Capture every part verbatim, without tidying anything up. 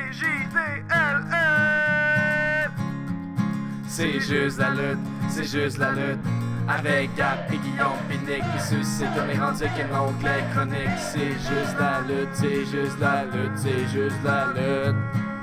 J D L F. C'est juste la lutte, c'est juste la lutte. Avec Gab et Guillaume Pinique qui suscite comme les rendus qu'un onglet chronique. C'est juste la lutte, c'est juste la lutte, c'est juste la lutte.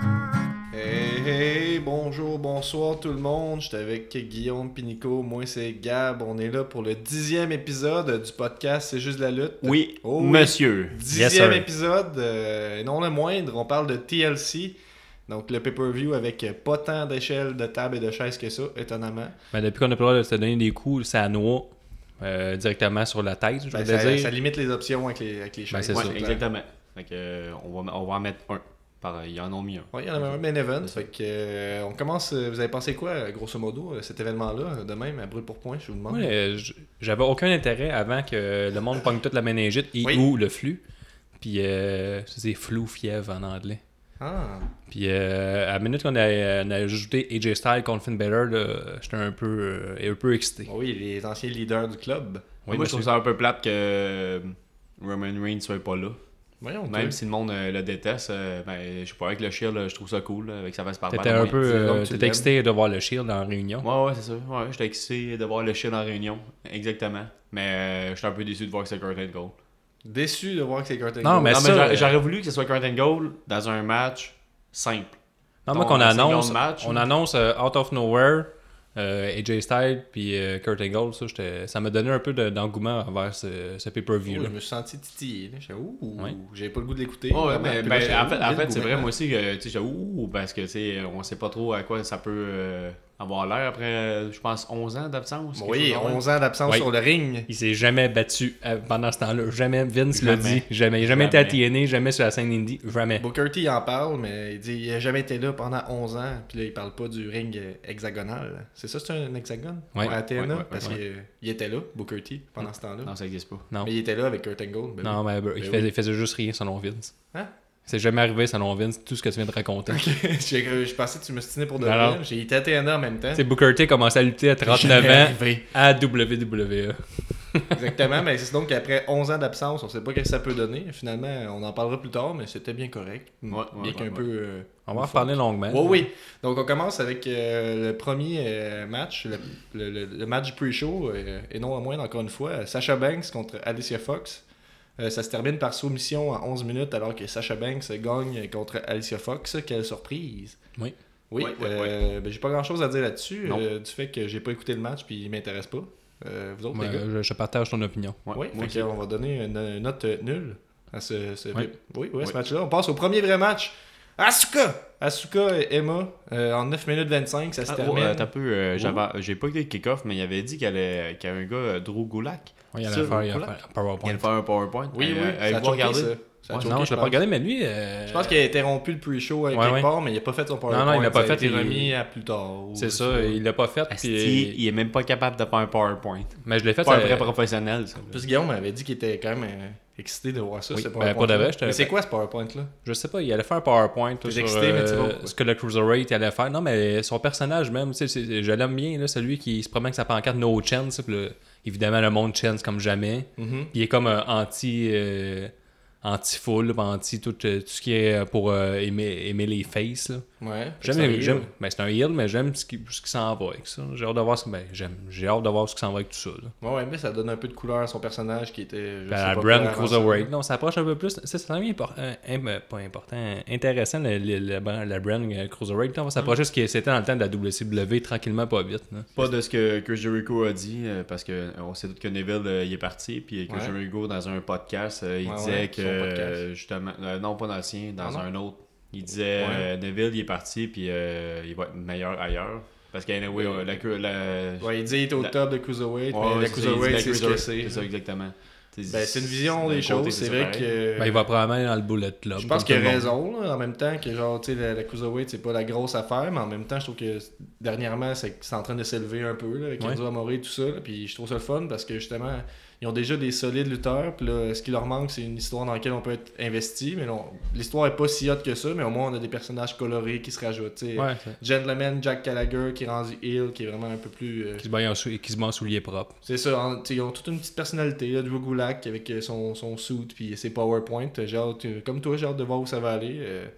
Hey, hey, bonjour, bonsoir tout le monde. J'étais avec Guillaume Pinico, moi c'est Gab. On est là pour le dixième épisode du podcast C'est juste la lutte. Oui, oh, monsieur. Dixième yes, épisode, euh, et non le moindre, on parle de T L C. Donc le pay-per-view avec pas tant d'échelles, de tables et de chaises que ça, étonnamment. Ben, depuis qu'on a pas le droit de se donner des coups, ça noie euh, directement sur la tête, je Ben, veux ça, dire. ça limite les options avec les, avec les Ben, chaises. c'est Ouais, ça. exactement. Fait que, euh, on, va, on va en mettre un. Pareil, il y en a mis un. Oui, il y en avait un main event. Fait que, euh, on commence. euh, Vous avez pensé quoi, grosso modo, euh, cet événement-là, de même, à brûle pour point, je vous demande. Moi, euh, j- j'avais aucun intérêt avant que le monde pogne toute la méningite et Oui. ou le flux. Puis, euh, c'est flou fièvre en anglais. Ah, Puis, euh, à la minute qu'on a, on a ajouté A J Styles contre Finn Balor, là, j'étais un peu, euh, un peu excité. oui, les anciens leaders du club. Oui, Moi, je trouve monsieur. ça un peu plate que euh, Roman Reigns soit pas là. Voyons, Même toi. si le monde euh, le déteste, euh, ben, je sais pas, avec le Shield, là, je trouve ça cool, là, avec sa veste par T'étais un peu dis donc euh, que tu t'étais l'aimes. excité de voir le Shield en réunion. Ouais, ouais, c'est ça. Ouais, j'étais excité de voir le Shield en réunion. Exactement. Mais euh, j'étais un peu déçu de voir que c'est Kurt Angle. Déçu de voir que c'est Kurt Angle. Non, mais non, ça, mais j'a- euh, j'aurais voulu que ce soit Kurt Angle dans un match simple. Non, moi, Ton qu'on single annonce, match, on là. annonce euh, Out of Nowhere, euh, A J Styles puis euh, Kurt Angle, ça, j'étais- ça m'a donné un peu de- d'engouement envers ce, ce Oh, pay-per-view. je me suis senti titillé. Là. J'étais, ouh, Ouais. j'avais pas le goût de l'écouter. Ouais, ouais, vraiment. mais Puis ben, là, j'étais, en fait, ouh, en Bill fait c'est vrai, Gourmet. moi aussi, que tu sais, j'ai ouh, parce que tu sais, on sait pas trop à quoi ça peut euh, avoir l'air après, euh, je pense, onze ans d'absence. quelque Oui, chose de même. onze ans d'absence Oui. sur le ring. Il s'est jamais battu euh, pendant ce temps-là. Jamais. Vince l'a Jamais. dit. Jamais. Il n'a jamais été à Jamais. T N A, jamais sur la scène indie. Jamais. Booker T il en parle, mais il dit il a jamais été là pendant onze ans. Puis là, il parle pas du ring euh, hexagonal. C'est ça, c'est un hexagone Ouais. À T N A, Ouais, ouais, parce ouais. qu'il était là, Booker T, pendant ce temps-là. Non, ça existe pas. Non. Mais il était là avec Kurt Angle. ben Non, mais bro, il, Ben faisait, oui. il faisait juste rien selon Vince. Hein? C'est jamais arrivé selon Vince, tout ce que tu viens de raconter. oui. J'ai- Je pensais que tu me stinais pour de Non, vrai. non. J'ai été à T N A en même temps. C'est Booker T commençait à lutter à trente-neuf Jamais ans arrivé. à W W E. Exactement, mais c'est donc qu'après onze ans d'absence, on sait pas ce que ça peut donner. Finalement, on en parlera plus tard, mais c'était bien correct. Ouais, bien ouais, qu'un ouais, peu. euh, On va en reparler longuement. Oui, oui. Donc, on commence avec euh, le premier euh, match, le, le- le- le match pre-show, euh, et non à moins, encore une fois, Sasha Banks contre Alicia Fox. Euh, ça se termine par soumission en onze minutes, alors que Sasha Banks gagne contre Alicia Fox. Quelle surprise! Oui. Oui, Ouais, ouais, euh, ben, j'ai pas grand chose à dire là-dessus, Non. euh, du fait que j'ai pas écouté le match puis il m'intéresse pas. Euh, vous autres, Ouais, les gars? je, je partage ton opinion. Ouais, Oui, moi fait aussi. qu'on va donner une, une note euh, nulle à ce, ce- Oui. oui, oui, ce Oui. match-là. On passe au premier vrai match. Asuka! Asuka et Emma, euh, en neuf minutes vingt-cinq, ça se Ah, oh, termine. euh, t'as peu, euh, Oh. j'avais- j'ai pas écouté le kick-off, mais il avait dit qu'il allait- qu'il y avait un gars, euh, Drew Gulak. Ouais, il allait Ça, faire, il allait voilà. faire un Il PowerPoint. allait faire un PowerPoint. oui, oui, Euh, ça a Avez-vous choqué, regardé? ça. Ça a Ouais, choqué, Non, je l'ai pense. pas regardé, mais lui. euh, Je pense qu'il a interrompu le pre-show à Ouais, quelque ouais. part, mais il a pas fait son PowerPoint. Non, non, il l'a pas Ça a fait, été il- remis à plus tard. ou C'est je sais ça, pas. il l'a pas fait. Asti, Puis, il est même pas capable de faire un PowerPoint. mais je l'ai fait. Pas un ça- vrai professionnel, ça. Plus Guillaume m'avait dit qu'il était quand même euh, excité de voir ça, Oui, ce ben, PowerPoint. pas de vrai, je te- Mais c'est quoi ce PowerPoint-là? Je sais pas, il allait faire un PowerPoint là, T'es sur excité, mais tu euh, vas pas. ce que le Cruiserweight allait faire. Non, mais son personnage même, tu sais, c'est- je l'aime bien, là, celui qui se promène avec sa pancarte No Chance. Puis là, évidemment, le monde chance comme jamais. Mhm. Puis il est comme euh, anti euh, anti-full, puis anti tout, euh, tout ce qui est pour euh, aimer, aimer les faces. Là. Ouais. J'aime, C'est un heel. j'aime, ben, c'est un heel, mais j'aime ce qui, ce qui s'en va avec ça. J'ai hâte de voir ce, ben, j'aime, j'ai hâte de voir ce qui s'en va avec tout ça. Là. Ouais, ouais, mais ça donne un peu de couleur à son personnage qui était. je Ben, sais la pas brand quoi avant Cruiserweight, ça. non, ça approche un peu plus. Ça, c'est vraiment important, pas important, intéressant, le, le- le brand- la brand euh, Cruiserweight. Là, on va s'approcher de ce qui c'était dans le temps de la W C W, tranquillement, pas vite. Là. Pas de ce que Chris Jericho a dit, euh, parce qu'on sait tous que Neville euh, il est parti, puis Chris Ouais. Jericho, dans un podcast, euh, il Ouais, disait ouais, que, son podcast. euh, justement, euh, non pas dans le sien, dans Ah, un autre, il disait Ouais. euh, Neville il est parti, puis euh, il va être meilleur ailleurs. Parce qu'anyway, Oui. euh, la, la, Ouais, il dit qu'il est au La- top de Cruiserweight, Ouais, mais ouais, la c'est ça, il dit Cruiserweight, la c'est ce que Cruiserweight, c'est. c'est ça, exactement. Ben, c'est une vision d'un des côté, choses. C'est ça vrai pareil. que. Ben, il va probablement aller dans le Bullet Club. Je pense comme qu'il a tout le monde. raison, là, en même temps que genre, tu sais, la, la Cruiserweight, c'est pas la grosse affaire, mais en même temps, je trouve que dernièrement, c'est, c'est en train de s'élever un peu, là, avec Ouais. Enzo Amore et tout ça, là, puis je trouve ça le fun parce que justement, ils ont déjà des solides lutteurs, puis là, ce qui leur manque, c'est une histoire dans laquelle on peut être investi, mais non, l'histoire est pas si hot que ça, mais au moins, on a des personnages colorés qui se rajoutent, tu sais. Ouais, c'est- Gentleman Jack Gallagher qui est rendu heel, qui est vraiment un peu plus. euh, qui se bat en sou- qui se bat en souliers propres. C'est ça, en- t'sais, ils ont toute une petite personnalité, là, Drew Gulak avec euh, son, son suit puis ses PowerPoint. J'ai hâte, euh, comme toi, j'ai hâte de voir où ça va aller. euh.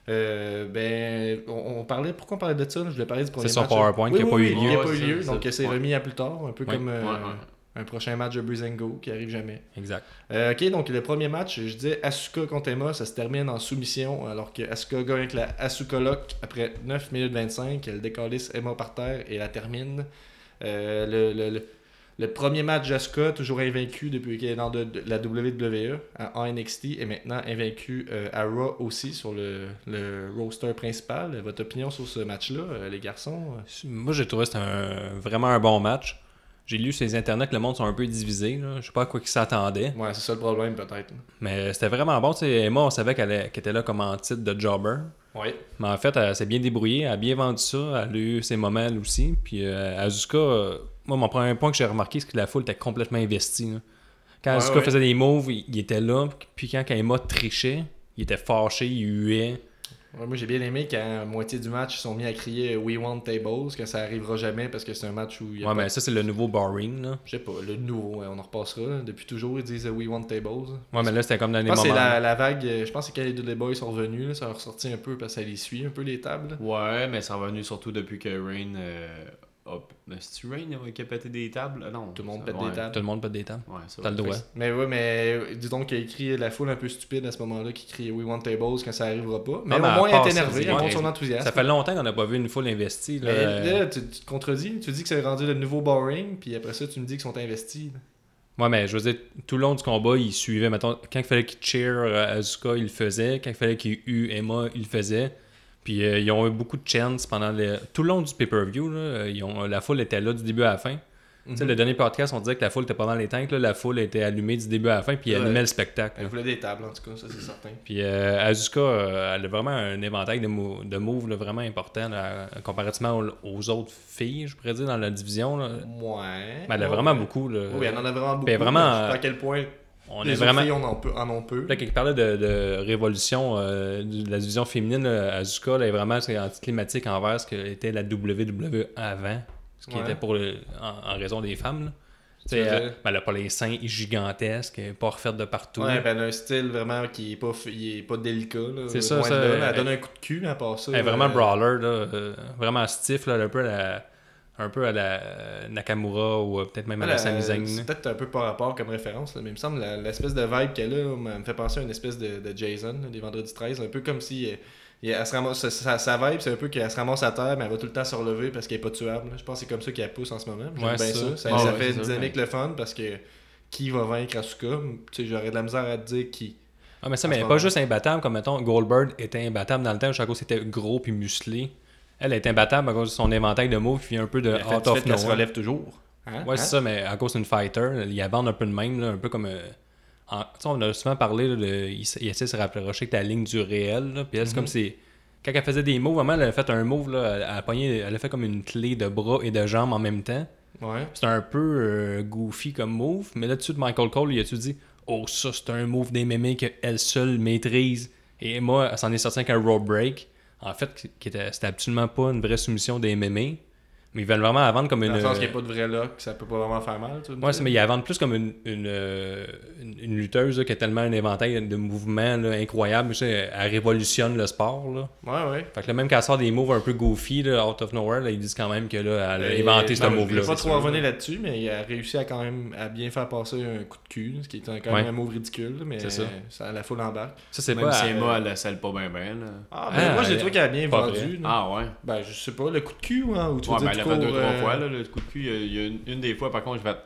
Euh, ben, on, on parlait, pourquoi on parlait de ça? Là? Je voulais parler du premier C'est son match. PowerPoint oui, qui n'a oui, pas oui, eu lieu. Il n'a pas Ouais, eu lieu, ça, donc ça, c'est ouais. remis à plus tard, un peu Ouais. comme euh, Ouais, ouais. un prochain match de Breeze and Go qui arrive jamais. Exact. Euh, ok, donc le premier match, je disais Asuka contre Emma, ça se termine en soumission, alors que Asuka gagne avec la Asuka Lock après neuf minutes vingt-cinq, elle décalisse Emma par terre et la termine. Euh, le, le, le, le premier match d'Asuka, toujours invaincu depuis qu'elle est dans de, de la W W E à, en N X T et maintenant invaincu euh, à Raw aussi sur le, le roster principal. Votre opinion sur ce match-là, euh, les garçons? Moi, j'ai trouvé que c'était un, vraiment un bon match. J'ai lu sur les internets que le monde sont un peu divisés. Là. Je sais pas à quoi ils s'attendaient. Ouais, c'est ça le problème peut-être. Mais c'était vraiment bon. T'sais, Emma, on savait qu'elle, qu'elle était là comme en titre de jobber. Oui. Mais en fait, elle s'est bien débrouillée. Elle a bien vendu ça. Elle a eu ses moments, elle aussi. Puis euh, Asuka, euh, moi, mon premier point que j'ai remarqué, c'est que la foule était complètement investie. Là. Quand Ouais, Asuka ouais. faisait des moves, il, il était là. Puis quand Emma trichait, il était fâché, il huait. Ouais, moi j'ai bien aimé qu'à moitié du match, ils sont mis à crier We want tables, que ça arrivera jamais parce que c'est un match où il y a Ouais, pas... mais ça, c'est le nouveau boring. Là. Je sais pas, le nouveau, ouais, on en repassera. Là. Depuis toujours, ils disent We want tables. Ouais, mais là, c'était comme dans Je les pense que moments. c'est la, la vague, euh, je pense que c'est quand les Dudley Boys sont revenus, là, ça a ressorti un peu parce que ça les suit un peu les tables. Ouais, mais c'est revenu surtout depuis que Rain. Euh, a... C'est-tu Rain euh, qui a pété des tables? Ah, non. Tout le monde ça- pète ouais. des tables. Tout le monde peut des temps. Ouais, ça T'as le va. droit. Mais ouais, mais dis donc qu'il y a écrit la foule un peu stupide à ce moment-là qui crie We want tables quand ça arrivera pas. Mais Non, mais au à moins elle part est ça, énervée, c'est- elle montre ouais. son enthousiasme. Ça fait longtemps qu'on n'a pas vu une foule investie. Là. Mais là, tu, tu te contredis, tu dis que c'est rendu le nouveau boring, puis après ça, tu me dis qu'ils sont investis. là. Ouais, mais je veux dire, tout le long du combat, il suivait. Mettons, quand il fallait qu'il cheer euh, Asuka, il le faisait. Quand il fallait qu'il eût Emma, il le faisait. Puis euh, ils ont eu beaucoup de chance pendant le... tout le long du pay-per-view. Là, ils ont... La foule était là du début à la fin. Tu sais, Mhm. le dernier podcast, on disait que la foule était pas dans les tanks. Là, la foule était allumée du début à la fin, puis elle Ouais. animait le spectacle. Elle là. voulait des tables en tout cas, ça c'est certain. Puis euh, Asuka, euh, elle a vraiment un éventail de, mo- de moves là, vraiment important là, comparativement aux, aux autres filles, je pourrais dire, dans la division. Là. Ouais. Mais elle a Ouais, vraiment ouais. beaucoup. Là. Oui, elle en a vraiment beaucoup. Puis vraiment, mais je sais pas à quel point On les est autres vraiment... filles on en, peut, en ont peu. Là, quand il parlait de, de révolution euh, de la division féminine, là, Asuka, là, est vraiment c'est anticlimatique envers ce qu'était la W W E avant, ce qui Ouais. était pour le, en, en raison des femmes. Là. Tu Tu sais, veux elle, dire? ben, elle a pas les seins gigantesques, elle est pas refaite de partout. Ouais, ben elle a un style vraiment qui est pas, f- il est pas délicat. Là, C'est ça, loin de ça, là. Elle, elle- donne un coup de cul, mais à part ça. Elle est vraiment euh, brawler, là, euh, vraiment stiff, là, un peu à la, un peu à la euh, Nakamura ou euh, peut-être même à la elle, Sami Zayn. C'est là. peut-être un peu par rapport comme référence, là, mais il me semble la- l'espèce de vibe qu'elle a là, me me fait penser à une espèce de, de Jason, là, des Vendredis treize, un peu comme si euh, il- elle se ramasse, sa, sa- sa vibe, c'est un peu qu'elle se ramasse à terre, mais elle va tout le temps se relever parce qu'elle est pas tuable. là. Je pense que c'est comme ça qu'elle pousse en ce moment. J'aime Ouais, bien c'est ça. ça. Ça, Ah ça ouais, fait c'est une ça, dynamique le fun parce que qui va vaincre Asuka? Tu sais, j'aurais de la misère à te dire qui. Ah, mais ça, en mais ce elle est moment. pas juste imbattable, comme mettons, Goldberg était imbattable dans le temps, chaque c'était gros puis musclé. Elle est imbattable à cause de son éventail de moves, puis un peu de Le fait, out du of fait qu'elle se nowhere. relève toujours. Hein? Ouais, Hein? c'est ça, mais à cause d'une fighter, il y a un peu de même, là, un peu comme. euh, en- tu sais, on a souvent parlé, là, de, il, s- il essaie de se rapprocher que la ligne du réel, là, puis elle, c'est Mhm. comme si. Quand elle faisait des moves, vraiment, elle a fait un move, là, elle, a pogné, elle a fait comme une clé de bras et de jambes en même temps. Ouais. C'était un peu euh, goofy comme move, mais là-dessus de Michael Cole, il a-tu dit oh, ça, c'est un move des M M A qu'elle seule maîtrise. Et moi, elle s'en est sortie avec un rope break. En fait, qui était, c'était absolument pas une vraie soumission des M M A. Mais ils veulent vraiment la vendre comme une. Dans le sens qu'il n'y a pas de vrai lock, ça peut pas vraiment faire mal. Tu veux me Ouais, dire? c'est, mais ils la vendent plus comme une, une, euh, une, une lutteuse là, qui a tellement un éventail de mouvements là, incroyable. Tu sais, elle révolutionne le sport. Là. Ouais, ouais. Fait que là, même quand elle sort des moves un peu goofy, là, out of nowhere, là, ils disent quand même que là, elle a Et- inventé ce ben, move-là. Je vais pas c'est trop sûr. revenir là-dessus, mais il a réussi à quand même à bien faire passer un coup de cul, ce qui est quand même Ouais. un move ridicule, mais C'est ça. ça la foule embarque. Ça, c'est Même pas. si à- Emma, elle la scelle pas bien, bien. Là. Ah, Ah, ben moi j'ai elle- trouvé qu'elle a bien pas vendu. vrai. là. Ah ouais. Ben je sais pas, le coup de cul, hein, ou tu veux Ouais, dire ben, elle tout l'a fait court, deux, trois euh, fois, là, le coup de cul. Il y a, il y a une, une des fois, par contre, je vais être.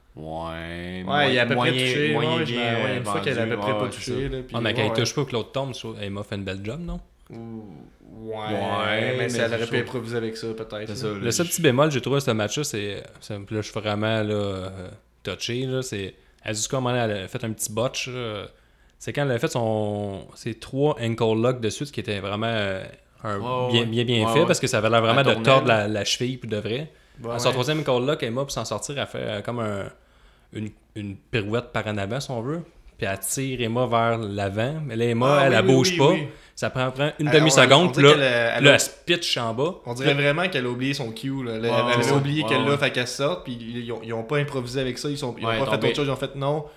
Ouais. Ouais, il a à peu près moyen, touché. moyen ouais, je bien. me- ouais, une fois vendu. qu'elle a à peu près Ouais, pas ouais, touché. c'est ça. Là, puis, Ah, mais quand ouais, il touche pas que l'autre tombe, je trouve- Emma fait une belle job, non? Ouais, Ouais, mais, si mais elle aurait je pu trouve- improviser avec ça, peut-être. C'est ça. là. là, Le seul je- petit bémol que j'ai trouvé à ce match-là, c'est. c'est- Là, je suis vraiment là, euh, touché. Là, c'est. Asuka, à un moment donné, elle a fait un petit botch. là. C'est quand elle a fait son. Ses trois ankle locks de suite, qui était vraiment euh, un- Ouais, bien, ouais. bien, bien Ouais, fait, ouais. parce que ça avait l'air vraiment Elle de tournait, tordre là. la, la cheville pour de vrai. Ouais, À son ouais. troisième ankle lock, Emma, pour s'en sortir, elle fait euh, comme un, une, une pirouette par en avant, si on veut. Puis elle tire Emma vers l'avant. Mais là, Emma, Ah, elle, oui, elle oui, bouge oui, pas. oui. Ça prend, prend une Elle- on- demi-seconde. on Puis dirait là, qu'elle a- elle là, a- elle se pitch en bas. On dirait vraiment qu'elle a oublié son cue. Là. Elle, elle Ouais, avait ouais, oublié ouais, qu'elle ouais. l'a, fait qu'elle sorte, puis ils ont, ils ont pas improvisé avec ça. Ils, sont, ils ont Ouais, pas fait tombé. autre chose. Ils ont fait non,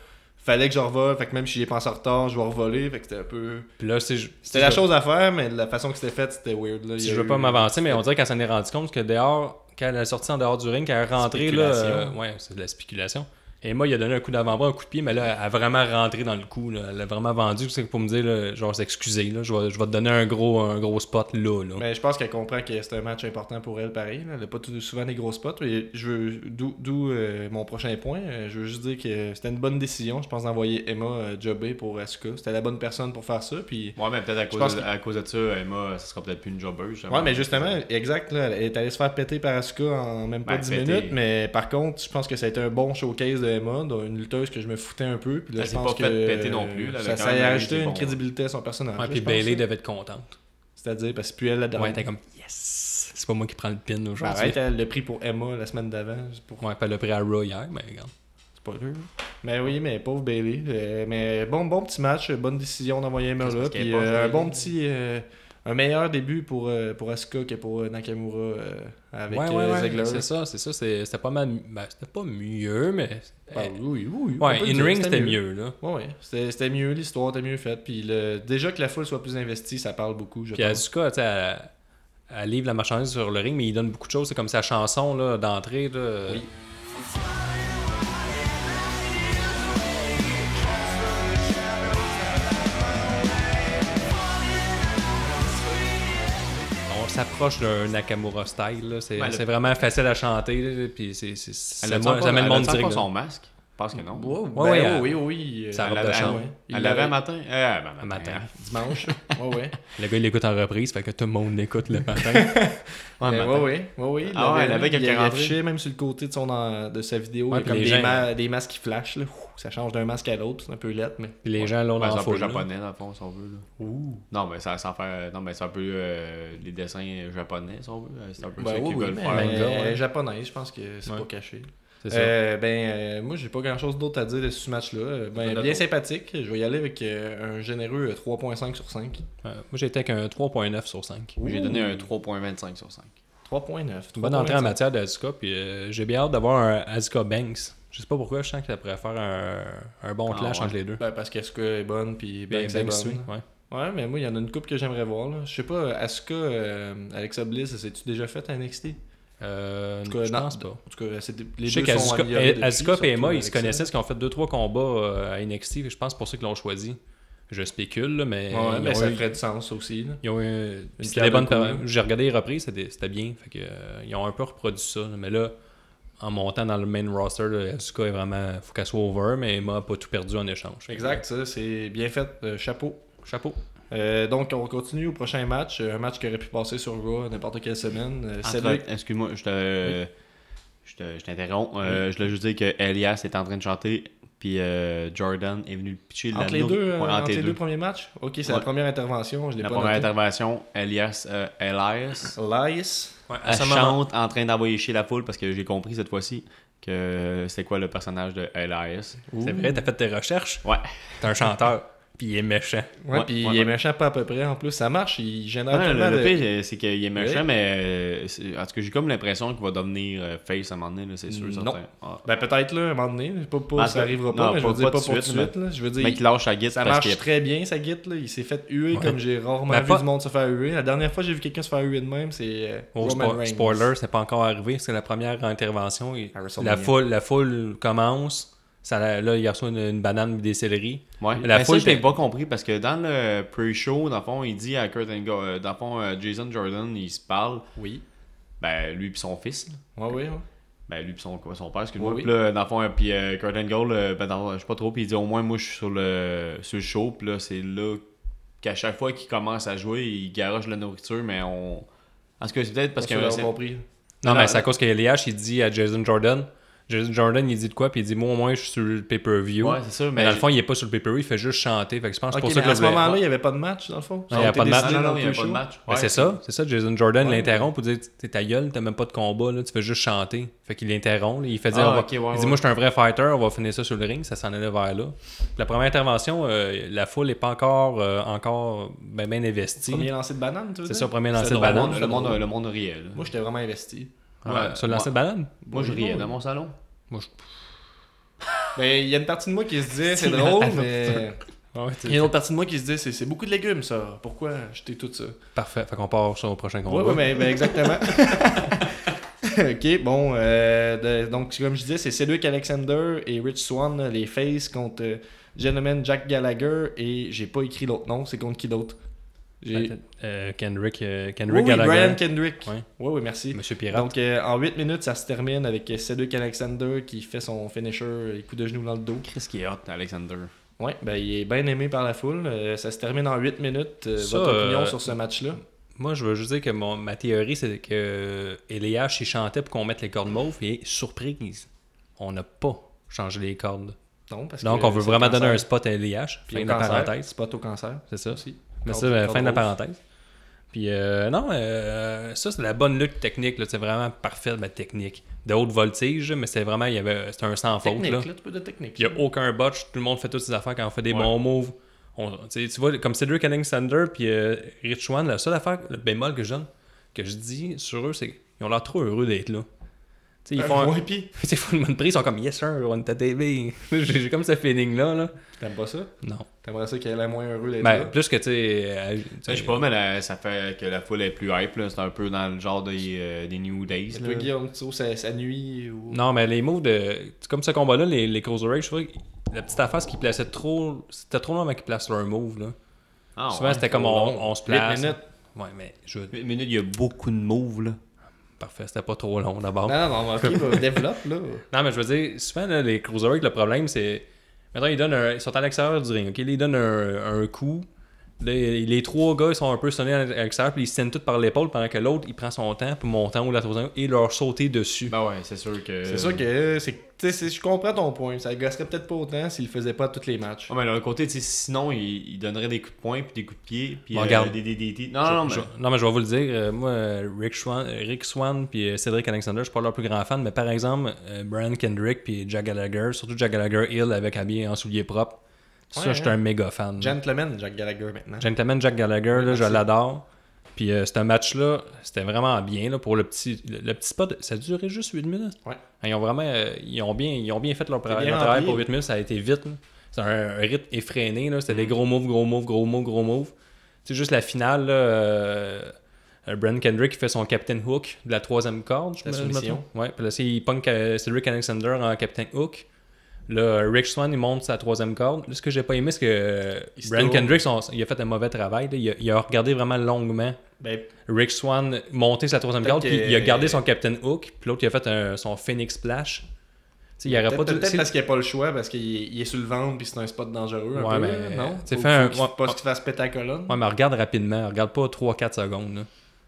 fallait que je revole, fait que même si j'ai pensé en retard, je vais revoler, fait que c'était un peu... Puis là, c'est. C'était la chose à faire, mais la façon que c'était fait, c'était weird. Là. Si Il y a je veux eu- pas m'avancer, mais on dirait qu'elle s'en est rendu compte que dehors, quand elle est sortie en dehors du ring, quand elle est rentrée, là. Spéculation. euh, ouais, c'est de la spéculation. Et moi, il a donné un coup d'avant-bras, un coup de pied, mais là, elle a vraiment rentré dans le coup. Là. Elle a vraiment vendu. C'est pour me dire, là, genre, s'excuser. Là. Je, vais, je vais te donner un gros, un gros spot là. là. Mais je pense qu'elle comprend que c'est un match important pour elle, pareil. Là. Elle n'a pas tout, souvent des gros spots. Et je veux, d'où, d'où euh, mon prochain point. Euh, je veux juste dire que c'était une bonne décision, je pense, d'envoyer Emma euh, jobber pour Asuka. C'était la bonne personne pour faire ça. Puis... Ouais, mais peut-être à, Je pense cause de- que- à cause de ça, Emma, ça sera peut-être plus une jobbeuse. Ouais, mais justement, exact, là, elle est allée se faire péter par Asuka en même pas Ben, dix péter. minutes, mais par contre, je pense que ça a été un bon showcase de Emma, d'une lutteuse que je me foutais un peu, puis là, Elle je s'est pense pas fait que péter non plus, là, ça, avec ça un a mari rajouté qui est une bon. crédibilité à son personnage. Ouais, là, puis je pense, Bailey là. devait être contente. C'est-à-dire, parce que c'est plus elle la Ouais, dernière. t'es comme, yes! C'est pas moi qui prends le pin Ben, aujourd'hui. arrête, elle l'a pris pour Emma la semaine d'avant. c'est Pour... Ouais, puis elle l'a pris à Raw hier, mais regarde. C'est pas dur. Mais oui, mais pauvre Bailey. Euh, mais bon, bon petit match, bonne décision d'envoyer Emma C'est là. parce qu'elle Puis est pas euh, un jolie. bon petit. euh, un meilleur début pour, euh, pour Asuka que pour euh, Nakamura euh, avec ouais, euh, ouais, ouais, Ziggler. c'est ça, c'est ça. c'est- C'était pas mal. Ben, c'était pas mieux, mais. Ben, oui, oui, oui. on ouais, peut le dire, in-ring, c'était mieux, là. Ouais, ouais. C'était, c'était mieux, l'histoire était mieux faite. Puis le... déjà que la foule soit plus investie, ça parle beaucoup. Je Puis pense. Asuka, tu sais, elle, elle livre la marchandise sur le ring, mais il donne beaucoup de choses. C'est comme sa chanson là, d'entrée. Là. Oui. On s'approche d'un Nakamura style. Là. C'est, Ouais, le- c'est vraiment facile à chanter. Là, puis c'est, c'est, c'est- Elle ça, a moi, ça met le monde direct. pas là. son masque? Je pense que non. Ouais, Ouais, ben, ouais, oui, elle- oui, oui. Ça Elle robe de l'avait- chambre. ouais. Elle Il l'avait l'avait- matin? Eh, ben, Un matin. Dimanche. ouais, ouais. Le gars, il l'écoute en reprise, fait que tout le monde l'écoute le matin. Ouais, Mais matin. ouais, ouais, ouais, ouais. Ah ouais, elle avait il, quelqu'un il rentré. affichait même sur le côté de, son, en- de sa vidéo, Ouais, il y a puis comme les des, gens- ma- des masques qui flashent. Là. Ouh, ça change d'un masque à l'autre, c'est un peu lettre, mais... Puis les gens l'ont Ben, dans c'est la un peu foule. là. japonais, dans le fond, si on veut. Là. Ouh. Non, mais ça, ça fait... non, mais c'est un peu euh, les dessins japonais, si on veut. C'est un peu Ben ça oui, qu'ils oui, veulent mais faire. manga, euh, ouais. japonais, je pense que c'est Ouais. pas caché. C'est ça. Euh, ben, euh, moi, j'ai pas grand chose d'autre à dire de ce match-là. Euh, Ben, D'accord. bien sympathique. Je vais y aller avec euh, un généreux euh, trois virgule cinq sur cinq. Euh, moi, j'étais avec un trois virgule neuf sur cinq. J'ai donné un trois virgule vingt-cinq sur cinq. trois virgule neuf. Une bonne entrée en matière d'Asuka, puis euh, j'ai bien hâte d'avoir un Asuka Banks. Je sais pas pourquoi, je sens que ça pourrait faire un, un bon Ah, clash ouais. entre les deux. Ben, parce qu'Asuka est bonne, puis Ben, Banks est Banks, bonne. oui, ouais. Ouais, mais moi, il y en a une couple que j'aimerais voir. Là. Je sais pas, Asuka, euh, Alexa Bliss, ça s'est-tu déjà fait à N X T? Euh, En tout cas, je non. pense pas. En tout cas, c'est des- les Je sais deux sont qu'Asuka améliorés depuis, Asuka et surtout Emma, ils se Alexa. connaissaient parce qu'ils ont fait deux trois combats euh, à N X T. Je pense pour ça qu'ils l'ont choisi. Je spécule, là, mais. Ouais, ouais, ils mais ont ça eu- ferait du sens aussi. Là. Ils ont eu. C'était pierre des de bonnes coups, per- là. J'ai regardé les reprises, c'était, c'était bien. Fait que, euh, ils ont un peu reproduit ça. là. Mais là, en montant dans le main roster, là, Asuka est vraiment. Faut qu'elle soit over, mais Emma n'a pas tout perdu en échange. Fait que, Exact, ça, c'est bien fait. Euh, chapeau. Chapeau. Euh, donc, on continue au prochain match. Euh, Un match qui aurait pu passer sur Raw n'importe quelle semaine. Euh, Entre- Cédric. Excuse-moi, je te, je te, je t'interromps. Euh, Je voulais juste dire que Elias est en train de chanter, puis euh, Jordan est venu le pitcher Entre les l'anneau. deux, euh, Ouais, entre les deux premiers matchs? Ok, c'est la Ouais. première intervention. Je l'ai La pas première noté. intervention, Elias, euh, Elias, Elias. Ouais, à elle ce moment- chante en train d'envoyer chier la foule parce que j'ai compris cette fois-ci que c'est quoi le personnage de Elias. C'est vrai, t'as fait tes recherches. Ouais. T'es un chanteur. Puis il est méchant. Ouais, Ouais, puis ouais, il est ouais. méchant pas à peu près. En plus, ça marche. Il génère Ouais, tellement le, le de... pire, euh, c'est qu'il est méchant, Ouais. mais euh, c'est- en tout cas, j'ai comme l'impression qu'il va devenir euh, face à un moment donné, là, c'est sûr. Non. certain. Ah. Ben peut-être là, à un moment donné. Pas, pas, Ah, ça arrivera pas, non, mais je pas- veux dire pas pas tout de pour tout de suite, suite. Là. Je veux Le dire, mec, il lâche la guide ça parce marche qu'il très bien, sa guide. Là. Il s'est fait huer Ouais. comme j'ai rarement Ben, vu pas- du monde se faire huer. La dernière fois que j'ai vu quelqu'un se faire huer de même, c'est euh, Oh, Roman spo- Reigns. spoiler, c'est pas encore arrivé. C'est la première intervention. Il- À WrestleMania. la, foule, la foule commence. Ça, là, il reçoit une, une banane et des céleris. Ouais. La Mais foule, ça, je l'ai t'es- pas compris parce que dans le pre-show, dans le fond, il dit à Kurt Angle, euh, dans le fond, euh, Jason Jordan, il se parle, Oui. ben lui puis son fils, là. Ouais, ouais, ouais. ben lui puis son, quoi, son père, excuse-moi. Oui, Puis là, dans le fond, euh, puis euh, Kurt Angle, euh, ben dans, je sais pas trop, puis il dit au moins moi je suis sur le, sur le show, puis là c'est là qu'à chaque fois qu'il commence à jouer, il garoche de la nourriture, mais on. En tout cas, c'est peut-être parce Parce que. que c'est- compris. Non, Non, mais c'est à non. cause qu'Elias, il dit à Jason Jordan. Jason Jordan, il dit de quoi? Puis il dit, moi au moins, je suis sur le pay-per-view. Ouais, c'est ça, mais, mais. dans le fond, il est pas sur le pay-per-view, il fait juste chanter. Fait que je pense que Ok, c'est pour ça mais que à ce le- moment-là, il n'y avait pas de match, dans le fond. il y a pas de match. Ah, décidé non, dans non, il y a le pas de show. match. Ben, Ouais, c'est ça, c'est ça. Jason Jordan Ouais. l'interrompt pour dire, t'es ta gueule, t'as même pas de combat, là, tu fais juste chanter. Fait qu'il l'interrompt, là, il fait dire, Ah, on va- ok, ouais, il ouais. dit, moi je suis un vrai fighter, on va finir ça sur le ring, ça s'en allait vers là. Puis la première intervention, euh, la foule est pas encore, euh, encore ben, ben investie. Premier lancé de banane, tu veux C'est dire? ça, premier lancé C'est de drôle, Le banane. monde, le, monde, le monde riait. Là. Moi, j'étais vraiment investi. Ouais, Ouais, sur le lancer de moi- banane? Moi, je Oui, riais oui. dans mon salon. Moi, je... Ben, il y a une partie de moi qui se disait c'est drôle, mais. Ouais, Il y a une autre partie de moi qui se dit c'est, c'est beaucoup de légumes ça. Pourquoi acheter tout ça? Parfait, fait qu'on part sur le prochain combat. Ouais, ouais, ben, ben exactement. Ok, bon, euh, de- donc comme je disais, c'est Cedric Alexander et Rich Swann, les Face contre euh, Gentleman Jack Gallagher et j'ai pas écrit l'autre nom, c'est contre qui d'autre? J'ai... Euh, Kendrick, euh, Oui, Kendrick oui, Gallagher. Brian Kendrick. Ouais. Oui, oui, merci. Monsieur Pirate. Donc euh, en huit minutes, ça se termine avec Cedric Alexander qui fait son finisher, les coups de genoux dans le dos. Qu'est-ce qui est hot, Alexander? Ouais, ben il est bien aimé par la foule. Euh, ça se termine en huit minutes. Euh, Ça, votre opinion euh, sur ce match-là? Moi, je veux juste dire que mon, ma théorie, c'est que Elias, il chantait pour qu'on mette les cordes mauves et surprise, on n'a pas changé les cordes. Non, parce Donc, que on veut c'est vraiment le donner un cancer. spot à Elias. Puis Fin au de la cancer, parenthèse. spot au cancer. C'est ça. Aussi. Mais Corde- ça, euh, corde fin de la rose. parenthèse. Puis, euh, non, euh, ça, c'est de la bonne lutte technique. Là. C'est vraiment parfait, la technique. De haute voltige, mais c'est vraiment, il y avait, c'était un sans faute. Technique, Là. là, tu peux de technique. Il n'y a aucun botch. Tout le monde fait toutes ses affaires quand on fait des Ouais. bons moves. On, tu sais, tu vois, comme Cedric Alexander puis euh, Rich Swann, la seule affaire, le bémol que je donne, que je dis sur eux, c'est qu'ils ont l'air trop heureux d'être là. Tu sais, ils font un... Ouais, pis ils font une bonne prise, ils sont comme yes sir, on est à T V. j'ai, j'ai comme ce feeling là, là. t'aimes pas ça? Non. T'aimerais ça qu'il ait l'air moins heureux d'être Ben, là? plus que tu sais. euh, tu sais, Je sais pas, mais la- ça fait que la foule est plus hype. Là. C'est un peu dans le genre des, euh, des New Days. Est-ce Là. que Guillaume, tu trouves ça, ça nuit ou... Non, mais les moves de. c'est comme ce combat-là, les, les Cruiserweight, je trouvais que la petite affaire, c'est qu'ils plaçaient trop. C'était trop long avant qu'ils placent leur move, là. Ah, Souvent, ouais. c'était comme on, on se huit place. minutes. Ouais, mais je. huit minutes, il y a beaucoup de moves. Là. Parfait, c'était pas trop long d'abord. Non, non, non, ok, bah, développe, là. Non, mais je veux dire, souvent, là, les Cruiserweight, le problème, c'est. Maintenant, ils, donnent un- ils sont à l'extérieur du ring, ok? Là, ils donnent un, un coup. Là, les trois gars, ils sont un peu sonnés à l'extérieur, puis ils se tiennent tous par l'épaule pendant que l'autre, il prend son temps pour monter en haut de la troisième et leur sauter dessus. Ben ouais, c'est sûr que. C'est sûr que c'est, tu sais, c'est- je comprends ton point. Ça gosserait peut-être pas autant s'il le faisait pas à tous les matchs. Ouais, mais d'un côté, tu sais, sinon, il, il donnerait des coups de poing, puis des coups de pied, puis Bon, euh, regarde. des D D T. Non, non, non, Je- mais. je- non, mais je vais vous le dire. euh, moi, euh, Rick Swan, euh, Rick Swan puis euh, Cedric Alexander, je suis pas leur plus grand fan, mais par exemple, euh, Brian Kendrick puis Jack Gallagher, surtout Jack Gallagher Hill avec habillé en souliers propres. Ça, Ouais, je suis hein. un méga fan. Gentleman, Jack Gallagher maintenant. Gentleman Jack Gallagher, là, je merci. l'adore. Puis euh, ce match-là, c'était vraiment bien là, pour le petit, le, le petit spot. Ça a duré juste huit minutes. Ouais. Ils ont vraiment euh, ils ont bien, ils ont bien fait leur, tra- bien leur travail rempli. pour huit minutes. Ça a été vite. là. C'est un, un rythme effréné. Là. C'était des gros moves, gros moves, gros moves, gros moves. C'est juste la finale. Là, euh, euh, Brandon Kendrick qui fait son Captain Hook de la troisième corde. Je La me- je me soumission. trompe. Ouais, puis là, c'est- il punk euh, Cedric Alexander en Captain Hook. Là, Rick Swann, il monte sa troisième corde. Là, ce que j'ai pas aimé, c'est que euh, Il se Brian tourne. Kendrick, son- il a fait un mauvais travail. là. Il, a, il a regardé vraiment longuement Ben, Rick Swann monter sa troisième Peut-être corde, puis que- il a gardé son Captain Hook, puis l'autre, il a fait un- son Phoenix Splash. Tu sais, il aurait peut-être, pas dû- peut-être c'est- parce qu'il n'y a pas le choix, parce qu'il est, il est sur le ventre puis c'est un spot dangereux. Un Ouais, peu, mais, là, non? t'sais, Faut- fait un- faut qu'il- ouais, pas ouais. qu'il fasse péter la colonne. Ouais, mais regarde rapidement. Regarde pas trois quatre secondes. là.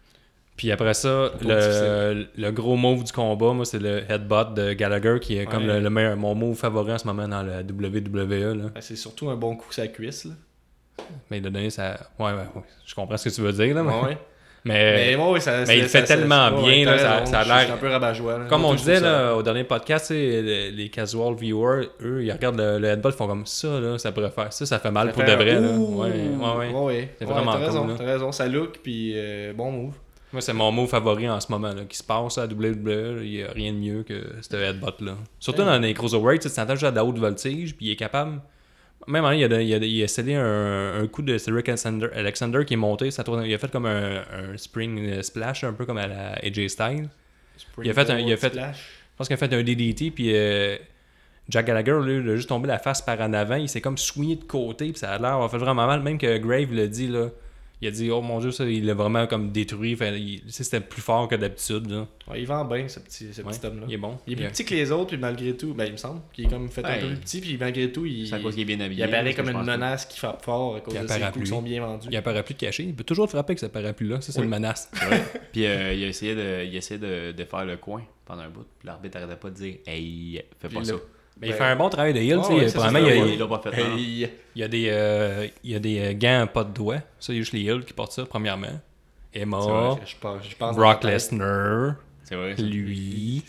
Puis après ça, C'est pas le, le gros move du combat, moi, c'est le headbutt de Gallagher, qui est comme Ouais. le, le meilleur, mon move favori en ce moment dans la W W E. Là. Ben, c'est surtout un bon coup sur la cuisse. Là. Mais il a donné sa... Ouais, ouais, ouais. Je comprends ce que tu veux dire, là. Mais, Ouais, ouais. mais- Mais, ouais, ouais, ça, mais ça- il le ça- fait ça- tellement ouais, bien, t'as là, ça- raison, ça a je l'air- suis un peu rabat-joie. là. comme Moi, on je trouve disait ça- là, au dernier podcast, tu sais, les, les casual viewers, eux, ils regardent le, le headbutt, ils font comme ça, là, ça pourrait faire ça, ça fait mal ça pour fait de vrai. un Là. ouh. Ouais, ouais, ouais. Ouais, ouais. C'est Ouais, vraiment T'as raison, cool, là. t'as raison. Ça look, puis euh, bon move. Moi, c'est mon mot favori en ce moment, là, qui se passe à la W W E. Il n'y a rien de mieux que ce headbutt-là. Surtout Ouais. dans les cruiserweights, tu t'entends juste à de la haute voltige, puis il est capable. Même hein, il, a, il, a, il a scellé un, un coup de Cedric Alexander, Alexander qui est monté. Ça tourne- il a fait comme un, un spring splash, un peu comme à la A J Styles. Il a fait un- il a fait- Splash. Je pense qu'il a fait un D D T, puis euh, Jack Gallagher, lui, il a juste tombé la face par en avant. Il s'est comme soigné de côté, puis ça a l'air d'avoir fait vraiment mal. Même que Grave l'a dit, là. Il a dit, oh mon dieu, ça, il l'a vraiment comme détruit. Fait, il- tu sais, c'était plus fort que d'habitude. là. Ouais, il vend bien, ce petit, ce Ouais, petit homme-là. il est bon. Il est plus Il a- petit que les autres, puis malgré tout, ben, il me semble qu'il est comme fait un Ouais. peu plus petit, puis malgré tout, il, C'est à cause qu'il est bien habillé. il apparaît parce que comme je une pense que- menace qui frappe fort à cause Puis de un ses coups parapluie. qui sont bien vendus. Il y a un parapluie de caché. Il peut toujours te frapper avec ce parapluie-là. Ça, c'est Oui. une menace. Puis euh, il a essayé, de, il a essayé de, de faire le coin pendant un bout. Puis l'arbitre arrêtait pas de dire hey, fais Puis pas là- ça. Mais il Ben- fait un bon travail de heal. Ah tu sais, ouais, ça, probablement, c'est il, y a, vrai, Il l'a pas fait. non, non. Hey, il y a des, euh, il y a des euh, gants pas de doigts. Ça, il y a juste les heals qui portent ça, premièrement. Emma, C'est vrai, je pense, je pense Brock dans ma tête. Lesnar, C'est vrai. ça. lui.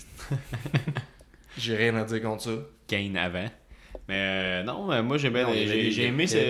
J'ai rien à dire contre ça. Kane avant. Mais euh, non, mais moi j'ai bien Non, il y j'ai, avait- j'ai aimé il y avait- ce-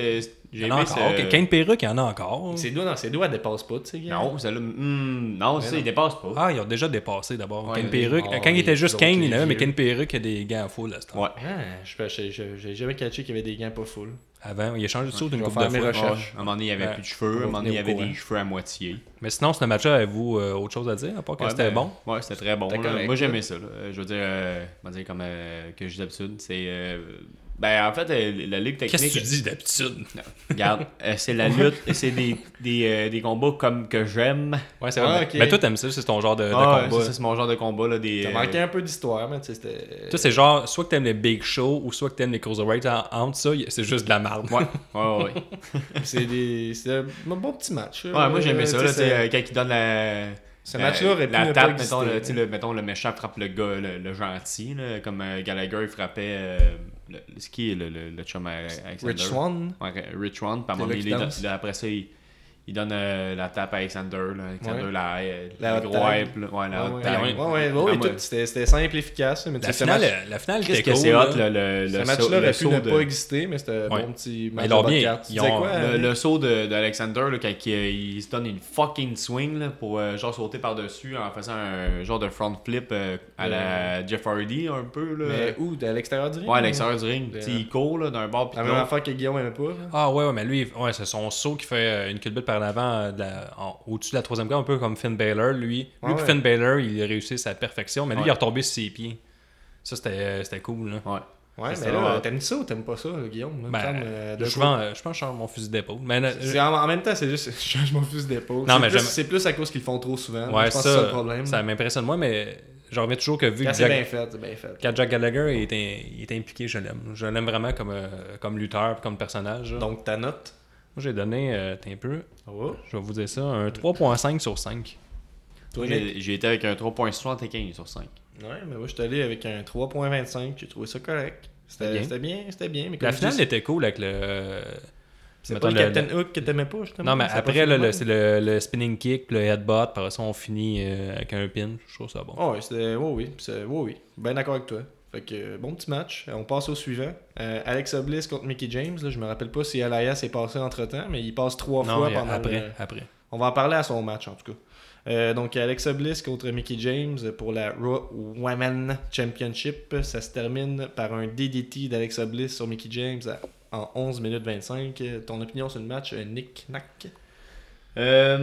Il y en a encore. ce- Kane Perruque, il y en a encore. Ses doigts, non, ses doigts, elle dépasse pas, tu sais. gars. Non, celle-là. hmm, non, c'est ça, il dépasse pas. Ah, ils ont déjà dépassé d'abord. Ouais, Kane il- Perruque. oh, Quand il était les juste autres, Kane, les il avait, mais vieux. Kane Perruque, il a des gants full à ce temps. Ouais. Ah, je je- je- j'ai jamais catché qu'il y avait des gants pas full. Avant, il a changé de saut je d'une vais couple faire de mes fois. recherches. À un moment donné, il n'y avait Ouais. plus de cheveux. À un On va moment donné, il y venir avait au des courant. cheveux à moitié. Mais sinon, ce match-là, avez-vous euh, autre chose à dire, à part que Ouais, c'était ben, bon? Ouais, c'était très bon. C'était là. correct, Moi, là. j'aimais ça. là. Je veux dire, euh, comment dire comme euh, que je dis d'habitude, c'est. euh, ben, en fait, euh, la ligue technique. Qu'est-ce que tu dis d'habitude? Non, regarde, euh, c'est la lutte, c'est des, des, euh, des combats comme que j'aime. Ouais, c'est Ah, vrai. ok. Mais toi, t'aimes ça, c'est ton genre de, de Ah, combat. ça, c'est mon genre de combat. Là, des, T'as euh, manqué un peu d'histoire, mais tu sais, c'était. Toi, c'est genre, soit que t'aimes les big shows ou soit que t'aimes les cruiserweights. En- Entre ça, y- c'est juste de la merde. Ouais, ouais, ouais. C'est des... c'est un bon petit match. Ouais, moi j'aimais ça, là, tu sais, euh, quand il donne la. Ce match-là aurait pu la ne tape, pas mettons, exister. le, tu sais, le, mettons, le méchant frappe le gars, le, le gentil, là, comme euh, Gallagher il frappait. Euh, le, le- ce qui est le, le, le chum à Alexander. Rich Swan. Ouais, Rich One. Puis à un C'est moment donné, là qu'il il- danse. là, après ça, il, il donne euh, la tape à Alexander. Là. Alexander, Ouais. la, euh, La le hot gros tag. hype. là. Ouais, la Ouais, hot ouais, tag. ouais, ouais, ouais, Ah, ouais, moi, tout, c'était c'était simple et efficace. Mais tu La sais, ce finale, match- la finale Qu'est-ce était que cool. c'est hot, là. le, le, ce le match-là saut- aurait le pu saut ne de- pas exister, mais c'était un Ouais. bon petit Mais match ils l'ont de bien- quatre. Tu ils disais ont- quoi? Le, euh, le saut de- d'Alexander, là, quand il, il se donne une fucking swing là, pour euh, genre sauter par-dessus en faisant un genre de front flip euh, à la Jeff Hardy un peu. Là. Mais où? À l'extérieur du ring? Ouais, à l'extérieur du ring. Le- Tu sais, il court là, d'un bord puis La de même l'autre. affaire que Guillaume aimait pas. là. Ah ouais, ouais, mais lui, ouais, c'est son saut qui fait euh, une culbute par l'avant euh, de la- en- au-dessus de la troisième corde, un peu comme Finn Balor. Lui, lui Ah puis ouais. Finn Balor, il a réussi sa perfection, mais lui, Ouais. il est retombé sur ses pieds. Ça, c'était, euh, c'était cool. Là. Ouais. Ouais, C'est mais ça, là, ouais. t'aimes ça ou t'aimes pas ça, Guillaume? là? Ben, Comme, euh, de je, quoi? vends, euh, je pense que je change mon fusil d'épaule. Mais, euh, C'est en, en même temps, c'est juste, je change mon fusil d'épaule. Non, C'est mais plus- j'aime- c'est plus à cause qu'ils le font trop souvent. ouais, je pense ça, que c'est ça le problème. ça m'impressionne moi, mais je reviens toujours que vu Quand que c'est Jack, bien fait, c'est bien fait. quand Jack Gallagher est, in- il est impliqué, je l'aime. Je l'aime vraiment comme, euh, comme lutteur, puis comme personnage. là. Donc, ta note? Moi, j'ai donné, euh, t'es un peu, Oh. je vais vous dire ça, un trois virgule cinq sur cinq. Toi, Nick? J'ai j'ai été avec un trois virgule soixante-quinze sur cinq. Ouais, mais moi, je suis allé avec un trois virgule vingt-cinq. J'ai trouvé ça correct. C'était C'était bien. c'était bien, c'était bien. Mais La comme je finale dis, était cool avec le. euh, c'est mettons pas le le- Captain Hook que t'aimais pas, justement. Non, mais Ça a pas après, fait là, de le- même. c'est le, le spinning kick, puis le headbutt, par ça, on finit euh, avec un pin. Je trouve ça bon. Oh, ouais, c'était. Oui, oui. c'est- Oui, oui. Ben d'accord avec toi. Fait que, euh, bon petit match. On passe au suivant. Euh, Alexa Bliss contre Mickey James. Là, je me rappelle pas si Elias est passé entre temps, mais il passe trois non, fois il y a- pendant après, le- après. On va en parler à son match, en tout cas. Euh, donc, Alexa Bliss contre Mickey James pour la Raw Women Championship. Ça se termine par un D D T d'Alexa Bliss sur Mickey James à- en onze minutes vingt-cinq. Ton opinion sur le match, euh, Nick Nack? Euh,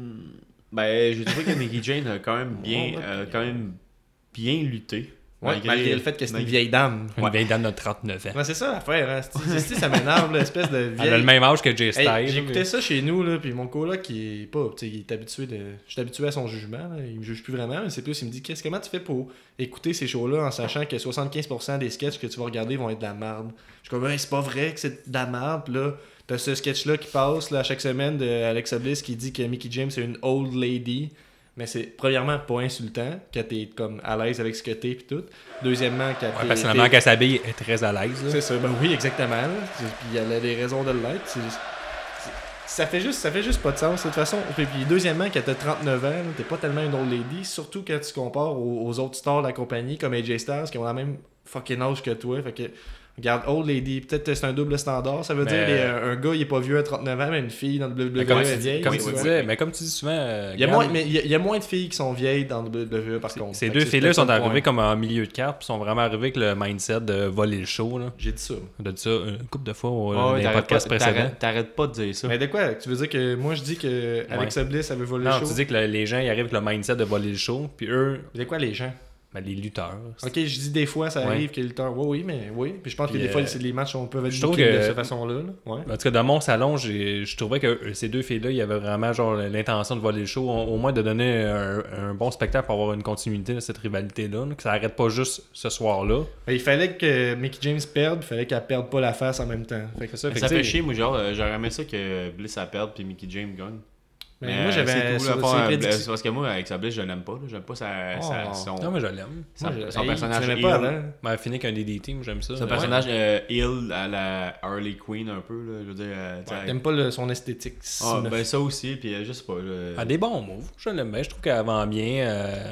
ben, j'ai trouvé que Mickey Jane a quand même bien, Ouais, ouais. euh, quand même bien lutté. Ouais, malgré, le fait que c'est une malgré- vieille dame. Une Ouais. vieille dame de trente-neuf ans. Ouais, c'est ça l'affaire, hein. C'est- c'est- Ça m'énerve, l'espèce de vieille. Elle a le même âge que Jay Styles. Hey, j'écoutais mais- ça chez nous, là, puis mon coloc, qui est pas, tu sais, il est habitué de... Je suis habitué à son jugement, là, il me juge plus vraiment, mais c'est plus, il me dit, qu'est-ce comment tu fais pour écouter ces shows-là en sachant que soixante-quinze pour cent des sketchs que tu vas regarder vont être de la merde. Je suis comme, hey, c'est pas vrai que c'est de la merde, puis là, t'as ce sketch-là qui passe, là, à chaque semaine, de Alexa Bliss qui dit que Mickey James est une old lady, mais c'est, premièrement, pas insultant, que t'es comme à l'aise avec ce que t'es, puis tout. Deuxièmement, que Ouais, t'es- personnellement, t'es- qu'elle s'habille, elle est très à l'aise. là. c'est ça, ben oui, exactement. là. C'est- Puis elle a des raisons de l'être. C'est- c'est- Ça fait juste ça fait juste pas de sens, de toute façon. Puis, puis deuxièmement, quand t'as trente-neuf ans, là, t'es pas tellement une old lady, surtout quand tu compares aux, aux autres stars de la compagnie, comme A J Styles, qui ont la même fucking âge que toi. Fait que, regarde, old lady, peut-être que c'est un double standard. Ça veut Mais- dire les- un gars, il est pas vieux à trente-neuf ans, mais une fille dans le W W E Mais comme est tu, vieille. comme Oui, tu oui, disais, oui. mais comme tu dis souvent, euh, Il y, a Gab, moins, mais il y a- il y a moins de filles qui sont vieilles dans le W W E, par contre. ces Fait deux que c'est filles-là peut-être sont ça le arrivées point. comme en milieu de carte, puis sont vraiment arrivées avec le mindset de voler le show. Là. J'ai dit ça. On a dit ça une couple de fois au- Ouais, dans les t'arrêtes podcasts pas- précédents. t'arrêtes- T'arrêtes pas de dire ça. Mais de quoi? Tu veux dire que moi, je dis que Alexa Bliss, elle veut voler Non, le show? tu dis que le- les gens ils arrivent avec le mindset de voler le show, puis eux, De quoi, les gens? ben, les lutteurs. Ok, je dis des fois, ça Ouais. arrive que le lutteurs. Oui, oui, mais oui. Puis je pense Puis, que des fois, euh, c'est- les matchs on peuvent être je trouve bookés que- de cette façon-là. là. Ouais. En tout cas, dans mon salon, j'ai- je trouvais que euh, ces deux filles-là, il y avait vraiment genre l'intention de voler le show, au au moins de donner un, un bon spectacle pour avoir une continuité de cette rivalité-là, là, que ça arrête pas juste ce soir-là. Mais il fallait que Mickey James perde, il fallait qu'elle perde pas la face en même temps. Fait que C'est ça, Mais fait ça que, fait tu sais, chier, moi, genre, euh, j'aurais aimé ça que Bliss a perdre puis Mickey James gagne. Mais Mais moi, j'avais c'est tout, sur- là, sur pas- les euh, prédictions- c'est parce que moi, avec sa Bliss, je l'aime pas. là. J'aime pas sa, sa- Oh. son, Non, mais je l'aime. sa- Moi, je- son hey, personnage tu l'aimais heel. pas avant. Ben, elle finit avec un D D T, moi j'aime ça. Son Ouais. personnage euh, heel à la Harley Quinn un peu. Là, je veux dire, euh, tu sais, T'aimes pas le- son esthétique. ah, ben ça aussi, puis euh, je sais pas. là. Elle a des bons moves, je l'aime bien, je trouve qu'elle vend bien. euh, puis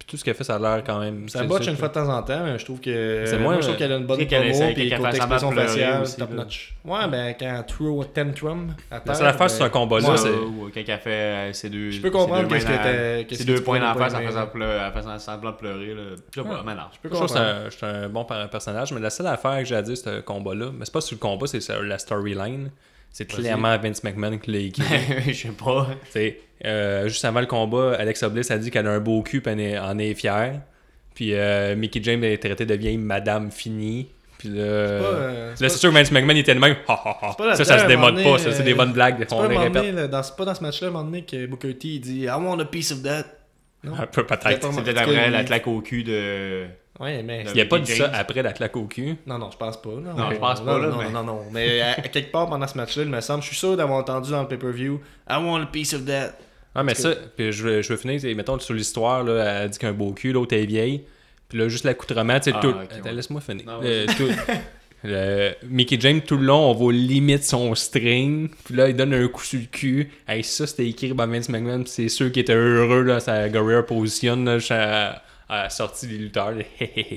tout ce qu'elle fait, ça a l'air quand même. Ça botche une fois de temps en temps, mais je trouve que. C'est moi, moins, je trouve qu'elle a une bonne tu sais qu'elle promo, essaie- puis qu'elle côté fait semblant expression de pleurer faciale, aussi, top là. notch. Ouais, ben, quand elle throw tantrum à La terre. seule affaire, ben, c'est un combat là. Ouais, c'est... ou quand elle fait euh, ses deux. Je peux comprendre ses deux qu'est-ce que mains dans- t'as- qu'est-ce Ses que deux tu points pourrais d'en pas face en aimer, faisant là. pleurer, en faisant semblant de pleurer. Là. Je sais pas, Ouais. mais non. Je peux Je trouve que c'est comprendre. un, c'est un bon par- personnage, mais la seule affaire que j'ai à dire, c'est ce combat-là, mais c'est pas sur le combat, c'est sur la storyline. C'est clairement Vince McMahon qui l'a écrit. Je sais pas. T'sais, euh, juste avant le combat, Alexa Bliss a dit qu'elle a un beau cul et elle en est fière. Puis euh, Mickie James est traitée de vieille madame finie. Puis là, euh, c'est là pas- c'est sûr que Vince McMahon il était le même. Ha, ha, ha. pas la Ça, ça se terre, à un démode moment pas, donné, ça, c'est des euh, bonnes blagues. C'est On pas, les un moment répète. donné, là, dans, c'est pas dans ce match-là, à un moment donné, que Booker T il dit I want a piece of that. Non? Un peu peut-être. C'est C'est peut-être Parce que après il- la claque au cul de. Ouais, mais. Il a pas dit Mickey ça James. après la claque au cul. Non, non, je pense pas. Non, Non, je pense pas, non, là, Non, mais- non, non. Mais à, à quelque part pendant ce match-là, il me semble, je suis sûr d'avoir entendu dans le pay-per-view I want a piece of that. Ah, mais Parce ça, puis je veux, je veux finir, c'est, mettons, sur l'histoire, là, elle dit qu'un beau cul, l'autre est vieille. Puis là, juste l'accoutrement, tu sais, Ah, tout. ok, Attends, ouais. laisse-moi finir. Non, Le- tout- le- Mickey James, tout le long, on voit limite son string. Puis là, il donne un coup sur le cul. Hey, ça, c'était écrit par Vince McMahon. Puis c'est ceux qui étaient heureux, là, sa Guerrero position, là, à, à la sortie des lutteurs. Là.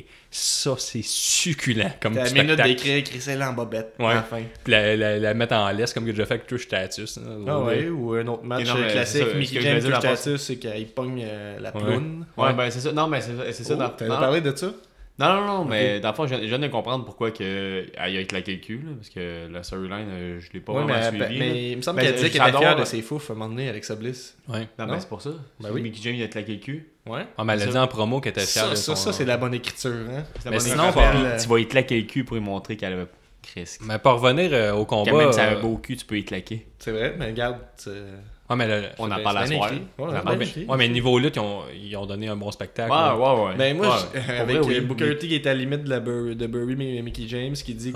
Ça, c'est succulent comme T'as la minute spectacle. d'écrire Chriselle en bobette Ouais. à la fin. Puis la, la, la mettre en laisse, comme que j'ai déjà fait avec Trish Stratus. hein, Ah au- ouais, ou un autre match Ok, non, mais classique, c'est ça, Mickey ce que je James voulais dire, Trish la Stratus, c'est qu'il pogne euh, la Ouais. ploune. Ouais, Ouais. ben c'est ça. Non, mais c'est c'est ça. Oh, dans... T'avais non, parlé de ça? non, non, non, mais dans le fond, je je viens de comprendre pourquoi que... elle a claqué le cul, là, parce que la storyline, euh, je l'ai pas Ouais, vraiment mais, suivi. mais là. il me semble Ben, qu'elle disait qu'elle était j'adore- fière de ses fouf à un moment donné, Alexa Bliss. Ouais. Non, Non? mais c'est pour ça. Ben C'est oui. Mickey James, il a claqué le cul. Ouais. Ah, mais elle a Ça- dit en promo qu'elle était fière Ça, de ça, son... ça c'est la bonne écriture. Hein? C'est la Mais bonne sinon, écriture. rappelle, Puis tu vas y claquer le cul pour lui montrer qu'elle avait... Chris. Mais pour revenir euh, au Quand combat... même, ça a euh, un beau cul, tu peux y claquer. C'est vrai, mais regarde. c'est- Ah, mais le- On en c'est parle à bien soir. écrit. Ouais, On en bien parle Ouais, écrit. mais, ouais, mais niveau lutte, ils ont, ils ont donné un bon spectacle. Ouais, là. ouais, ouais. Ben moi, Ouais. je- Pour avec vrai, oui, euh, Booker oui. T qui est à la limite de, la Bur- de Bury Mickey James, qui dit Ah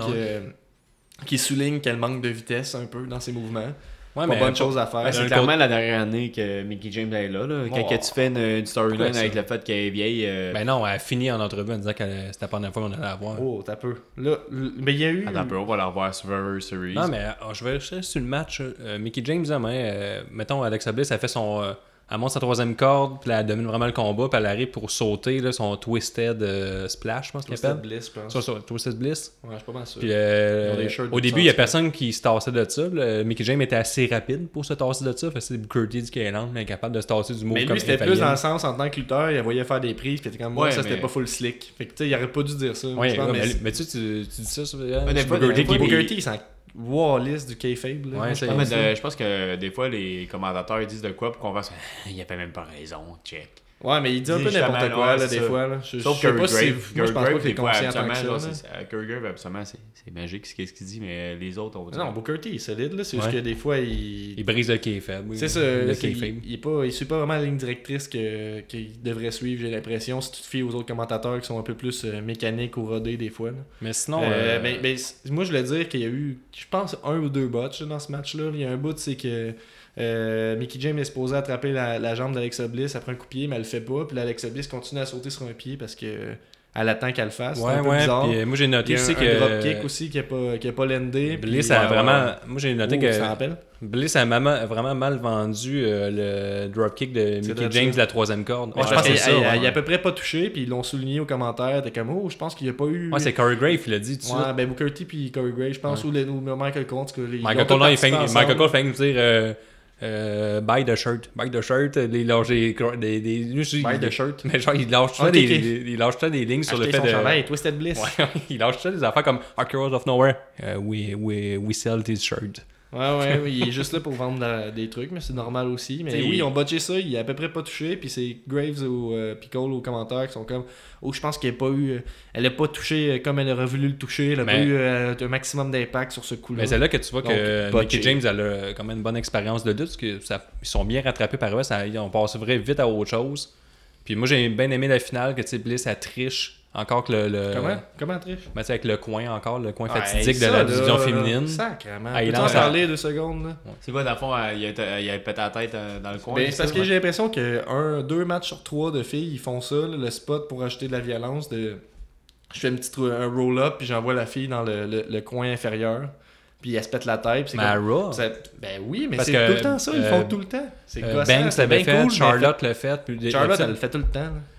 que qui souligne qu'elle manque de vitesse un peu dans ses mouvements. Ouais, Pas mais bonne pas- chose à faire. Ben, c'est D'un clairement côté- la dernière année que Mickey James est là. là. Quand Oh. que tu fais une, une storyline Pourquoi ça? avec le fait qu'elle est vieille. euh, Ben non, elle a fini en entrevue en disant que c'était la première fois qu'on allait la voir. Oh, t'as peu. Là, l- mais il y a eu. Attends un peu, on va la revoir sur Survivor Series. Non, mais euh, je vais rester sur le match. euh, Mickey James, hein, mais, euh, mettons, Alexa Bliss, elle fait son. euh, elle monte sa troisième corde, puis là, elle domine vraiment le combat, puis elle arrive pour sauter là, son Twisted euh, Splash, je pense qu'il Twisted appelle. Bliss, je pense. Ça, ça, Twisted Bliss. Ouais, je suis pas mal sûr. Puis euh, Ils ont des shirts au de début, il y a sens, personne qui se tassait de ça. Le Mickey James était assez rapide pour se tasser de ça. Fait que c'est Booker T dit qu'elle est lente, mais incapable de se tasser du mot Mais comme lui, c'était infaillible. plus dans le sens en tant que lutteur, il voyait faire des prises, puis il était comme moi, Ouais, ça c'était mais- pas full slick. Fait que tu sais, il aurait pas dû dire ça. Ouais, je pense, ouais, mais mais, mais tu, sais, tu, tu dis ça sur des sur fois, Booker des T fois, qui- Booker il- T, il s'en Wallis du kayfabe. là, Ouais, moi, je c'est- pense, Mais là. de- je pense que des fois, les commentateurs ils disent de quoi pour qu'on fasse. Il a pas même pas raison, check. Ouais, mais il dit un Dis peu n'importe justement, quoi, ouais, là, c'est des ça. fois. Là. Je, Sauf je sais Curry pas si. Grave. Moi, je Curry pense pas Grave, qu'il est des fois, conscient tant que absolument, ça. genre, là. c'est- euh, Curry Grave, absolument, c'est c'est magique ce qu'est-ce qu'il dit, mais les autres, on va dire. Non, Booker T, il est solide, là. C'est juste Ouais. que des fois, il. Il brise le kayfabe. Oui, C'est ça, le c'est- kayfabe. il, il, est pas, il suit pas vraiment la ligne directrice que, qu'il devrait suivre, j'ai l'impression, si tu te fies aux autres commentateurs qui sont un peu plus euh, mécaniques ou rodés des fois. Là. Mais sinon, Euh, euh, ben- ben, c- moi, je voulais dire qu'il y a eu, je pense, un ou deux botches là, dans ce match-là. Il y a un bout, c'est que euh, Mickey James est supposé attraper la, la jambe d'Alexa Bliss après un coup de pied, mais elle le fait pas. Puis là, Alexa Bliss continue à sauter sur un pied parce que euh, elle attend qu'elle le fasse. C'est ouais, un peu ouais. bizarre. Puis, euh, moi, j'ai Il y noté a un, aussi un que. dropkick aussi qui n'a pas, qui a pas landé. Bliss puis- a ouais, vraiment. ouais. Moi, j'ai noté Oh, que. tu t'en rappelles? Bliss a vraiment, vraiment mal vendu euh, le dropkick de C'est Mickey vrai, James ça. de la troisième corde. Ouais, Ouais, je pense c'est qu'il ça, il- ouais. il a à peu près pas touché, puis ils l'ont souligné aux commentaires. T'es comme, oh, je pense qu'il n'y a pas eu. Ouais, c'est Corey Grave, il l'a dit tout de Ouais, suite. ben Booker T puis Corey Gray, je pense, ou, le, ou Michael Cole. en tout cas, les- ils Michael ont Cole, tous non, il fait, participé Michael ensemble. Cole fait nous dire euh, euh, buy the shirt. Buy the shirt. Les lâche des. des, des, lui, je- Buy il- the shirt. Mais genre, il lâche ça Ok, des, ok. des- il lâche ça des lignes sur le Acheter fait son de. chandail, Twisted Bliss. Ouais, il lâche ça des affaires comme Heroes of Nowhere. Euh, we, we, we sell this shirt. Ouais, ouais, oui, il est juste là pour vendre la- des trucs, mais c'est normal aussi. Mais T'sais, oui, il- ils ont botché ça, il a à peu près pas touché, puis c'est Graves ou euh, puis Cole aux commentaires qui sont comme, oh, je pense qu'elle a pas eu, euh, elle a pas touché euh, comme elle aurait voulu le toucher, elle a Mais- pas eu euh, un maximum d'impact sur ce coup-là. Mais c'est là que tu vois Donc, que botché. Mickey James elle a quand même une bonne expérience de lutte, parce que ça, ils sont bien rattrapés par eux, ça, ils ont passé vrai vite à autre chose. Puis moi j'ai bien aimé la finale que tu sais, Bliss elle triche encore que le, le Comment Comment triche ben, tu sais, avec le coin encore, le coin Ouais, fatidique ça, de la là, division féminine. Sacrément. Ah, il Peux-tu en lance à- parler deux secondes là? C'est quoi, dans le fond, euh, il a, été- il a pété la tête euh, dans le coin? Ben, c'est c'est parce ça? que j'ai l'impression que un, deux matchs sur trois de filles, ils font ça, là, le spot pour acheter de la violence. De... Je fais une petite, un roll-up, puis j'envoie la fille dans le, le, le coin inférieur, puis elle se pète la tête. puis c'est Mais à comme- Raw, ça- Ben oui, mais Parce c'est que, tout le temps ça, ils euh, font tout le temps. C'est euh, gossant, Banks c'est l'avait bien fait, cool, mais Charlotte l'a fait. Puis des- Charlotte, des- elle le fait tout le temps. là.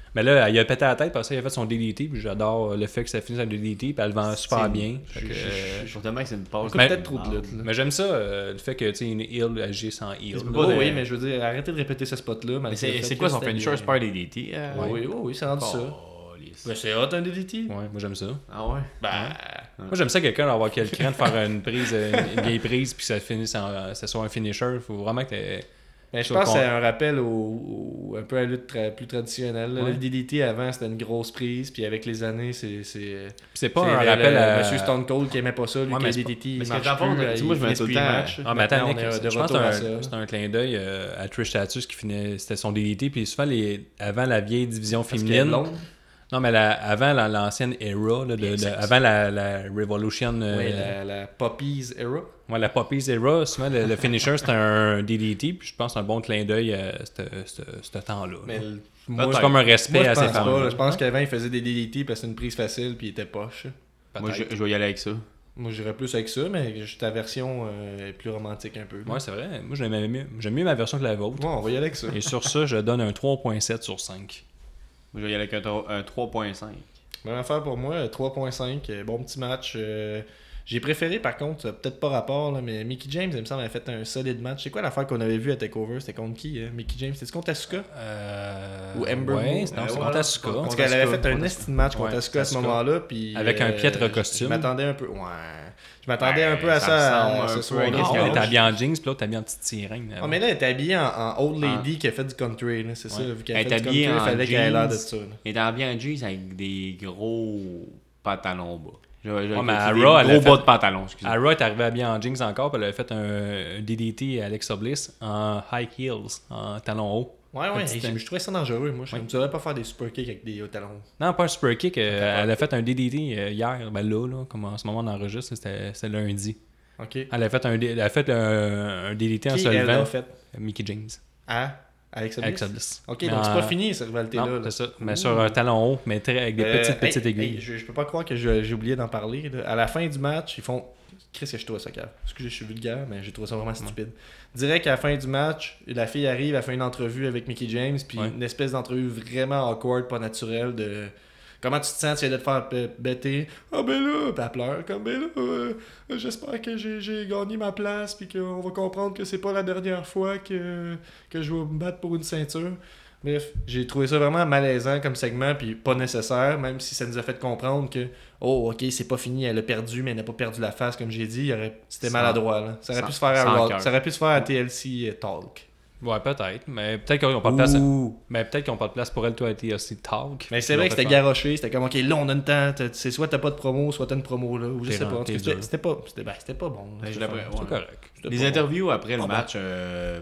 Mais là, il a pété la tête, parce qu'il a fait son D D T, puis j'adore le fait que ça finisse avec le D D T, puis elle vend super C'est- bien. Je Fait que, euh, je- je trouve tellement que c'est une pause. Écoute, peut-être trop de lutte, là. Mais j'aime ça, euh, le fait que, tu sais, une heal agisse en heal. Mais c'est Oh, pas de- oui, mais je veux dire, arrêtez de répéter ce spot-là. Mais malgré c'est le fait c'est que quoi son c'était finisher? bien. C'est pas un D D T? euh? Oui, oui, oui, c'est rendu ça. Oh, lisse. Ben, c'est hot un D D T. Ouais, moi j'aime ça. Ah ouais? Ben, Moi j'aime ça quelqu'un avoir quel cran de faire une prise, euh, une vieille prise, puis que ça finisse en, ça soit un finisher. Faut vraiment que t'aies. ben, je Sur pense que le c'est un rappel au, au- un peu à la lutte tra- plus traditionnelle. là. Ouais. Le D D T avant, c'était une grosse prise, puis avec les années, c'est. c'est Puis c'est pas c'est un le- rappel le- à. Monsieur Stone Cold qui aimait pas ça, lui, Ouais, qui mais a c'est D D T, il parce que marche dans le fond, plus, tu sais, il moi, je me finit mets tout le plus temps- les matchs. Ah, mais attends, Maintenant, Nick, on est de je pense que retour à c'est ça. un, c'est un clin d'œil euh, à Trish Stratus qui finit, c'était son D D T, puis souvent, les, avant la vieille division Parce qu'elle est féminine, blonde. non, mais la- avant la- l'ancienne era, là, de, de- avant la, la Revolution, euh, Oui, la, la Poppies era. ouais, la Poppies era, souvent, le, le finisher, c'était un D D T, puis je pense que c'est un bon clin d'œil à ce- ce ce temps-là. Mais là. le- Moi, Peut-être. c'est comme un respect moi, je à ces pense femmes. pas. Je pense qu'avant, il faisait des D D T parce que c'est une prise facile, puis il était poche. Moi, je, je vais y aller avec ça. Moi, j'irais plus avec ça, mais ta version euh, est plus romantique un peu. là. Ouais, c'est vrai. Moi, j'aimais mieux, j'aime mieux ma version que la vôtre. Bon, on va y aller avec ça. Et sur ça, je donne un trois virgule sept sur cinq. Moi, je vais y aller avec un, tro- un trois virgule cinq. Bonne affaire pour moi, trois virgule cinq, euh, bon petit match. euh, J'ai préféré par contre, ça a peut-être pas rapport, là, mais Mickey James, il me semble, avait fait un solide match. C'est quoi l'affaire qu'on avait vue à TakeOver? C'était contre qui, hein? Mickey James? C'était contre Asuka? Euh... Ou Ember Ouais, Moon. c'est non, Euh, c'est voilà. contre Asuka. Parce Contre qu'elle avait Asuka, fait un contre estime match contre Ouais, Asuka à ce Asuka. moment-là. Puis, Avec un euh, piètre je- costume. Je m'attendais un peu. Ouais. Je m'attendais Ben, un peu à ça ça, ressemble à, un ce peu soir. à Parce Non, qu'elle était non, habillée en jeans, puis l'autre habillée en petite sirène. Ah, mais là, elle est habillée en, en old lady Ah. qui a fait du country, là, c'est ça. Ouais. Vu qu'elle Elle a fait est du habillée country, il en fallait qu'elle ait l'air de jeans. ça. là. Elle est en bien jeans avec des gros pantalons bas. Je, je, Ouais, mais des à gros Raw, elle a bas fait- de pantalons, excusez. À Raw, elle est arrivée habillée en jeans encore, puis elle avait fait un, un D D T à Alexa Bliss en high heels, en talons hauts. Ouais, ouais, Petit hey, temps. je trouvais ça dangereux, moi. Je Ouais. ne devrais pas faire des super kicks avec des hauts talons. Non, pas un super kick. euh, elle a fait un D D T euh, hier. Ben là, là, comme en ce moment on enregistre, c'était c'était lundi. Ok. Elle a fait un, D- elle a fait un, un D D T en Qui se elle levant. a fait Mickey James. Ah, Alexa Bliss? Alexa Bliss. Ok, Mais donc c'est en- pas fini cette rivalité-là. Non, là. c'est ça. Mais sur un talon haut, mais très, avec des Euh, petites, hey, petites aiguilles. hey, je, je peux pas croire que je- j'ai oublié d'en parler. là. À la fin du match, ils font. Qu'est-ce que je trouve ça cave? Excusez, je suis vulgaire, mais j'ai trouvé ça vraiment stupide. Direct à la fin du match, la fille arrive, elle fait une entrevue avec Mickey James, puis Ouais. une espèce d'entrevue vraiment awkward, pas naturelle de. Comment tu te sens, tu viens de te faire b- bêter? Ah ben là, puis elle pleure, comme ben là, euh, j'espère que j'ai, j'ai gagné ma place, puis qu'on va comprendre que c'est pas la dernière fois que, que je vais me battre pour une ceinture. Bref, j'ai trouvé ça vraiment malaisant comme segment, puis pas nécessaire, même si ça nous a fait comprendre que, oh, ok, c'est pas fini, elle a perdu, mais elle n'a pas perdu la face, comme j'ai dit, il y aurait... c'était Sans- maladroit. Là. Ça aurait sans- pu se faire sans à Raw- cœur. ça aurait pu se faire à T L C Talk. Ouais, peut-être. Mais peut-être qu'ils n'ont pas de place. Ouh. Mais peut-être qu'ils n'ont pas de place pour elle, toi, à T L C Talk. Mais c'est Ils vrai l'ont que fait c'était faire. garoché, c'était comme, ok, là on a le temps, t'as- c'est soit t'as pas de promo, soit t'as une promo, là, ou je T'es sais pas. rentré En tout cas, C'était dur. c'était pas, c'était, ben, c'était pas bon. là, Ben, je cette l'apprends, affaire. ouais. C'est correct. C'était Les pas interviews après le Pas bon. match, euh,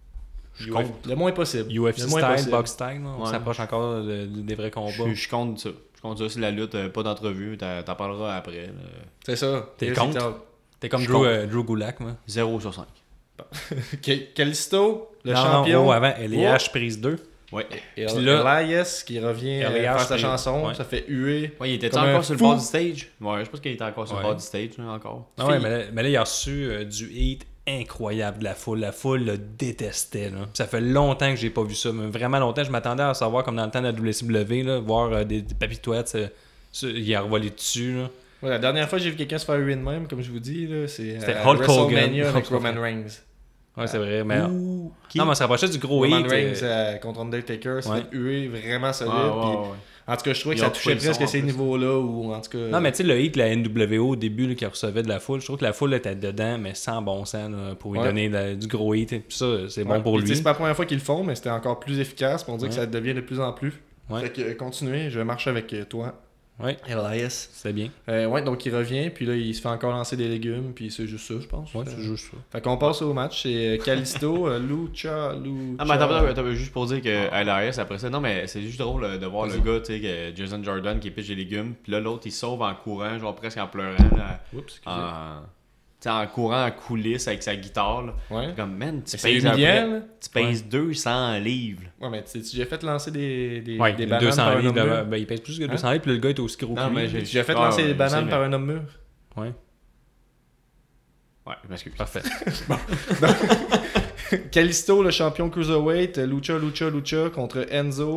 je bon. compte. Le moins possible. U F C Le moins style, possible. box style, là, on Ouais. s'approche encore de- de- des vrais combats. Je, je compte ça. Je compte ça sur la lutte, euh, pas d'entrevue, t'en t'en parleras après. là. C'est ça. T'es T L C contre? Talk. T'es comme Je Drew, compte. euh, Drew Gulak, moi. zéro sur cinq. Ke- Kalisto, le non, champion. Non, oh, avant, L H prise deux. Ouais. Et Puis là- Elias qui revient euh, Elias, faire sa puis- chanson, ouais. ça fait huer. Ouais, il était Comme encore un sur le fou. bord du stage? Ouais, je pense qu'il était encore sur Ouais. le bord du stage, là, encore. Ah ouais, Fille. mais là, mais là, il a reçu euh, du hate incroyable de la foule. La foule le détestait. Là. Ça fait longtemps que j'ai pas vu ça. Mais vraiment longtemps. Je m'attendais à savoir, comme dans le temps de la W C W, là, voir euh, des, des papitoites. euh, ça, il a revolé dessus. Là. Ouais, la dernière fois que j'ai vu quelqu'un se faire huer de même, comme je vous dis, là, c'est C'était à Hulk Hogan. WrestleMania avec Hulk Hogan. Roman Reigns. Ouais, c'est vrai. Mais, Ouh, qui? non, mais on se rapprochait du gros Roman hate. Reigns euh, euh, contre Undertaker, ouais. c'était hué vraiment solide. Ouais, ouais, puis- ouais. En tout cas, je trouvais que Ils ça ont touchait trouvé le presque son, à ces en plus. niveaux-là, ou en tout cas... Non, mais tu sais, le hate de la N W O au début là, qui recevait de la foule, je trouve que la foule était dedans, mais sans bon sens, là, pour lui Ouais. donner la- du gros hate. Puis ça, c'est Ouais, bon pour puis tu sais, lui. c'est pas la première fois qu'ils le font, mais c'était encore plus efficace, pour dire que Ouais. ça devient de plus en plus. Ouais. Fait que euh, continuez, je marche avec euh, toi. Ouais, Elias. c'est bien. Euh, ouais, donc il revient, puis là, il se fait encore lancer des légumes, puis c'est juste ça, je pense. Ouais, Euh, c'est juste ça. Fait qu'on passe au match, c'est euh, Kalisto, euh, Lucha, Lucha... Ah, mais attends, attends, attends, juste pour dire que L R S après ça, non, mais c'est juste drôle euh, de voir le gars, tu sais, que Jason Jordan qui pitch des légumes, puis là, l'autre il sauve en courant, genre presque en pleurant, là, Oups, excusez. en, tu sais, en courant en coulisses avec sa guitare, là. Ouais. Comme, man, tu Mais c'est pèses humiliant, après- là. tu pèses deux cents livres. Ouais, mais tu sais, j'ai fait lancer des, des, Ouais, des bananes deux cents par un livres, homme mûr. de- ben, il pèse plus que deux cents livres, puis le gars est aussi gros Non, que mais lui. j'ai- J'ai fait Ah, lancer ouais, des je bananes sais, par mais- un homme mûr. Ouais, Ouais, je m'excuse. parfait. Kalisto, le champion cruiserweight, Lucha, Lucha, Lucha contre Enzo,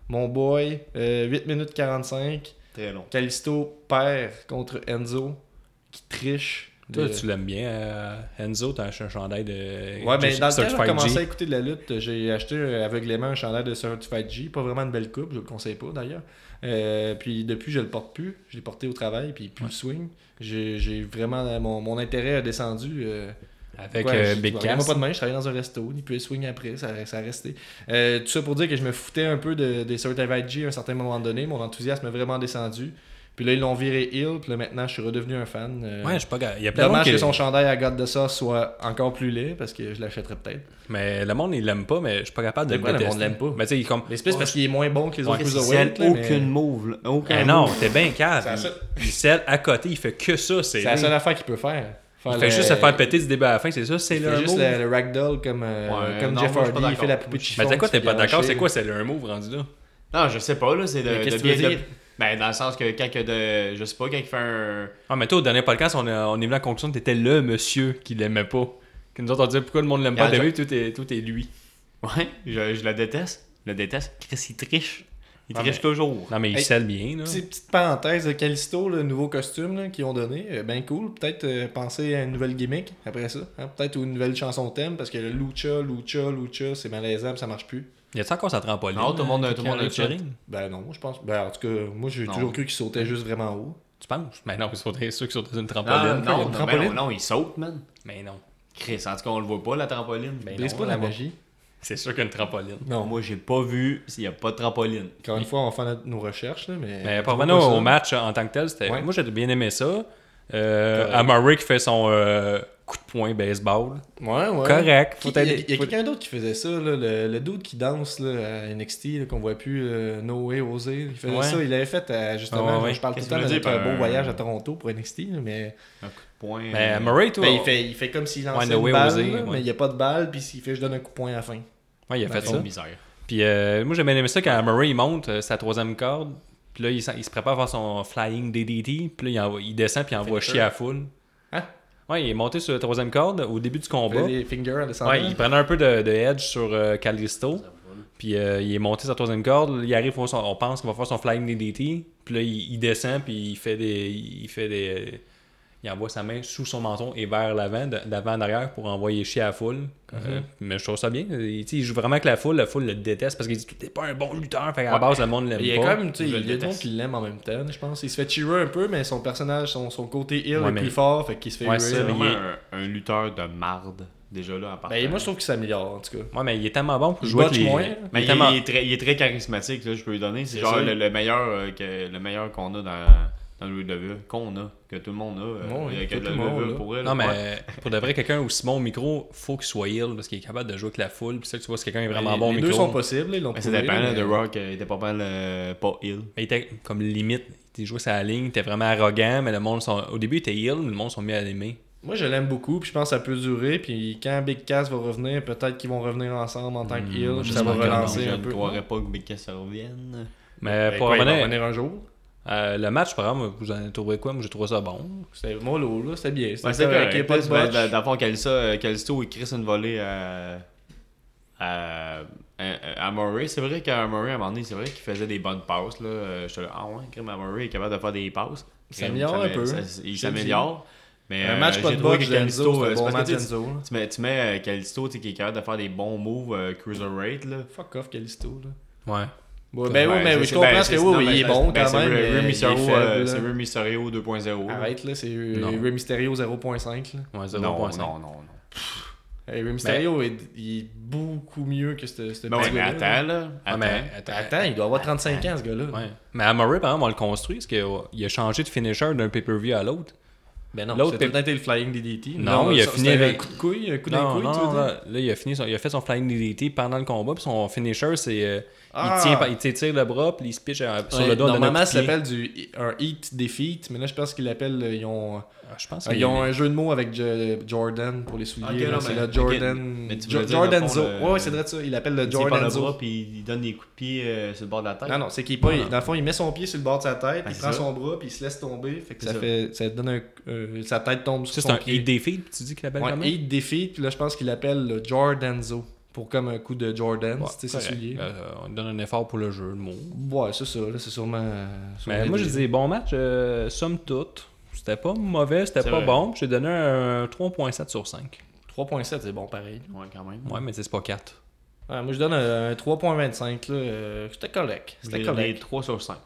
Mon boy, euh, huit minutes quarante-cinq. Très long. Kalisto perd contre Enzo, qui triche. Toi, de- tu l'aimes bien, euh, Enzo, t'as acheté un chandail de. Ouais, mais dans le temps, j'ai Certified commencé G. à écouter de la lutte. J'ai acheté euh, aveuglément un chandail de Certified G. Pas vraiment une belle coupe, je le conseille pas d'ailleurs. Euh, puis depuis, je le porte plus. Je l'ai porté au travail, puis plus le swing. J'ai j'ai vraiment. Mon, mon intérêt a descendu. euh, Avec Ouais, euh, je- Big moi, Cass. pas de main, je travaillais dans un resto, il peut swing après, ça, ça a resté. Euh, tout ça pour dire que je me foutais un peu de, des Certified G à un certain moment donné, mon enthousiasme a vraiment descendu. Puis là, ils l'ont viré heel, puis là, maintenant, je suis redevenu un fan. Euh, Ouais, je sais pas. Il y a plein de monde Dommage qui. que son chandail à God de ça soit encore plus laid, parce que je l'achèterais peut-être. Mais le monde, il l'aime pas, mais je suis pas capable de C'est le quoi, le détester. monde l'aime pas? Mais tu sais, il est comme. Mais c'est plus parce qu'il est moins bon que les autres Il cruiserweights. sell là, mais aucune move. Là. Aucun Eh non, move. t'es bien calme. C'est la seule- Il, il sell à côté, il fait que ça. C'est C'est la seule affaire qu'il peut faire. Il Faire fait le- juste se faire péter du début à la fin, c'est ça, c'est Il le fait un juste move. le, le ragdoll comme, euh, Ouais, comme non, Jeff moi, je suis pas Hardy, il fait la d'accord. poupée de chiffon. Mais c'est quoi, qui t'es se pas fait d'accord? garocher. C'est quoi, c'est le un move rendu là? Non, je sais pas, là, c'est de, Mais qu'est-ce de que tu veux bien- de- dire? Ben, dans le sens que quand que de. Je sais pas, quand il fait un. Ah, mais toi, au dernier podcast, on, a- on est venu à la conclusion que t'étais le monsieur qui l'aimait pas. Que nous autres, on disait pourquoi le monde l'aime pas, Regarde, t'as vu, tout est, tout est lui. Ouais, je, je le déteste. Je le déteste. Chris, il triche. Il Non, triche mais- toujours. Non, mais il Hey, sell bien, là. Petite, petite parenthèse de Callisto, le nouveau costume là, qu'ils ont donné, euh, ben cool. Peut-être euh, penser à une nouvelle gimmick après ça. Hein? Peut-être une nouvelle chanson thème, parce que le Lucha, Lucha, Lucha, c'est malaisant, puis ça marche plus. Y a-tu encore sa trampoline? Non, tout le monde- euh, tout le monde qui a a le le Ben non, je pense. Ben en tout cas, moi j'ai Non. toujours cru qu'il sautait juste vraiment haut. Tu penses? Mais non, il sautait ceux qui sautaient sur une Ah, trampoline. non, il y a une non, trampoline. ben non, non, il saute, man. Mais non. Chris, en tout cas, on le voit pas, la trampoline. Ben Brise non, pas la on va- magie. C'est sûr qu'il y a une trampoline. Non. Moi, j'ai pas vu s'il y a pas de trampoline. Encore une fois, on va faire notre- nos recherches, là, mais. Mais je pour vois revenir pas au ça. match en tant que tel, c'était... Ouais. moi j'ai bien aimé ça. Euh, Correct. Amari qui fait son euh, coup de poing baseball. Ouais, ouais. Correct. Qui- Faut Il y a, aider- il y a faut- quelqu'un d'autre qui faisait ça, là, le, le dude qui danse là, à N X T, là, qu'on voit plus, euh, No Way, Osé. Il faisait Ouais. ça, il l'avait fait euh, justement. Ouais, ouais. Je parle tout Qu'est-ce le temps que de tu veux notre dire par beau un- voyage à Toronto pour N X T, là, mais. Un coup de poing. Mais euh, Murray, toi. Ben, il, fait, il fait comme s'il lançait Ouais, No une Way balle, Osé, là, ouais. mais il n'y a pas de balle, puis s'il fait, je donne un coup de poing à la fin. Ouais, il a Ben, fait c'est ça. une misère. Puis euh, moi j'ai bien aimé ça quand Murray il monte euh, sa troisième corde. Puis là il, s'en- il se prépare à faire son flying D D T. Puis là il, envoie- il descend puis il envoie Finisher. chier à la foule. Hein? Ouais, il est monté sur la troisième corde au début du Il combat. fait les fingers en descendant. Ouais, il prenait un peu de, de edge sur euh, Callisto. Puis euh, il est monté sur la troisième corde. Il arrive, on on pense qu'il va faire son flying D D T. Puis là, il, il descend, puis il fait des. Il fait des. Il envoie sa main sous son menton et vers l'avant, de- d'avant en arrière pour envoyer chier à la foule. Euh, mais je trouve ça bien. Il, tu sais, il joue vraiment avec la foule. La foule le déteste parce qu'il dit t'es pas un bon lutteur. Fait qu'à la Ouais. base, le monde l'aime Il y a pas. quand même, tu sais, Je il y le a des gens déteste. qui l'aiment en même temps, je pense. Il se fait cheerer un peu, mais son personnage, son, son côté heal Ouais, est mais- plus fort, fait qu'il se fait Ouais, healer. ça, C'est mais vraiment il est- un, un lutteur de marde, déjà là, en partant. Ben, moi, je trouve qu'il s'améliore, en tout cas. Ouais, mais il est tellement bon pour Il jouer avec botche les. moins. Mais il est il, tellement- il est très, il est très charismatique, là, je peux lui donner. C'est C'est genre ça. le, le meilleur euh, que, le meilleur qu'on a dans, dans le W W E, qu'on a, que tout le monde a. euh, Ouais, il y a que tout le le monde, W W E là. pour elle. Non, mais ouais. pour de vrai, quelqu'un aussi bon au micro, faut qu'il soit heal parce qu'il est capable de jouer avec la foule. Puis ça, tu vois, si quelqu'un est vraiment les, bon au les micro. deux sont possibles, ils l'ont Mais ça prouvé, dépend, là, mais- de Rock, euh, il était pas mal euh, pas ill. Mais il était comme limite. Il jouait sa ligne, il était vraiment arrogant, mais le monde, sont... au début, il était heal, mais le monde sont mis à l'aimer. Moi, je l'aime beaucoup, puis je pense que ça peut durer. Puis quand Big Cass va revenir, peut-être qu'ils vont revenir ensemble en tant que Hmm, heel, moi, puis ça va j'espère que non. relancer Je un ne peu. croirais pas que Big Cass revienne. Mais Ben, pour quoi, il va revenir, revenir un jour. euh, le match, par exemple, vous en avez trouvé quoi? Moi, j'ai trouvé ça bon. C'était mollo, là, c'était bien. C'était Ouais, c'est correct, correct. il y a pas de Ben, botch. dans dans le fond, Calista, euh, Callisto, il crisse une volée à. à. à, à Murray. C'est vrai qu'à Murray, à un moment donné, c'est vrai qu'il faisait des bonnes passes. Là. Euh, J'étais là, ah ouais, Grim Murray est capable de faire des passes. Il s'améliore un peu. Ça- Il s'améliore. Mais, Un match euh, pas j'ai de trouvé botch que d'Enzo, Callisto, c'est euh, un c'est bon parce que match tu- d'Enzo. là. Tu mets, tu mets euh, Callisto, tu sais, qui est capable de faire des bons moves euh, cruiserweight. Là. Fuck off, Callisto, là. Ouais. Bon, ben oui, Ouais, mais c'est- je c'est- comprends ben, ce que c'est- oui, non, oui, mais il est c'est- bon ben, quand c'est même. Rey- mais Rey il est Mysterio, faible, euh, là. c'est Rey Mysterio deux point zéro. là. Arrête, là, c'est Non. Rey Mysterio zéro point cinq. là. Ouais, Non, zéro non, point cinq. non, non. non. Hey, Rey Mysterio, est, il est beaucoup mieux que ce, ce Ben ouais, petit mais gars-là, là. attends, là. Ouais, Attends. mais attends, Attends, il doit avoir trente-cinq ans, ce gars-là. Ouais. Mais à Murray, par exemple, on le construit parce qu'il a changé de finisher d'un pay-per-view à l'autre. Ben non, L'autre c'est tout le pep- temps été le Flying D D T. Non, il a ça, fini c'était avec- un coup de couille, un coup d'un Non, couille, non, tu veux non, dire? là, là, il a, fini son- il a fait son flying D D T pendant le combat, puis son finisher, c'est. euh, Ah! il, tient, par- il t'étire le bras, puis il se pitch euh, sur Ouais, le dos. normalement, de ça s'appelle du un Heat Defeat, mais là, je pense qu'ils l'appellent. euh, Ils ont, Je pense euh, ils ont un jeu de mots avec Jo- Jordan pour les souliers. Ok, là, non, c'est mais- le ok, Jordan. mais tu Jo- veux dire, Jordan dans le fond, Zo. le- Ouais, ouais, c'est vrai de ça. Il l'appelle le Il tient par Jordan le Zo. bras puis il donne des coups de pied euh, sur le bord de la tête. Non, non, c'est qu'il est pas. Ah, non. Dans le fond, il met son pied sur le bord de sa tête, Ah, il c'est prend ça. son bras, puis il se laisse tomber. Fait que C'est ça, ça. fait. Ça donne un. euh, sa tête tombe sur Ça, c'est son un pied. Heat Defeat, tu dis qu'il appelle Ouais, comment? Heat Defeat, puis là, je pense qu'il l'appelle le Jordan Zo. pour comme un coup de Jordan, Ouais, tu sais, c'est correct. souliers. Euh, on donne un effort pour le jeu, le mot. Ouais, c'est ça, là, c'est sûrement. euh, sûrement Mais moi, je aidé. dis bon match, euh, somme toute. C'était pas mauvais, c'était C'est pas vrai. bon. J'ai donné un trois virgule sept sur cinq. trois virgule sept, c'est bon pareil. Ouais, quand même. Ouais, mais c'est pas quatre. Ouais, moi, je donne un, un trois virgule vingt-cinq. Là, euh, c'était correct. C'était J'ai donné correct. trois sur cinq.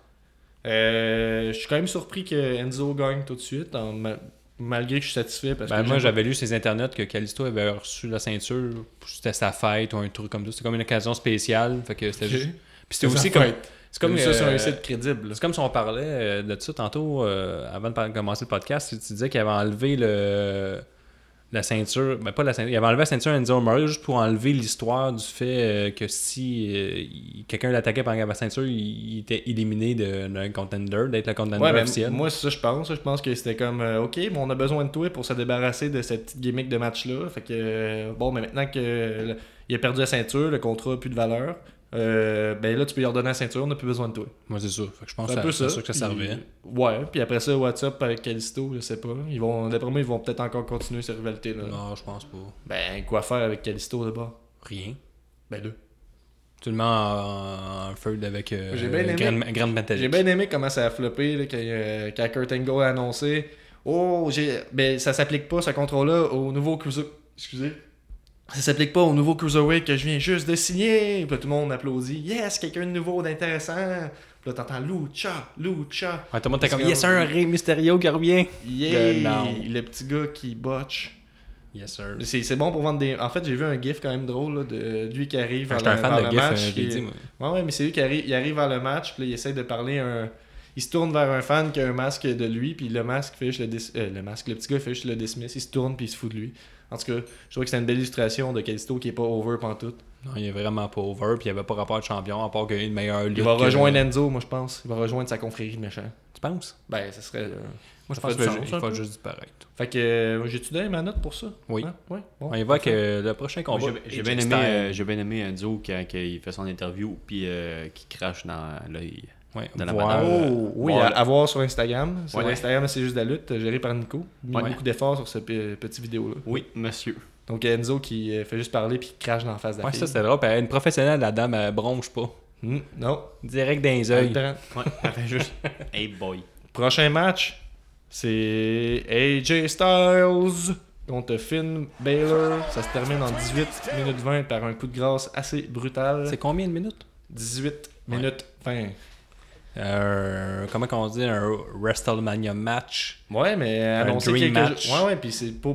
Euh, je suis quand même surpris que Enzo gagne tout de suite, en ma- malgré que je suis satisfait. Parce Ben, que moi, j'aime j'avais lu sur les internets que Kalisto avait reçu la ceinture, c'était sa fête ou un truc comme ça. C'était comme une occasion spéciale. Fait que c'était Ok. juste. Puis c'était C'est aussi sa comme. fête. C'est comme Comme ça sur euh, un site crédible. là. C'est comme si on parlait euh, de ça tantôt, euh, avant de par- commencer le podcast. Tu disais qu'il avait enlevé le, la ceinture. Ben, pas la ceinture. Il avait enlevé la ceinture Enzo Murray juste pour enlever l'histoire du fait euh, que si euh, il- quelqu'un l'attaquait pendant la ceinture, il, il était éliminé de- d'un contender, d'être le contender Ouais, mais officiel. moi, c'est ça, je pense. Je pense que c'était comme, euh, OK, mais on a besoin de toi pour se débarrasser de cette petite gimmick de match-là. Fait que, euh, bon, mais maintenant qu'il a perdu la ceinture, le contrat n'a plus de valeur, euh, ben là, tu peux lui redonner la ceinture, on n'a plus besoin de toi. Moi, c'est ça. Fait que je pense C'est que un peu c'est ça. ça que ça Puis- servait. Ouais, puis après ça, what's up avec Kalisto, je sais pas. Ils vont, d'après moi, ils vont peut-être encore continuer cette rivalité-là. Non, je pense pas. Ben, quoi faire avec Kalisto d'abord? Rien. Ben là. Tu le mets en, en feud avec euh, J'ai bien aimé. Grand, Grand Metalik. J'ai bien aimé comment ça a floppé là, quand, euh, quand Kurt Angle a annoncé. Oh, j'ai. Ben, ça s'applique pas ce contrat-là au nouveau cruiser. Excusez. Ça s'applique pas au nouveau cruiserweight que je viens juste de signer. Puis là, tout le monde applaudit. Yes, quelqu'un de nouveau, d'intéressant. Puis là, t'entends Lucha, Lucha. Ouais, tout le monde était comme, Parce yes, que- un Rey Mysterio qui revient. Yeah, Euh, non. le petit gars qui botch. Yes, sir. C'est, c'est bon pour vendre des. En fait, j'ai vu un gif quand même drôle là, de lui qui arrive vers, J'étais un le, fan vers de le GIF, match. euh, qui j'ai est- dit, moi. Ouais, ouais, mais c'est lui qui arrive, il arrive vers le match, puis là, il essaie de parler un. Il se tourne vers un fan qui a un masque de lui, puis le masque fait juste le dis... euh, le masque, le petit gars fait juste le dismiss, il se tourne puis il se fout de lui. En tout cas, je trouve que c'est une belle illustration de Kalisto qui est pas over pantoute. Non, il est vraiment pas over, puis il avait pas rapport de champion, à part qu'il y a une meilleure lutte. Il va que- rejoindre Enzo, moi je pense. Il va rejoindre sa confrérie de méchants. Tu penses? Ben, ça serait. euh, Moi, je ça pense ferait qu'il du va, sens, il un va peu. juste disparaître. Fait que euh, j'ai-tu donné ma note pour ça? Oui. Hein? Ouais. Bon, On y va avec parfait. euh, le prochain combat. Moi, J'ai j'ai A J bien, aimé, Styles. euh, j'ai bien aimé Enzo quand, quand il fait son interview puis euh, qui crache dans l'œil. Ouais, de la voir, banane. euh, Oh, oui, voir à, le- à voir sur Instagram. Sur Ouais. Instagram, c'est juste de la lutte, géré par Nico. Il met Ouais. beaucoup d'efforts sur ce pe- petit vidéo-là. Oui, monsieur. Donc Enzo qui euh, fait juste parler puis qui crache dans la face de la Ouais, fille. ça c'était drôle. Puis, une professionnelle, la dame, elle bronche pas. Hmm, non. Direct dans les yeux. Altérant. Ouais, elle fait juste Hey boy. Prochain match, c'est A J Styles contre Finn Balor. Ça se termine en dix-huit minutes vingt par un coup de grâce assez brutal. C'est combien de minutes? dix-huit Ouais. minutes vingt. Euh, comment qu'on dit? Un WrestleMania match. Ouais, mais annoncé dream quelques match. jours- Ouais, ouais, puis c'est pas.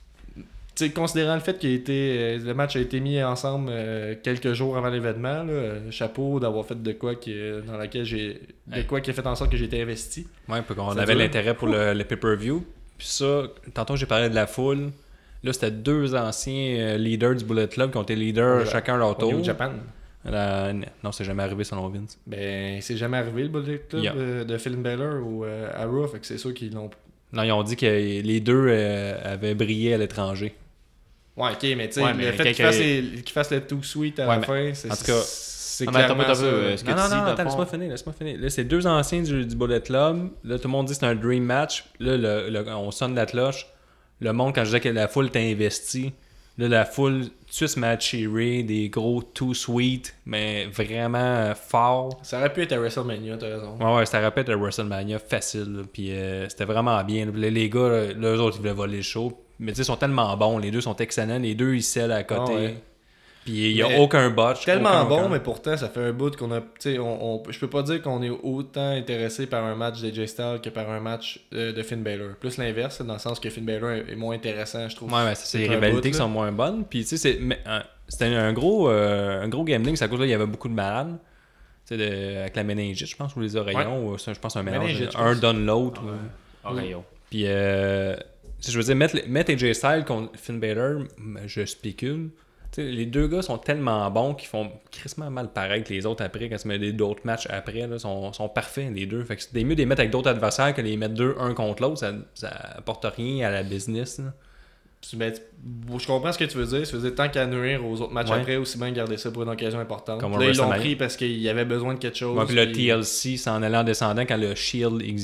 Tu sais, considérant le fait qu'il a été, euh, le match a été mis ensemble euh, quelques jours avant l'événement, là, euh, chapeau d'avoir fait de quoi qui, euh, dans laquelle j'ai. De Ouais. quoi qui a fait en sorte que j'ai été investi. Ouais, puis qu'on Ça avait dure. l'intérêt pour le, le pay-per-view. Puis ça, tantôt j'ai parlé de la foule. Là, c'était deux anciens euh, leaders du Bullet Club qui ont été leaders Au- chacun leur Au tour. New Japan. La- Non, c'est jamais arrivé selon Vince. Ben, c'est jamais arrivé le Bullet Club Yeah. euh, de Finn Balor ou euh, à Raw, fait que c'est sûr qu'ils l'ont. Non, ils ont dit que les deux euh, avaient brillé à l'étranger. Ouais, ok, mais tu sais, Ouais, le mais fait qu'il quelqu'un- fasse, les- qu'il fasse le too sweet à Ouais, la mais- fin, c'est. en tout cas- c'est Ah, mais attends, clairement attends, ça. euh, ce que Non, tu non, dis, non, dans le attends, fond- laisse-moi finir, laisse-moi finir. Là, c'est deux anciens du, du Bullet Club. Là, tout le monde dit que c'est un dream match. Là, le- le- on sonne la cloche. Le monde, quand je disais que la foule était investie, là, la foule, tout de suite se met à cheerer, des gros too sweet, mais vraiment euh, fort. Ça aurait pu être à WrestleMania, t'as raison. Ouais, ouais, ça répète le WrestleMania facile. là. Puis euh, c'était vraiment bien. là. Puis là, les gars, là, là, eux autres, ils voulaient voler le show. Mais tu sais, ils sont tellement bons. Les deux sont excellents. Les deux, ils scellent à côté. Ah ouais. Puis il n'y a Mais aucun botch. Tellement aucun bon, aucun. mais pourtant, ça fait un bout qu'on a. Tu sais, on, on- je peux pas dire qu'on est autant intéressé par un match de J Styles que par un match euh, de Finn Balor. Plus l'inverse, dans le sens que Finn Balor est, est moins intéressant, je trouve. Ouais, mais c'est c'est les C'est un rivalités bout, qui là. sont moins bonnes. Puis tu sais, c'est- mais, euh, c'était un gros, euh, un gros gambling. C'est à cause là, il y avait beaucoup de malades. Tu sais, de- avec la méningite, je pense, ou les oreillons. Ou, ça, je pense un mélange. Méningite, je Un pense. donne l'autre. ou- Oreo. Puis, euh, tu sais, je veux dire, mettre, mettre A J Styles contre Finn Balor, m- je spécule. Tu sais, les deux gars sont tellement bons qu'ils font crissement mal pareil que les autres après. Quand tu mets des- d'autres matchs après, là, sont, sont parfaits les deux. Fait que c'est mieux de les mettre avec d'autres adversaires que de les mettre deux un contre l'autre. Ça, ça apporte rien à la business. là. Tu- ben, tu- je comprends ce que tu veux dire. Tu veux dire, tant qu'à nuire aux autres matchs Ouais. après, aussi bien garder ça pour une occasion importante. Comme Puis un là, ils l'ont WrestleMania. pris parce qu'il y avait besoin de quelque chose. Ouais, puis le puis- T L C s'en allait en descendant quand le Shield n'existe plus.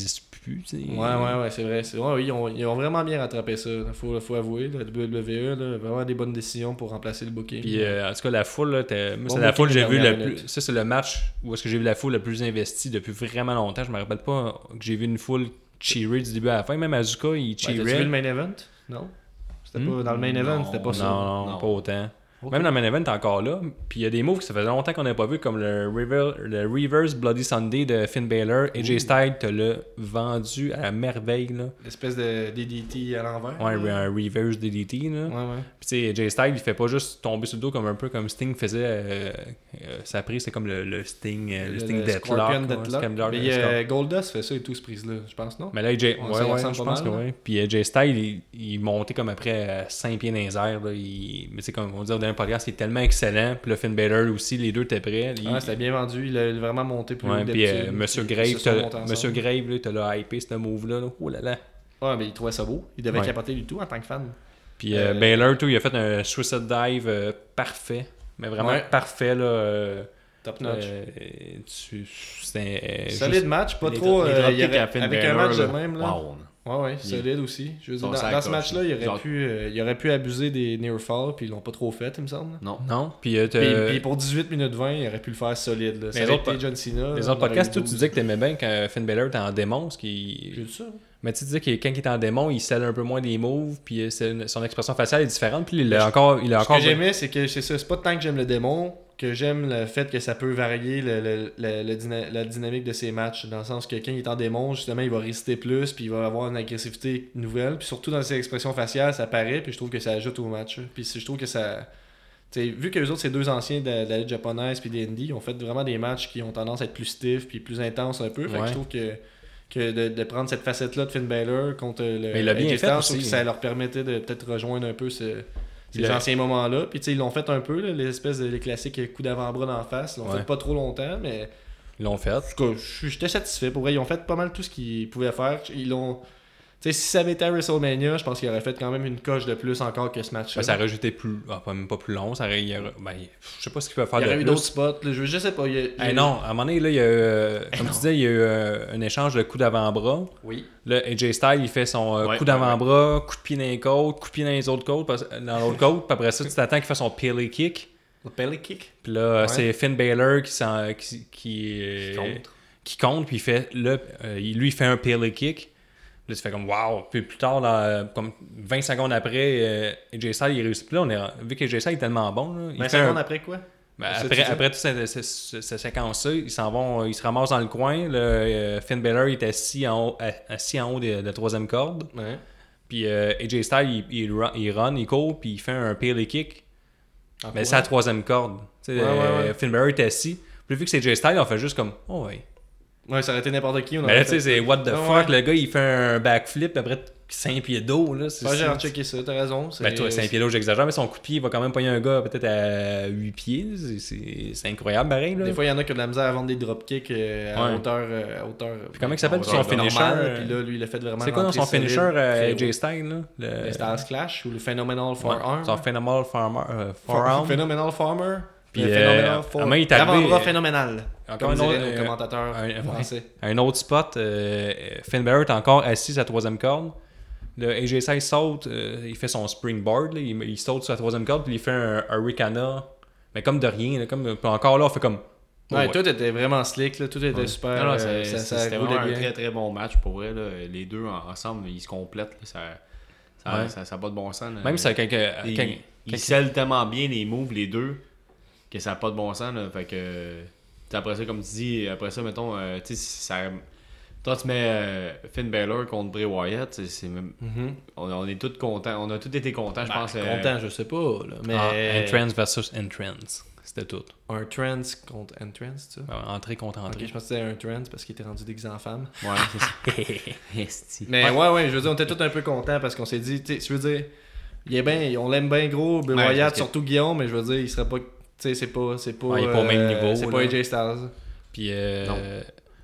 plus. T'sais. Ouais, ouais, ouais, c'est vrai. C'est... Ouais, oui, ils, ont, ils ont vraiment bien rattrapé ça. Il faut, faut avouer. La W W E, là, vraiment des bonnes décisions pour remplacer le booking. Puis euh, en tout cas, la foule, là, t'es... moi, Bon c'est la foule que j'ai vu dernière le plus. minute. Ça, c'est le match où est-ce que j'ai vu la foule le plus investie depuis vraiment longtemps. Je me rappelle pas que j'ai vu une foule cheerer du début à la fin. Même Azuka, il Ben, t'as-tu cheerait. vu le main event? Non? C'était Hmm? pas dans le main event, c'était pas non, ça. non, Non. pas autant. Ok. Même dans le main event, t'es encore là. Puis il y a des moves que ça faisait longtemps qu'on n'avait pas vu, comme le, River, le Reverse Bloody Sunday de Finn Balor. A J Styles te l'a vendu à la merveille. Là. L'espèce de D D T à l'envers. Ouais, là. un Reverse D D T. Là. Ouais, ouais. Puis tu sais, A J Styles, il fait pas juste tomber sur le dos comme un peu comme Sting faisait. Euh, euh, sa prise, c'est comme le, le Sting, euh, le, Le- Sting le Deathlock. Scorpion ouais, Deathlock. Scorpion- Mais Scorpion. euh, Goldust fait ça et tout, ce prise-là, je pense, non? Mais là, A J, Ouais, ouais, ça y ouais, ressemble je pas pense mal, que là. oui. Puis A J Styles, il, il montait comme après cinq pieds dans les airs. Là, il, mais c'est comme on dit dans un podcast, il est tellement excellent. Puis le Finn Balor aussi, les deux étaient prêts. Il- Ouais, c'était bien vendu, il a vraiment monté plus haut Ouais, que puis euh, d'habitude. Monsieur Ils Grave, se sont t'as- montés ensemble. Monsieur Grave, là, t'as là hypé ce move-là. Là. Oh là là. Ouais, mais il trouvait ça beau. Il devait Ouais. capoter du tout en tant que fan. Puis euh, Euh, Balor, tout, il a fait un suicide dive euh, parfait. Mais vraiment Ouais. parfait. Là, euh, Top notch. euh, tu, c'était, euh, Solide juste- match, pas Les trop. dro- les euh, il y dropkicks aurait- à Finn avec un Balor, match de là. même, là. Wow. Ouais, ouais, Il- solide aussi. Je veux dire, Ils sont dans, sur la dans ce coche, match-là, il aurait, Genre- pu, euh, il aurait pu abuser des near fall, puis ils l'ont pas trop fait, il me semble. Non. Non, puis euh, t'as- Puis, puis pour dix-huit minutes vingt, il aurait pu le faire solide. Là. Ça les aurait autres été John Cena. les là, autres on aurait podcasts, eu toi, tu douze. disais que t'aimais bien quand Finn Balor était en démon. Ce J'ai qui... dit ça. Mais tu disais que quand il était en démon, il scelle un peu moins les moves, puis euh, c'est- son expression faciale est différente, puis il a encore. Il a Ce encore que j'aimais, c'est que c'est ça. C'est pas tant que j'aime le démon, que j'aime le fait que ça peut varier le, le- le- le dyna- la dynamique de ses matchs. Dans le sens que quand il est en démon, justement, il va résister plus, puis il va avoir une agressivité nouvelle. Puis surtout dans ses expressions faciales, ça paraît, puis je trouve que ça ajoute au match. Puis c'est- je trouve que ça. T'sais, vu que les autres, c'est deux anciens de, de la Ligue japonaise puis des Indies, ils ont fait vraiment des matchs qui ont tendance à être plus stiff puis plus intenses un peu. Fait que Ouais. je trouve que, que de, de prendre cette facette-là de Finn Balor contre le Mais il l'a bien A J fait Styles, je aussi. trouve que ça leur permettait de peut-être rejoindre un peu ce, ces Il a- anciens moments-là. Puis tu sais, ils l'ont fait un peu, là, les espèces de les classiques coups d'avant-bras d'en face. Ils l'ont Ouais. fait pas trop longtemps, mais Ils l'ont fait. en tout cas, je- j'étais satisfait. Pour vrai, ils ont fait pas mal tout ce qu'ils pouvaient faire. Ils l'ont. Tu sais, si ça avait été à WrestleMania, je pense qu'il aurait fait quand même une coche de plus encore que ce match-là. Ben, ça aurait été plus. Ah, pas, même pas plus long. Ça aurait, il y aurait- ben, je sais pas ce qu'il peut faire Il y de aurait eu plus. d'autres spots. Là, je, je sais pas. il y a- il y a- Eh non, à un moment donné, là, il y a eu, euh, comme tu disais, il y a eu euh, un échange de coups d'avant-bras. Oui. Là, A J Styles, il fait son euh, Ouais, coup ouais, d'avant-bras, coup de pied dans les côtes, coup de pied dans les autres côtes, parce- dans l'autre côte, puis après ça, tu t'attends qu'il fasse son Pele kick. Le belly kick. Puis là, Ouais. c'est Finn Balor qui, s'en- qui, qui, euh, Qui compte. qui compte, puis il fait, là, euh, il- lui, il fait un Pele kick. Là, tu fais comme wow. Puis plus tard, là, comme vingt secondes après, euh, A J Styles, il réussit. Puis là, on est, vu qu'A J Styles est tellement bon, là, il vingt fait un- secondes après quoi? Ben, C'est ça que après, tu dis? après toute cette, cette- cette- cette séquence-là, ils s'en vont, ils se ramassent dans le coin. Le, euh, Finn Balor il est assis en haut, à- assis en haut de, de la troisième corde. Ouais. Puis euh, A J Styles, il, il, run, il run, il court, puis il fait un Pele kick. En Mais courant. c'est à la troisième corde. Tu sais, Ouais, ouais, euh, ouais. Finn Balor est assis. Puis vu que c'est A J Styles, on fait juste comme oh ouais. Ouais, ça aurait été n'importe qui. On Mais aurait là, tu sais, fait- c'est what the Ouais, fuck. ouais. Le gars, il fait un backflip après cinq pieds d'eau. Là. C'est, Ouais, j'ai c'est- rechecké ça, t'as raison. c'est- Ben, toi, cinq pieds d'eau, j'exagère, mais son coup de pied, il va quand même pogner un gars peut-être à huit pieds. C'est, c'est, c'est incroyable, pareil. Là. Des fois, il y en a qui ont de la misère à vendre des dropkicks euh, à Ouais. hauteur. euh, à hauteur Puis comment il s'appelle à son hauteur finisher, normale, euh, Puis là, lui, il a fait vraiment. C'est quoi dans son rentrer finisher solide, euh, très A J haut. Styles? Là? Le... Le Stars Clash ou le Phenomenal Ouais, Forearm. son Phenomenal Farmer. euh, For- Forearm. Phenomenal Farmer. Puis, Le euh, Phenomenal à For- un moment, il est arrivé, Avant-bras euh, phénoménal. encore Comme un dirait autre, nos euh, commentateurs un- français. Un autre spot, euh, Finn Balor est encore assis sur la troisième corde. Le A J Styles saute, euh, il fait son springboard, là, il, il saute sur la troisième corde, puis il fait un, un Hurricane, mais comme de rien. Là, comme, puis encore là, on fait comme. oh, Ouais, ouais. tout était vraiment slick, là, tout était Ouais. super. Non, non, euh, c'est- ça, c'est- ça c'était roulait vraiment un bien. très très bon match pour vrai. Là. Les deux en- ensemble, ils se complètent. là. Ça ça, Ouais. ça, ça a pas de bon sens. là. Même si quand, quand, Ils, quand- ils scellent tellement bien les moves, les deux, que ça n'a pas de bon sens. Là. Fait que, tu sais, après ça, comme tu dis, après ça, mettons, euh, tu sais, ça. Toi, tu mets euh, Finn Balor contre Bray Wyatt, c'est, c'est même- Mhm. on, on est tous contents. On a tous été contents, je Ben, pense. euh, Content, je sais pas. Là, mais ah, Entrance versus Entrance. C'était tout. un trans contre entrance, tu sais. Ben, entrée contre Ok, entrée. je pensais que c'était un trans parce qu'il était rendu déguisé en femme. Ouais, c'est ça. Esti. Mais ouais, ouais, je veux dire, on était tous un peu contents parce qu'on s'est dit, tu sais, je veux dire, il est bien, on l'aime bien gros, Bray Ouais, Wyatt, parce que- surtout Guillaume, mais je veux dire, il serait pas, tu sais, c'est pas, c'est pas, Ouais, il est pas au même euh, niveau, c'est là. pas A J Styles. Puis, euh, Non.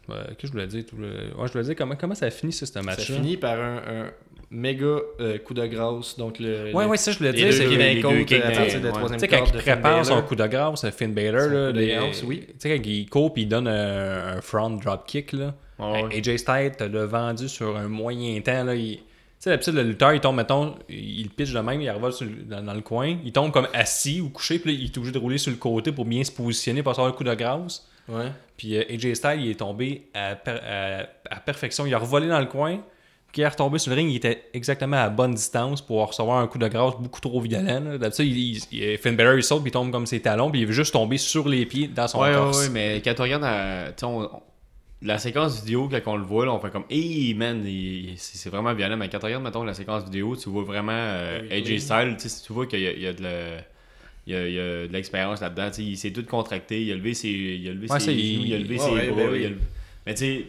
Ouais, qu'est-ce que je voulais dire? Tout le... ouais, je voulais dire comment, comment ça a fini, ça, ce match-là? Ça finit par un, un méga euh, coup de grâce. Donc le, Ouais, le, ouais, ça, je voulais les dire. deux C'est qui que- d'un les compte deux kicks à partir de ouais. la troisième Tu sais, quand corde il de Finn prépare son Balor. coup de grâce, Finn Balor, Son là, coup de les- grâce, oui. tu sais, quand il court et il donne un, un front drop kick, là, Ouais, ouais. A J Styles l'a vendu sur un moyen temps. Là, il... Tu sais, d'habitude, le lutteur, il tombe, mettons, il pitch de même, il revole sur le- dans, dans le coin, il tombe comme assis ou couché, puis là, il est obligé de rouler sur le côté pour bien se positionner pour avoir le coup de grâce. Ouais. Puis euh, A J Styles, il est tombé à, per- à, à perfection. Il a revolé dans le coin. Puis il est retombé sur le ring. Il était exactement à bonne distance pour recevoir un coup de grâce beaucoup trop violent. là. D'habitude, il, il, Finn Balor, il saute, puis il tombe comme ses talons. Puis il veut juste tomber sur les pieds dans son Ouais, ouais, torse. ouais, mais quand tu regardes la, tu sais, on- on- la séquence vidéo, quand on le voit, là, on fait comme hey man, il- c'est c'est vraiment violent. Mais quand tu regardes, mettons, la séquence vidéo, tu vois vraiment euh, Oui, A J oui. Styles, tu sais, tu vois qu'il y a, il y a de la. Il y a, il y a de l'expérience là-dedans. Tu sais, il s'est tout contracté. Il a levé ses, il a levé Ouais, ses ça, genoux, il- il a levé Ouais, ses ouais, bras. ben oui. il a levé- Mais tu sais,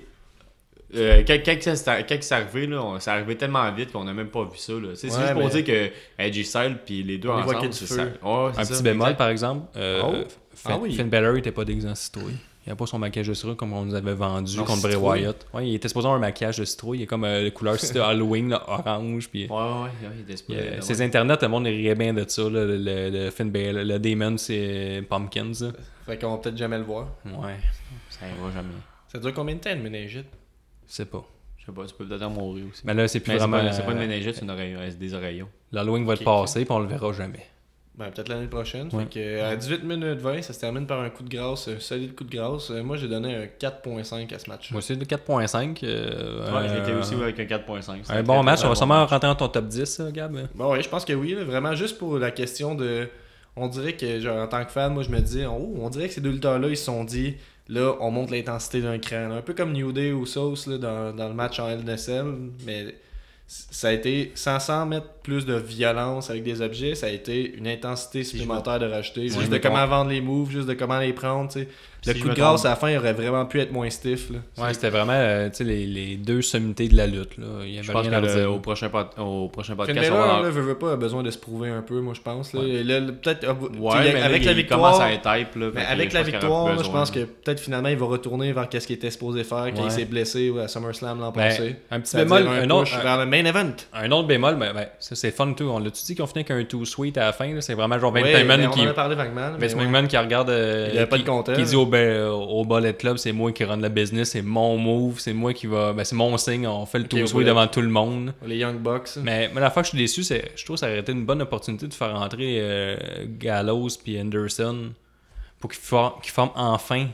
euh, quand, quand, ça, s'est- quand c'est arrivé, là, on- c'est arrivé tellement vite qu'on n'a même pas vu ça. là. Tu sais, C'est Ouais, juste pour mais- dire que A J Styles puis les deux On les voit ensemble, que du c'est feu. ça. Ouais, c'est Un ça, petit bémol, exact. par exemple. euh, Oh. Finn, Ah oui. Finn Balor n'était pas déguisé en citrouille. Il n'avait pas son maquillage de citrouille comme on nous avait vendu Non, contre Bray citrouille. Wyatt. Ouais, il était supposé avoir un maquillage de citrouille. Il est comme euh, la couleur c'était Halloween, là, orange. Puis, Ouais, ouais, ouais, il était puis, supposé- euh, ouais. Ces internets, le monde riait bien de ça. Là, le, le, le Finn Balor, le Damon, c'est Pumpkins. là. Fait qu'on va peut-être jamais le voir. Ouais, Ça ira jamais. Ça dure combien de temps une méningite? je sais pas. Je sais pas, tu peux peut-être en mourir aussi. Mais là, c'est plus Mais c'est vraiment. pas, c'est pas une euh, méningite, c'est une oreille, c'est des oreillons. L'Halloween va Ok, être passé, puis on le verra jamais. Ben, peut-être l'année prochaine. Ouais. Fait que, euh, à dix-huit minutes vingt, ça se termine par un coup de grâce, un solide coup de grâce. Euh, moi, j'ai donné un quatre virgule cinq à ce match. Moi, c'est de quatre virgule cinq. euh, Ouais, j'étais euh, aussi avec un quatre virgule cinq. Un bon match. On va sûrement rentrer dans ton top dix, ça, Gab. Bon, ouais, je pense que oui. là. Vraiment, juste pour la question de. On dirait que, genre, en tant que fan, moi, je me disais, oh, on dirait que ces deux lutteurs-là, ils se sont dit, là, on monte l'intensité d'un cran. là. Un peu comme New Day ou Sauce là, dans, dans le match en L N S L. Mais ça a été, sans, sans mettre plus de violence avec des objets, ça a été une intensité supplémentaire de rajouter. Ouais, Juste de mais comment ton- vendre les moves, juste de comment les prendre, tu sais. Le Si coup je de me grâce trompe- à la fin, il aurait vraiment pu être moins stiff. Là. Ouais, c'était vraiment euh, tu sais, les, les deux sommités de la lutte. Là. Il y avait Je pense rien que à le- redire. au, prochain pod- au prochain Finn podcast, on Balor, va... là, veut, veut pas, a besoin de se prouver un peu, moi, je pense. Là. Ouais. Et là, le- peut-être, euh, tu Ouais, sais, mais avec là, la il commence victoire, à être hype. Là, mais fait que avec je la pense qu'il aurait victoire, plus là, je besoin, pense là. que peut-être finalement, il va retourner vers ce qu'il était supposé faire quand Ouais. il s'est blessé ouais, à SummerSlam l'an Ben, passé. un petit C'est-à-dire bémol, un un push autre, vers le main event. un autre bémol, ben, ben, ça c'est fun tout. On l'a-tu dit qu'on finit avec un two sweet à la fin? là? C'est vraiment genre Vince Ouais, mais McMahon on qui. en a parlé vaguement. mais Vince ouais. McMahon qui regarde. euh, Il y avait pas qui, de compteur. qui dit au, ba- au Bullet Club, c'est moi qui run la business, c'est mon move, c'est moi qui va. Ben, c'est mon signe, on fait le Ok, two au sweet Bullet. devant tout le monde. Les Young Bucks. Mais, mais la fois que je suis déçu, c'est, je trouve que ça aurait été une bonne opportunité de faire entrer euh, Gallows puis Anderson pour qu'ils, for- qu'ils forment enfin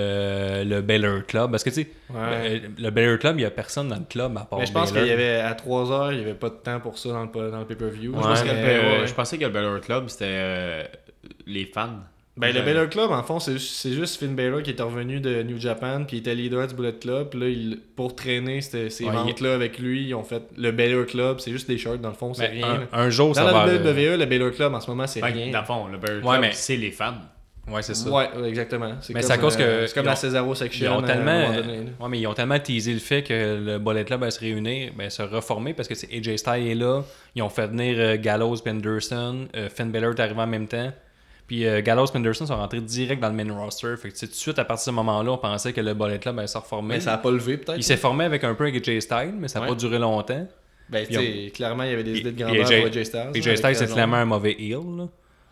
le, le Balor Club. Parce que tu sais, Ouais. le, le Balor Club, il n'y a personne dans le club à part Mais je pense Balor. qu'il y avait à trois heures, il n'y avait pas de temps pour ça dans le, dans le pay-per-view. Ouais, je pense Mais, que le euh, ouais. Je pensais que le Balor Club, c'était euh, les fans. Ben, le Euh, Balor Club, en fond, c'est juste, c'est juste Finn Balor qui est revenu de New Japan, puis il était leader du Bullet Club. Puis là, il, pour traîner c'était- ces Ouais, ventes-là avec lui, ils ont fait le Balor Club. C'est juste des shirts, dans le fond, c'est Mais rien. là. un, un jour, Dans ça la va. W W E, le Balor Club, en ce moment, c'est Fait que, rien. dans le fond, le Balor Ouais, Club, mais- c'est les fans. Ouais, c'est ça. Ouais, ouais, exactement. C'est Mais comme, c'est à cause euh, que C'est comme ils la ont- Cesaro Ils Section. ont à un tellement, moment donné, là. ouais, mais ils ont tellement teasé le fait que le Bullet Club va se réunir, ben, se reformer parce que c'est A J Styles est là. Ils ont fait venir euh, Gallows et Anderson. Euh, Finn Balor est arrivé en même temps. Puis euh, Gallows et Anderson sont rentrés direct dans le main roster. Fait que tu sais, tout de suite, à partir de ce moment-là, on pensait que le Bullet Club allait se reformer. Mais ça a pas levé, peut-être. Il s'est formé avec un peu avec A J Styles, mais ça n'a Ouais. pas duré longtemps. Ben, tu sais, clairement, il y avait des Puis- idées de puis grandeur A J pour A J Styles. A avec J Styles, c'est raison. clairement un mauvais heel. Là.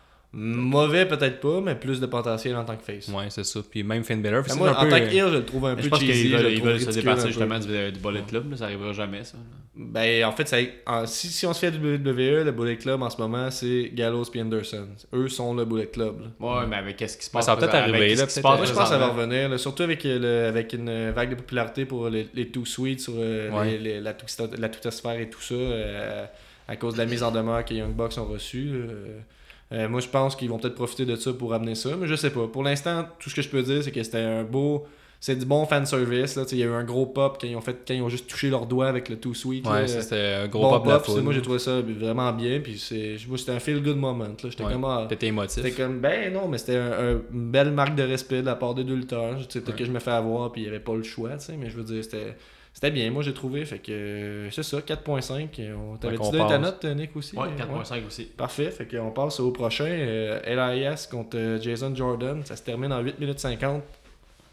Mauvais, peut-être pas, mais plus de potentiel en tant que face. Ouais, c'est ça. Puis même Finn Balor. Mais c'est moi, un en peu, tant euh, que heel, je le trouve un Mais peu je pense cheesy. qu'ils je veulent, le ils trouve veulent se ridicule départir un peu. justement du, du Bullet Club. Là, ça arrivera jamais, ça. là. Ben, en fait, ça, en- si, si on se fait du W W E, le Bullet Club en ce moment, c'est Gallows et Anderson. Eux sont le Bullet Club. là. Ouais, mais avec qu'est-ce qui se Ouais, passe ça va peut-être avec arriver, ce là, qui se peut-être, passe Moi, je pense que ça va présentement. revenir, là, surtout avec, euh, le, avec une vague de popularité pour les, les Two Sweet sur euh, Ouais. les- les- la, Twista- la Twittosphère et tout ça, euh, à cause de la mise en demeure que Young Bucks ont reçue. euh. Euh, moi, je pense qu'ils vont peut-être profiter de ça pour amener ça, mais je sais pas. Pour l'instant, tout ce que je peux dire, c'est que c'était un beau. C'est du bon fanservice. là. Tu sais, Il y a eu un gros pop quand ils ont, fait, quand ils ont juste touché leurs doigts avec le Too Sweet. Ouais, là. ça, c'était un gros Bon pop de la pop, c'est- foule. moi j'ai trouvé ça vraiment bien, puis c'est, moi c'était un feel good moment. Là. J'étais Ouais. comme, ah, T'étais émotif. c'était comme, ben non, mais c'était un- un- une belle marque de respect de la part des deux lutteurs. Tu sais, Peut-être Ouais. que je me fais avoir, puis il n'y avait pas le choix, tu sais, mais je veux dire, c'était, c'était bien, moi j'ai trouvé. Fait que euh, c'est ça, quatre virgule cinq. On t'avait qu'on dit donné ta passe. note, Nick aussi Ouais, Ouais. quatre virgule cinq aussi. Parfait, fait qu'on passe au prochain. euh, L I S contre euh, Jason Jordan. Ça se termine en huit minutes cinquante.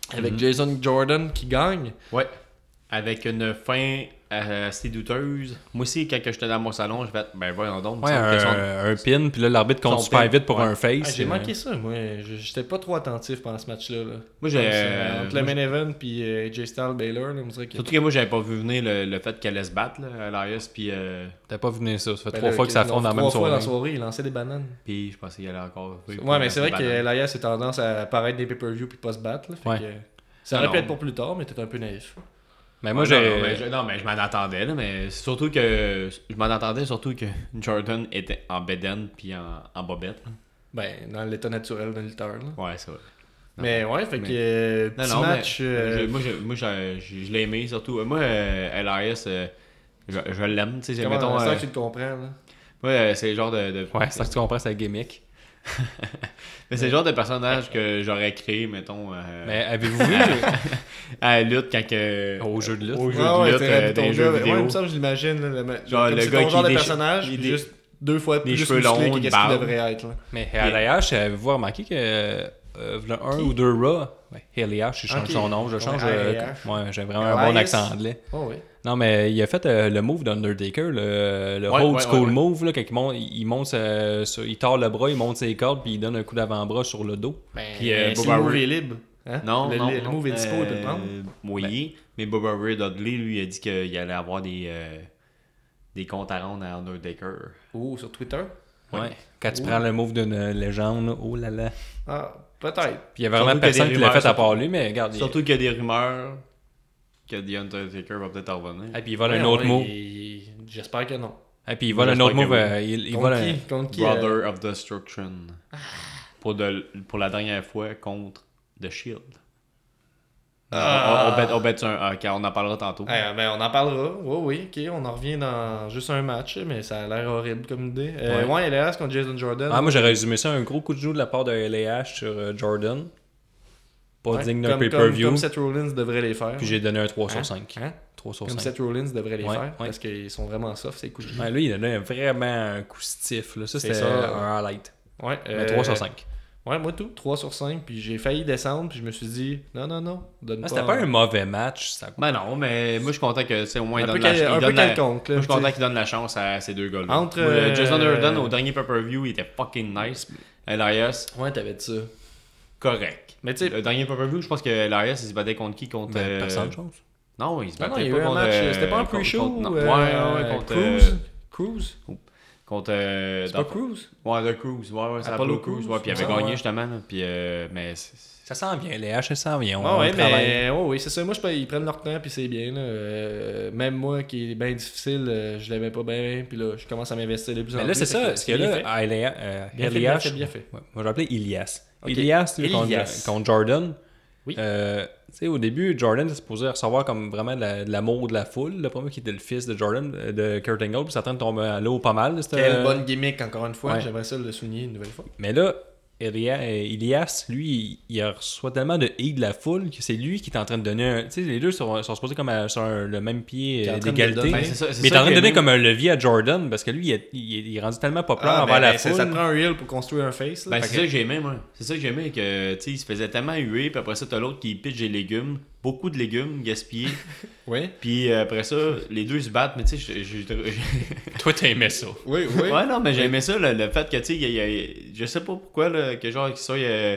avec Mhm. Jason Jordan qui gagne. Ouais. Avec une fin assez douteuse. Moi aussi, quand j'étais dans mon salon, je vais ben voyons donc. il me Ouais, semble que son- un, un pin, puis là, l'arbitre compte son super pin. vite pour Ouais. un face. Ah, j'ai euh, manqué ça, moi. Je- J'étais pas trop attentif pendant ce match-là. Là. Moi, j'ai. Comme ça, euh, Entre le moi, main event puis euh, J Styles Baylor, là, on dirait que. Surtout que moi, j'avais pas vu venir le, le fait qu'elle allait se battre, là, Elias, puis euh, T'as pas vu venir ça. Ça fait Ben trois là, fois que ça affronte dans la même Trois fois dans la soirée. soirée, il lançait des bananes. puis je pensais qu'il allait encore. Ouais, mais c'est vrai que qu'Elias a tendance à apparaître des pay-per-view puis pas se battre. Là, fait Ouais. que ça Non, aurait pu non. être pour plus tard, mais t'es un peu naïf. Mais moi, non, j'ai. non, mais je, non, mais je m'en attendais, là, mais c'est surtout que. Je m'en attendais surtout que Jordan était en bedaine puis en, en bobette. là. Ben, dans l'état naturel d'un lutteur. Là. Ouais, c'est vrai. Non, Mais ouais, fait mais- que euh, Non, petit non, match. mais, euh, je- moi, je, moi je, je, je l'ai aimé surtout. Moi, euh, Elias, euh, je, je l'aime. Tu sais, comment- mettons. c'est ça euh, que tu le comprends. Là. moi, euh, c'est le genre de. de- Ouais, c'est ça que tu comprends, c'est la gimmick. mais c'est le genre de personnage que j'aurais créé, mettons. euh, Mais avez-vous vu à la lutte quand que. au jeu de lutte? Au jeu Ouais, de ouais, lutte, t'aurais euh, vu dans ton les jeux gars, ouais, vidéo. il me semble, je l'imagine. Là, le, Genre, comme le c'est gars ton qui genre de déchire- personnage, il puis dé- juste deux fois les plus cheveux musclé longs, que une qu'est-ce qu'il barbe. devrait être. Là. Mais Elias, avez-vous remarqué que euh, v'là un Qui? ou deux Raw, ben, Elias, je change Ok. son nom, je Ouais, change. euh, Elias. ouais, j'ai vraiment un bon Elias. accent anglais. Oh oui. Non, mais il a fait euh, le move d'Undertaker, le, le Ouais, old ouais, school ouais, ouais. move, là, quand il monte, il, monte sa- sa- il tord le bras, il monte ses cordes, puis il donne un coup d'avant-bras sur le dos. Ben, Puis, euh, si Boba le move Ray- est libre. Hein? Non, le, non, le, le non. move est dispo, il peut le prendre. Euh, Oui, mais Bubba Ray Dudley, lui, il a dit qu'il allait avoir des, euh, des comptes à rendre à Undertaker. Oh, sur Twitter? Ouais. Quand tu Ouh. prends le move d'une légende, oh là là. Ah, peut-être. Puis il y a Surtout vraiment qu'il y a personne des qui l'a rumeurs, fait à part surtout- lui, mais regarde. il- Surtout qu'il y a des rumeurs que The Undertaker va peut-être revenir. Et puis il vole Ouais, un autre ouais, move. il- J'espère que non. Et puis il vole Moi, un autre j'espère move. que oui. euh, il, il Contre vole un- qui? Contre qui? euh, Brother of Destruction. Pour, de, pour la dernière fois contre The Shield. Ah. On, on, bet, on bet sur un. Ok, on en parlera tantôt. Eh, ben, on en parlera. Oui, oui, ok. On en revient dans juste un match, mais ça a l'air horrible comme idée. Euh, ouais, Elias contre Jason Jordan. Ah, moi j'aurais résumé ça un gros coup de joue de la part de L A H sur euh, Jordan. Pas Ouais, digne d'un comme, comme, pay-per-view. comme Seth Rollins devrait les faire. Puis j'ai donné un trois Hein? sur cinq. Hein? trois sur Comme cinq. Seth Rollins devrait les Ouais, faire. ouais. Parce qu'ils sont vraiment soft, ces coups de genoux. Ouais, lui, il a donné un- vraiment un coup stiff. Là. Ça, C'est c'était ça. un highlight. Ouais, Mais euh, trois sur cinq. Ouais, moi tout, trois sur cinq. Puis j'ai failli descendre, puis je me suis dit, non, non, non, donne Ah, c'était pas un mauvais match. Ça... Ben non, mais moi je suis content que c'est au moins Un il peu, donne la, quel- il un peu donne la- quelconque. Là, Moi je suis content t'sais. qu'il donne la chance à ces deux gars-là. Entre, Moi, le euh, Jason Jordan au dernier pay-per-view, il était fucking nice. Elias, Ouais, t'avais dit ça. correct. Mais tu sais, Le dernier pay-per-view, je pense que Elias il se battait contre qui? Contre. Ben, euh, personne, chose. Non, il se non, non, battait il y a pas eu un contre. match. euh, C'était pas un contre- pre-show. contre- non, euh, Ouais, ouais, contre. Cruise. euh, Cruise. Contre. euh, C'est dans- pas Cruise. Ouais, The Cruise. Ouais, ouais, c'est Apollo Apollo Cruise. Cruise, Ouais, puis il avait ouais, gagné ouais. justement. Là, puis, euh, mais. c'est- Ça s'en vient. L A H, ça s'en vient. On, Ah ouais, on travaille. mais ouais, oui, c'est ça. Moi, je, ils prennent leur temps, puis c'est bien. Là. Euh, même moi, qui est bien difficile, euh, je l'aimais pas bien, puis là, je commence à m'investir de plus en Mais plus. là, c'est fait ça. que Ce qu'il y a bien là, fait. à L A H, euh, Bien fait, L A H, bien fait, bien fait. ouais, moi, j'appelais Ilias. Ok. Ilias, lui, contre, Ilias. contre Jordan. Oui. Euh, tu sais, au début, Jordan était supposé recevoir comme vraiment de la- de l'amour de la foule. Le premier qui était le fils de Jordan, euh, de Kurt Angle, puis ça train de tomber à l'eau pas mal. c'était- Quelle bonne gimmick, encore une fois. Ouais. J'aimerais ça le souligner une nouvelle fois. Mais là, Elia- euh, Ilias, lui, il, il reçoit tellement de hate de la foule que c'est lui qui est en train de donner un. Tu sais, les deux sont, sont supposés comme à- sur un- le même pied Qui est en euh, train de d'égalité. le donner. Mais Ben, c'est ça- c'est il est ça en train que de donner même- comme un levier à Jordan parce que lui, il est, il est- il est rendu tellement populaire Ah, envers ben, la ben, ça, foule. ça te prend un reel pour construire un face. Là. Ben, Fait c'est que- ça que j'ai aimé, moi. C'est ça que j'ai aimé, que, tu sais, il se faisait tellement huer, puis après ça, t'as l'autre qui pitch des légumes, beaucoup de légumes gaspillés, Oui, puis euh, après ça, les deux se battent, mais tu sais, j'ai- j'ai- j'ai- Toi, t'aimais ça. oui, oui. Ouais, non, mais j'ai aimé ça, le, le fait que, tu sais, il y a- il y a- je sais pas pourquoi, là, que genre, qu'il soit, euh,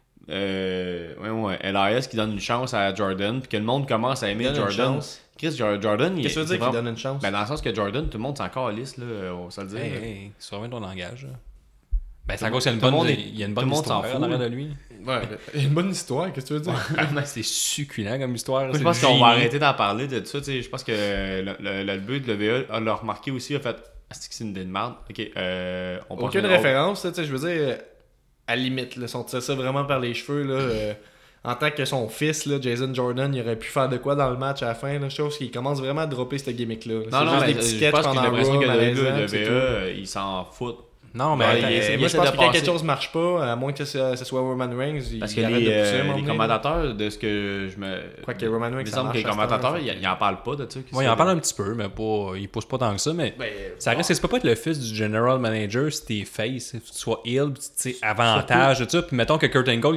euh, ouais, ouais, Elias qui donne une chance à Jordan, puis que le monde commence à aimer Donne une Jordan. chance. Chris, Jor- Jordan, il Qu'est-ce que tu veux c'est dire qu'il vraiment- donne une chance? Ben, dans le sens que Jordan, tout le monde, c'est encore lisse, là, on va se le dire. Hey, là. hey, surveille ton langage. là. Ben, c'est Tout à le cause qu'il y a une monde- bonne, tout le monde est- il y a une tout bonne le monde s'en histoire fout, en arrière de là. lui. Ouais, ben, une bonne histoire, qu'est-ce que tu veux dire? C'est succulent comme histoire. Moi, c'est je pense le qu'on va génie. arrêter d'en parler de ça. tu sais, Je pense que le, le, le but de l'E V E a l'a remarqué aussi, a fait « Est-ce que c'est une idée de merde? » Ok, euh, on passe Aucune à une autre. référence, là, tu sais, je veux dire, à la limite, là, si on tire ça vraiment par les cheveux, là, euh, en tant que son fils, là, Jason Jordan, il aurait pu faire de quoi dans le match à la fin, là, je trouve qu'il commence vraiment à dropper cette gimmick-là. là. Non, C'est non, juste mais des petits je sketchs pense que j'ai pendant l'impression que Raw, le malaisant, W c'est E, tout. euh, il s'en fout. Non, mais Ouais, attends, il- Moi, il je essaie pense de que quand passer- quelque chose marche pas, à moins que ce, ce soit Roman Reigns, il, Parce que il arrête les, de pousser à un euh, moment les donné, là. commentateurs, de ce que je me. Quoi que Roman Reigns, Il me ça semble que les marche à cette commentateurs, heure, ils fait que- ils en parlent pas de ça. moi, il en parle un petit peu, mais pas, il pousse pas tant que ça. Mais Ben, ça reste que c'est pas être le fils du general manager si t'es face, si tu sois heel, puis tu sais, avantage, tout ça. Puis mettons que Kurt Angle, il est,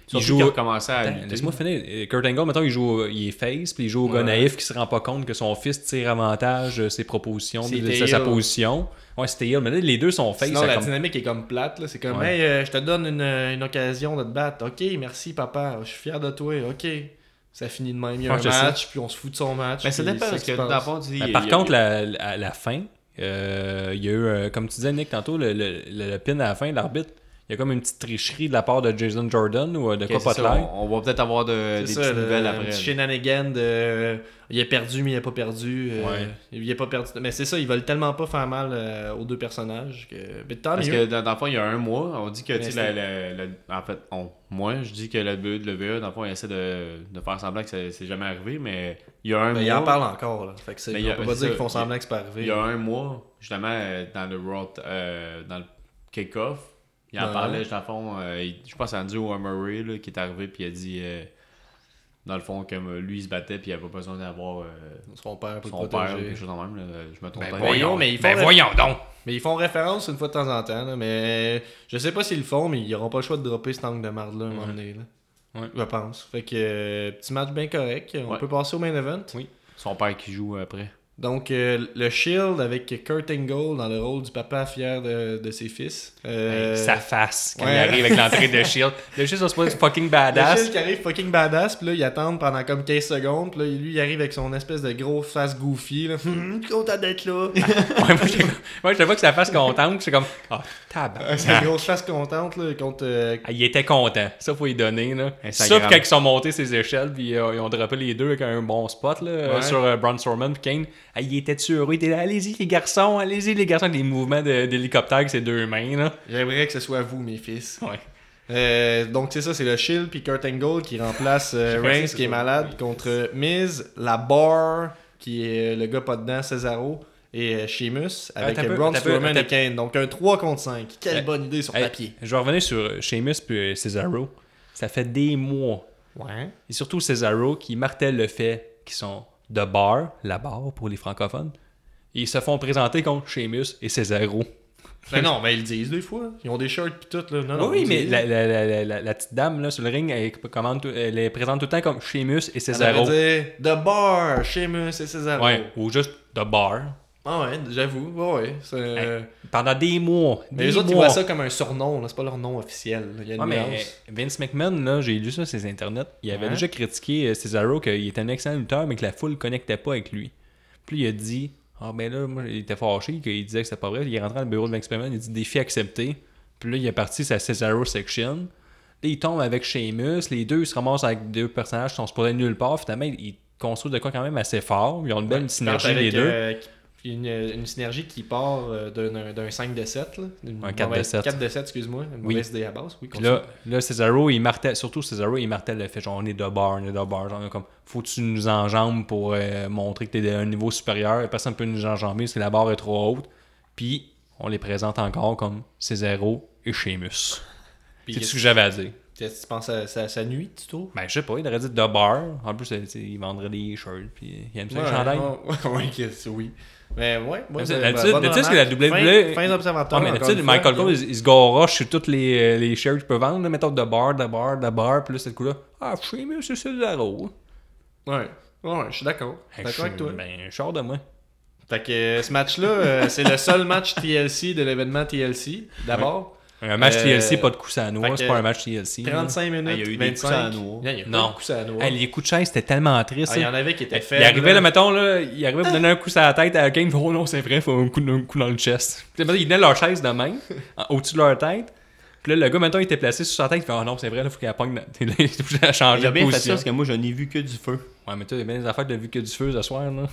Surtout joue- qu'il a recommencé à Attends, lutter. laisse-moi finir. Euh, Kurt Angle, mettons, il joue, au- il est face, puis il joue au gars Ouais. naïf qui se rend pas compte que son fils tire avantage euh, ses propositions, C'est de, de heel. sa position. Ouais, c'était heel. Mais là, les deux sont face. Sinon, ça la comme- dynamique est comme plate. Là. C'est comme, Ouais. hey, euh, je te donne une, une occasion de te battre. Ok, merci papa, je suis fier de toi. Ok. Ça finit de même. Il y a Ouais, un je sais. match, puis on se fout de son match. Mais ça puis dépend, c'est parce ça que qui se dans le passe. fond, tu dis. Ben, il- par il- contre, il- la- la- à la fin, euh, il y a eu, euh, comme tu disais, Nick, tantôt, le, le, le- le pin à la fin, l'arbitre, il y a comme une petite tricherie de la part de Jason Jordan ou euh, de Ok, quoi c'est pas ça, de l'air. on, on va peut-être avoir de, des C'est petites ça, le- nouvelles un après. petit shenanigan de. euh, il a perdu, mais il a pas perdu. euh, Ouais. Il a pas perdu. Mais c'est ça, ils veulent tellement pas faire mal euh, aux deux personnages que. Mais tant Parce mieux. que dans, dans le fond, il y a un mois, on dit que, Mais tu sais, c'était- la- la- la- en fait, on, moi, je dis que le W W E, dans le fond, il essaie de, de faire semblant que ça- c'est jamais arrivé, mais il y a un Ben, mois. ils en parlent encore. Là. Fait que c'est, Mais on il y a- peut ben, pas c'est dire ça, qu'ils font il y a- semblant que c'est pas arrivé. Il y a un mois, justement, euh, dans le World, euh, dans le kick-off, il en Ouais. parlait, dans le fond, euh, il- je pense à Andrew Murray là, qui est arrivé, puis il a dit, euh, dans le fond, comme euh, lui, il se battait, puis il avait pas besoin d'avoir euh, Son père pour son le père ou protéger. quelque chose de même. Là, je me trompe Ben pas. voyons, mais ils font ben la- voyons donc! Mais ils font référence une fois de temps en temps. Là, mais je sais pas s'ils le font, mais ils auront pas le choix de dropper cet angle de marde là un moment donné. Là. Ouais. Je pense. Fait que euh, petit match bien correct. On Ouais. peut passer au main event. Oui. Son père qui joue après. Donc, euh, le Shield avec Kurt Angle dans le rôle du papa fier de, de ses fils. Euh, Hey, sa face quand ouais. il arrive avec l'entrée de Shield. Le Shield, c'est supposé être fucking Le badass. Shield qui arrive fucking badass, puis là, ils attendent pendant comme quinze secondes, puis là, lui, il arrive avec son espèce de gros face goofy, là. Hum, content d'être là. Ouais, moi, je, moi, je te vois que sa face contente, c'est comme, ah, tabarnak. C'est une grosse face contente, là, contre. euh, Ah, il était content. Ça, faut y donner. Là. Instagram. Ça, puis quand ils sont montés ses échelles, puis euh, ils ont droppé les deux avec un bon spot là, euh, Ouais. sur euh, Braun Strowman puis Kane. Ah, il était-tu heureux? Il était là, allez-y les garçons, allez-y les garçons, avec des mouvements de- d'hélicoptère avec ses deux mains. Là. J'aimerais que ce soit vous, mes fils. Ouais. Euh, donc, c'est ça, c'est le Shield, puis Kurt Angle qui remplace euh, J'ai pensé Reigns, que qui est ça. malade, contre Miz, La Bar, qui est euh, le gars pas dedans, Cesaro, et euh, Sheamus, avec Attends un euh, peu, Braun attends un peu, Strowman et attends. Kane. Donc, un trois contre cinq. Quelle Euh, bonne idée sur Hey, papier. je vais revenir sur euh, Sheamus puis euh, Cesaro. Ça fait des mois. Ouais. Et surtout Cesaro qui martèle le fait qu'ils sont de bar, la barre pour les francophones. Et ils se font présenter contre Sheamus et Cesaro. Ben non, mais ils le disent des fois. Ils ont des shirts pis tout, là. Non, non, oui, ils mais disent. la, la, la, la, la- la petite dame là, sur le ring, elle, commande tout- elle est présente tout le temps comme Sheamus et Elle Cesaro. devrait dire The Bar, Sheamus et Cesaro. Ouais, ou juste de bar. Ah ouais, j'avoue. Ouais, ouais. c'est- Hey, Pendant des mois. Mais des les autres, ils mois. voient ça comme un surnom. Là. C'est pas leur nom officiel. là. Il y a une Ouais, mais nuance. euh, Vince McMahon, là, j'ai lu ça sur ses internets. Il avait Ouais. déjà critiqué euh, Cesaro qu'il était un excellent lutteur, mais que la foule ne connectait pas avec lui. Puis il a dit ah ben là, moi, il était fâché, qu'il disait que c'était pas vrai. Il est rentré dans le bureau de Vince McMahon, il a dit défi accepté. Puis là, il est parti sa Cesaro section. Là, il tombe avec Sheamus. Les deux se ramassent avec deux personnages qui sont supposés nulle part. Finalement, ils construisent de quoi quand même assez fort. Ils ont une belle Ouais, synergie, avec, les deux. euh, une, une synergie qui part euh, d'un, d'un cinq de sept. Là. D'une Un quatre de mauvaise- sept. quatre de sept, excuse-moi. Une Oui. mauvaise idée à base. Oui, Puis continue. là, là, Cesaro, il martèle, surtout Cesaro, il martèle le fait genre on est de bar, on est de bar. Genre, comme, faut que tu nous enjambes pour euh, montrer que t'es à un niveau supérieur. Personne ne peut nous enjamber parce que la barre est trop haute. Puis, on les présente encore comme Cesaro et Sheamus. Puis, C'est tout ce que j'avais à dire. Qu'est-ce que tu penses à sa, sa nuit, tu trouves? Ben, je sais pas, il aurait dit de bar. En plus, euh, tu sais, il vendrait des shirts. Puis, il aime ça, les chandails. Ouais, ouais, que- oui. Mais ouais, moi, D'habitude- ben, d'habitude- bonne d'habitude, c'est la remarque. W W E. Fin, fin observateur. Ah, mais encore d'habitude, une fois. Michael Cole, il, il se garoche sur toutes les, euh, les shirts qu'il peut vendre. Là, mettons de bar, de bar, de bar. Puis là, c'est le coup-là. Ah, Sheamus, c'est Cesaro. Ouais, ouais, je suis d'accord. Je suis d'accord avec toi. Ben, je sors de moi. Fait que euh, ce match-là, euh, c'est le seul match T L C de l'événement T L C, d'abord. Un match Euh, T L C, pas de coups à noix, fait c'est que pas un match T L C. là. trente-cinq minutes, Ah, il y a eu des vingt-cinq. coups à la noix. Il y a pas Non. de coups à la noix. Hey, les coups de chaise, c'était tellement triste. Ah, il y ça. en avait qui étaient il faibles. arrivait, là, mettons, là, il arrivait pour donner un coup sur la tête à Kane. Oh non, c'est vrai, faut un coup, un coup dans le chest. Puis, mettons, ils tenaient leur chaise de main, en- au-dessus de leur tête. Puis là, le gars, mettons, il était placé sur sa tête. Il fait, oh non, c'est vrai, il faut qu'il pogne. dans- Il est obligé de changer Il a de bien fait ça position. parce que moi, je n'ai vu que du feu. Ouais, mais toi, il y a bien des affaires de vu que du feu ce soir, là.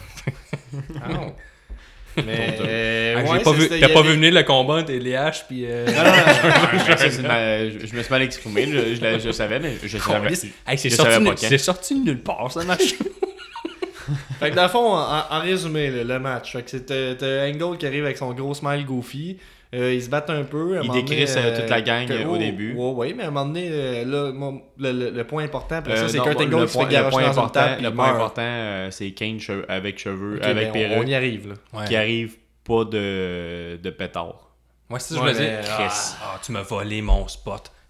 Ah non. Mais euh, Ah, j'ai ouais, pas c'est- vu, c'était- t'as il y pas avait- vu venir le combat entre L H puis. Euh... Non, non, non, ça, c'est ma- je, je me suis mal exprimé. Je, je, l'ai- je le savais, mais je savais. Câlisse. Hey, c'est je sorti, savais de- pas quand. c'est sorti de nulle part, ça marche. Fait que dans le fond, en, en résumé, le, le match, fait que c'est t'as- t'as Angle qui arrive avec son gros smile goofy. Euh, ils se battent un peu. à un Il moment décrisse, donné, euh, toute la gang, que- au oh, début. Ouais, ouais, mais à un moment donné, euh, là, moi, le, le- le point important, après ça, Euh, c'est non, Kurt le Angle qui se point- fait garocher le point dans une important, table. le puis point il meurt. important, euh, c'est Kane cheveux- avec cheveux, Ok, avec ben, on, on perruque, y arrive, là. Ouais. qui arrive pas de, de pétard. Ouais, c'est ça, Ouais, je me dis. mais, Ah, Chris. ah, tu m'as volé mon spot.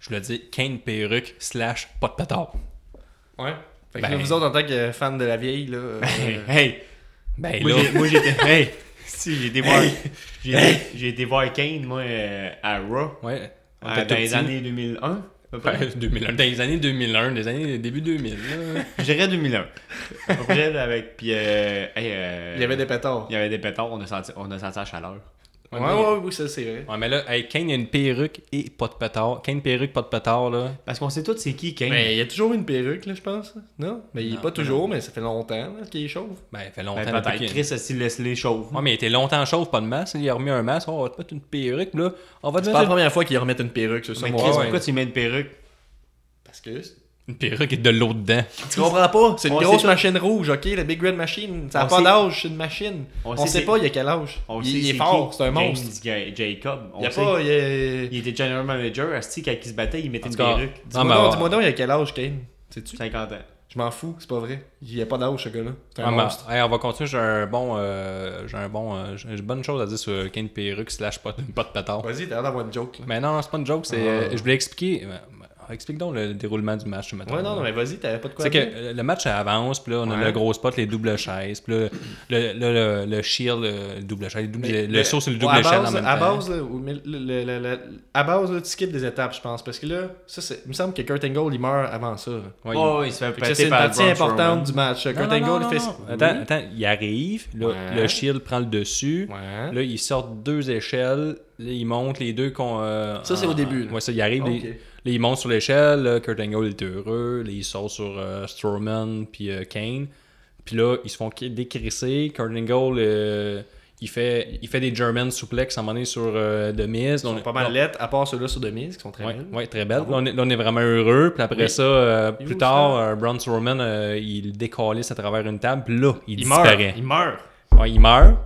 je voulais dire Kane perruque slash pas de pétard. Ouais. Fait que Ben- là, vous autres, en tant que fans de la vieille, là. euh, Hey! Ben Moi, là, j'ai- moi, j'étais. Hey! Si, j'ai été voir. J'ai été- j'ai été voir Kane, moi, euh, à Raw. ouais. on euh, était dans tout les petits. années deux mille un. À peu près. Ouais, deux mille un, dans les années deux mille un, des années début deux mille. Là. Je dirais deux mille un. À peu près, là, avec. Puis, euh, hey, euh, Il y avait des pétards. il y avait des pétards, on a senti, on a senti la chaleur. Ouais, ouais, oui, ça, c'est vrai. Ouais, mais là, hey, Kane, il a une perruque et pas de pétard. Kane, perruque, pas de pétard, là. Parce qu'on sait tous c'est qui Kane. Mais il y a toujours une perruque, là, je pense. Non? Mais il est Non, pas toujours, mais ça fait longtemps là, qu'il est chauve. Ben, ça fait Ben, longtemps. depuis peut-être. qu'il- Chris, si laisse-les chauves. Ouais, mais il était longtemps chauve, pas de masque. Il a remis un masque. Oh, on va te mettre une perruque, là. On va te C'est pas la mettre première fois qu'ils remettent une perruque, c'est ça. Mais moi. Chris, ouais. pourquoi tu mets une perruque? Parce que. une perruque et de l'eau dedans. Tu comprends pas? C'est une On grosse sait- machine rouge, ok? La Big Red Machine. Ça a On pas sait- d'âge, c'est une machine. On On, sait sait c'est- pas, il y a quel âge. On il sait il est c'est fort, qui? c'est un James monstre. Ga- Jacob. On Il y a sait. pas. Il, y a... Il était general manager. Asti, quand il se battait, il mettait En une tout cas, perruque. Dis-moi Non, mais donc, on- dis-moi donc, il y a quel âge, Kane? Sais-tu? cinquante ans. Je m'en fous, c'est pas vrai. Il y a pas d'âge, ce gars-là. C'est un Ouais, mais, monstre. hey, on va continuer. J'ai un bon. Euh, j'ai un bon. Euh, j'ai une bonne chose à dire sur Kane perruque slash pas de, pas de pétard. Vas-y, t'as l'air d'avoir une joke, là. Mais non, non, c'est pas une joke. C'est, Ah. euh, je voulais expliquer. euh, Explique donc le déroulement du match. Mettons, Ouais, non, là. non, mais vas-y, t'avais pas de quoi C'est que dire. euh, le match avance, puis là, on a Ouais. le gros spot, les doubles chaises, puis là, le, le, le, le shield, le double chaise, le, double- Mais- le mais- saut, c'est le ouais, double à échelle base, en même à temps. base, là, ou- mais le- le- le- le- à base, là, tu skippes des étapes, je pense. Parce que là, ça, c'est, il me semble que Kurt Angle, il meurt avant ça. là. Ouais, Oh, il se fait Fait que ça, péter c'est une par partie Braun importante Strowman. du match. Kurt Non, non, Angle, non, il non, fait. non. Oui. Attends, attends, il arrive, là, Ouais. le shield prend le dessus, Ouais. là, il sort deux échelles, là, il monte les deux qu'on... euh, Ça, c'est en- au début, là. Ouais, ça, il arrive, Ok. les- là, il monte sur l'échelle, là, Kurt Angle est heureux, là, il sort sur euh, Strowman puis euh, Kane, puis là, ils se font décrisser, Kurt Angle, euh, il, fait, il fait des German suplex à un moment donné sur euh, The Miz. Ils sont On- pas mal lettres, à part ceux-là sur Demise, qui sont très Ouais, belles. ouais, très belle. Là Bravo. on, est, là, on est vraiment heureux. Puis après Oui. ça, euh, Il plus où, tard, ça? euh, Braun Strowman, euh, il décalisse à travers une table. Puis là, il, Il meurt. disparaît. Il meurt. Ouais, il meurt.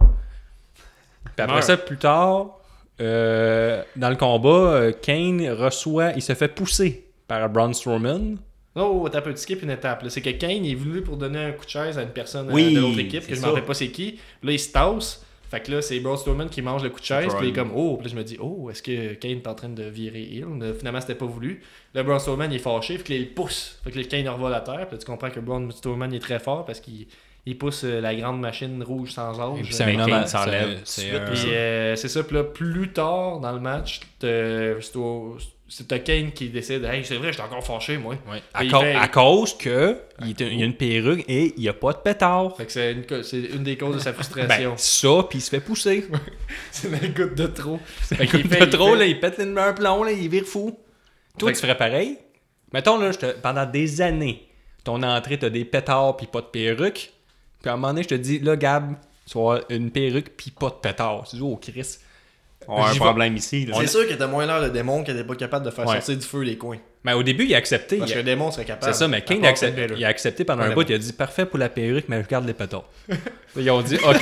Puis après meurt. ça, plus tard, euh, dans le combat, euh, Kane reçoit, il se fait pousser par Braun Strowman. Oh, t'as un peu skip une étape. là. C'est que Kane il est venu pour donner un coup de chaise à une personne euh, Oui, de l'autre équipe, que c'est je ça. me rappelle pas c'est qui. Là, il se tasse. Fait que là, c'est Braun Strowman qui mange le coup de chaise. Puis il est comme, oh, puis là, je me dis, oh, est-ce que Kane est en train de virer heel? Là, finalement, c'était pas voulu. Là, Braun Strowman il est fâché. Fait que là, il pousse. Fait que là, Kane il revole à terre. Puis là, tu comprends que Braun Strowman il est très fort parce qu'il il pousse euh, la grande machine rouge sans âge. Et puis Euh, c'est Mais un homme. Kane à- s'enlève c'est- tout de C'est un- Puis euh, c'est ça, puis là, plus tard dans le match, t'as- c'est au- c'est t'as Kane qui décide, hey, c'est vrai, j'étais encore fâché, moi. ouais. à, il cau- fait- à cause que il, est- il y a une perruque et il n'y a pas de pétard. Fait que c'est une, co- c'est une des causes de sa frustration. Ben, ça, puis il se fait pousser. c'est une goutte de trop. Fait Fait qu'il qu'il fait fait- trop, il là, il pète les un plomb, là, il vire fou. Toi, Fait tu ferais pareil. Mettons, là, je te- pendant des années, ton entrée, t'as des pétards puis pas de perruque. Puis à un moment donné, je te dis, là, Gab, tu vas avoir une perruque puis pas de pétard. Tu dis, oh, Chris. On a un J'y vais. problème ici. là. C'est sûr que t'as moins l'air le démon qui était pas capable de faire Ouais. sortir du feu les coins. Mais au début, il a accepté. Parce Il a- qu'un démon serait capable. C'est ça, mais À Kane part a, accep- Finn Balor. il a accepté pendant un Ouais, bout. mais Il a dit, parfait pour la perruque, mais je garde les pétards. Là, ils ont dit, OK.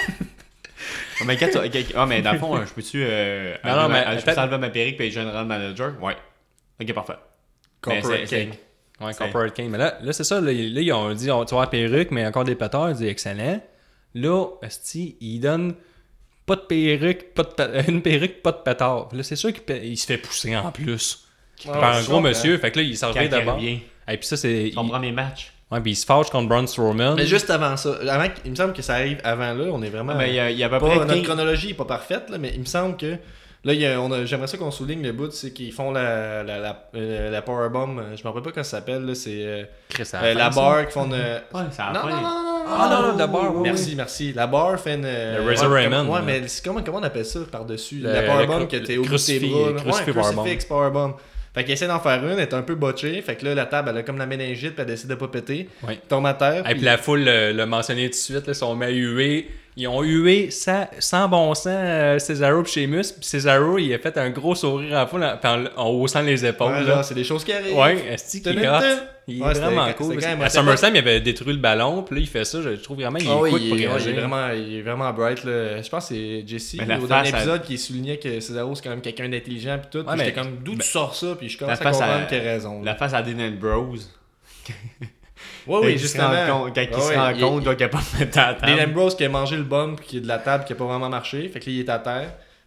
Ah, mais, quand tu- ok, ok. Ah, mais dans le fond, euh, je peux-tu euh, Non, non, enlever mais ma- je peux peut-être- enlever ma perruque et être general manager? Ouais. Ok, parfait. Corporate Mais c'est- King. Ouais, C'est- Corporate Kane. Mais là, là c'est ça. Là, ils là, ils ont dit, on, tu vas avoir la perruque, mais encore des pétards. Il dit, excellent. Là, esti, il donne pas de perruque, pas de pa- une perruque, pas de pétard. Là, c'est sûr qu'il pe- il se fait pousser en plus. Ouais, par un je gros comprends. monsieur. Fait que là, il s'en Quand revient il d'abord. revient. Et puis ça, c'est. Son il- premier match. Ouais, puis il se fâche contre Braun Strowman. Mais juste avant ça, avant, que- il me semble que ça arrive avant là, on est vraiment. Mais il y a, il y a à peu pas, près notre quinze- chronologie est pas parfaite, là, mais il me semble que. Là, il y a- on a- j'aimerais ça qu'on souligne le bout, c'est qu'ils font la, la, la, euh, la powerbomb. euh, Je me rappelle pas comment ça s'appelle, là, c'est euh, Chris, à euh, la fin, ça. barre qui font une. Ouais, ça a Non, pas non, non, non, non, Ah, non, non, la barre, oui, Merci, merci. La barre fait une. Le Razor ouais, Raymond, Ouais, là. mais c'est- comment, comment on appelle ça par-dessus Le- La le powerbomb cru- que t'es au bout de tes crucifix- bras. là. crucifix Ouais, powerbomb. crucifix powerbomb. Fait qu'il essaie d'en faire une, elle est un peu botchée. Fait que là, la table, elle a comme la méningite, puis elle décide de pas péter. Ouais. Tombe à terre. Et puis- puis la foule le- l'a mentionné tout de suite, là, ils sont mis à huer. Ils ont hué sans, sans bon sens euh, Cesaro et Sheamus. Puis Cesaro, il a fait un gros sourire à la foule en, en, en haussant les épaules. Ouais, là. là, c'est des choses qui arrivent. Ouais, est-ce qu'il est Tadam, hot? tadam. Il est Ouais, c'était- vraiment c'était cool. quand même À assez SummerSlam, il avait détruit le ballon, puis là, il fait ça. Je trouve vraiment qu'il est Ah oui, quick il, pour est- ouais, il réagir. est vraiment, il est vraiment bright. Là. Je pense que c'est Jesse Mais la au face, dernier elle- épisode qui soulignait que Cesaro c'est quand même quelqu'un d'intelligent puis tout. Ouais, Puis mais- j'étais comme d'où ben- tu sors ça puis je commence à face à- comprendre qu'il a raison. La là. face à Dean Ambrose. Ouais, Quand oui, il se justement. rend compte- Quand il Ouais, se ouais, rend il- compte il- qu'il n'est pas mettre à la Dean table. Ambrose qui a mangé le bump qui est de la table qui a pas vraiment marché. Fait que là, il est à terre.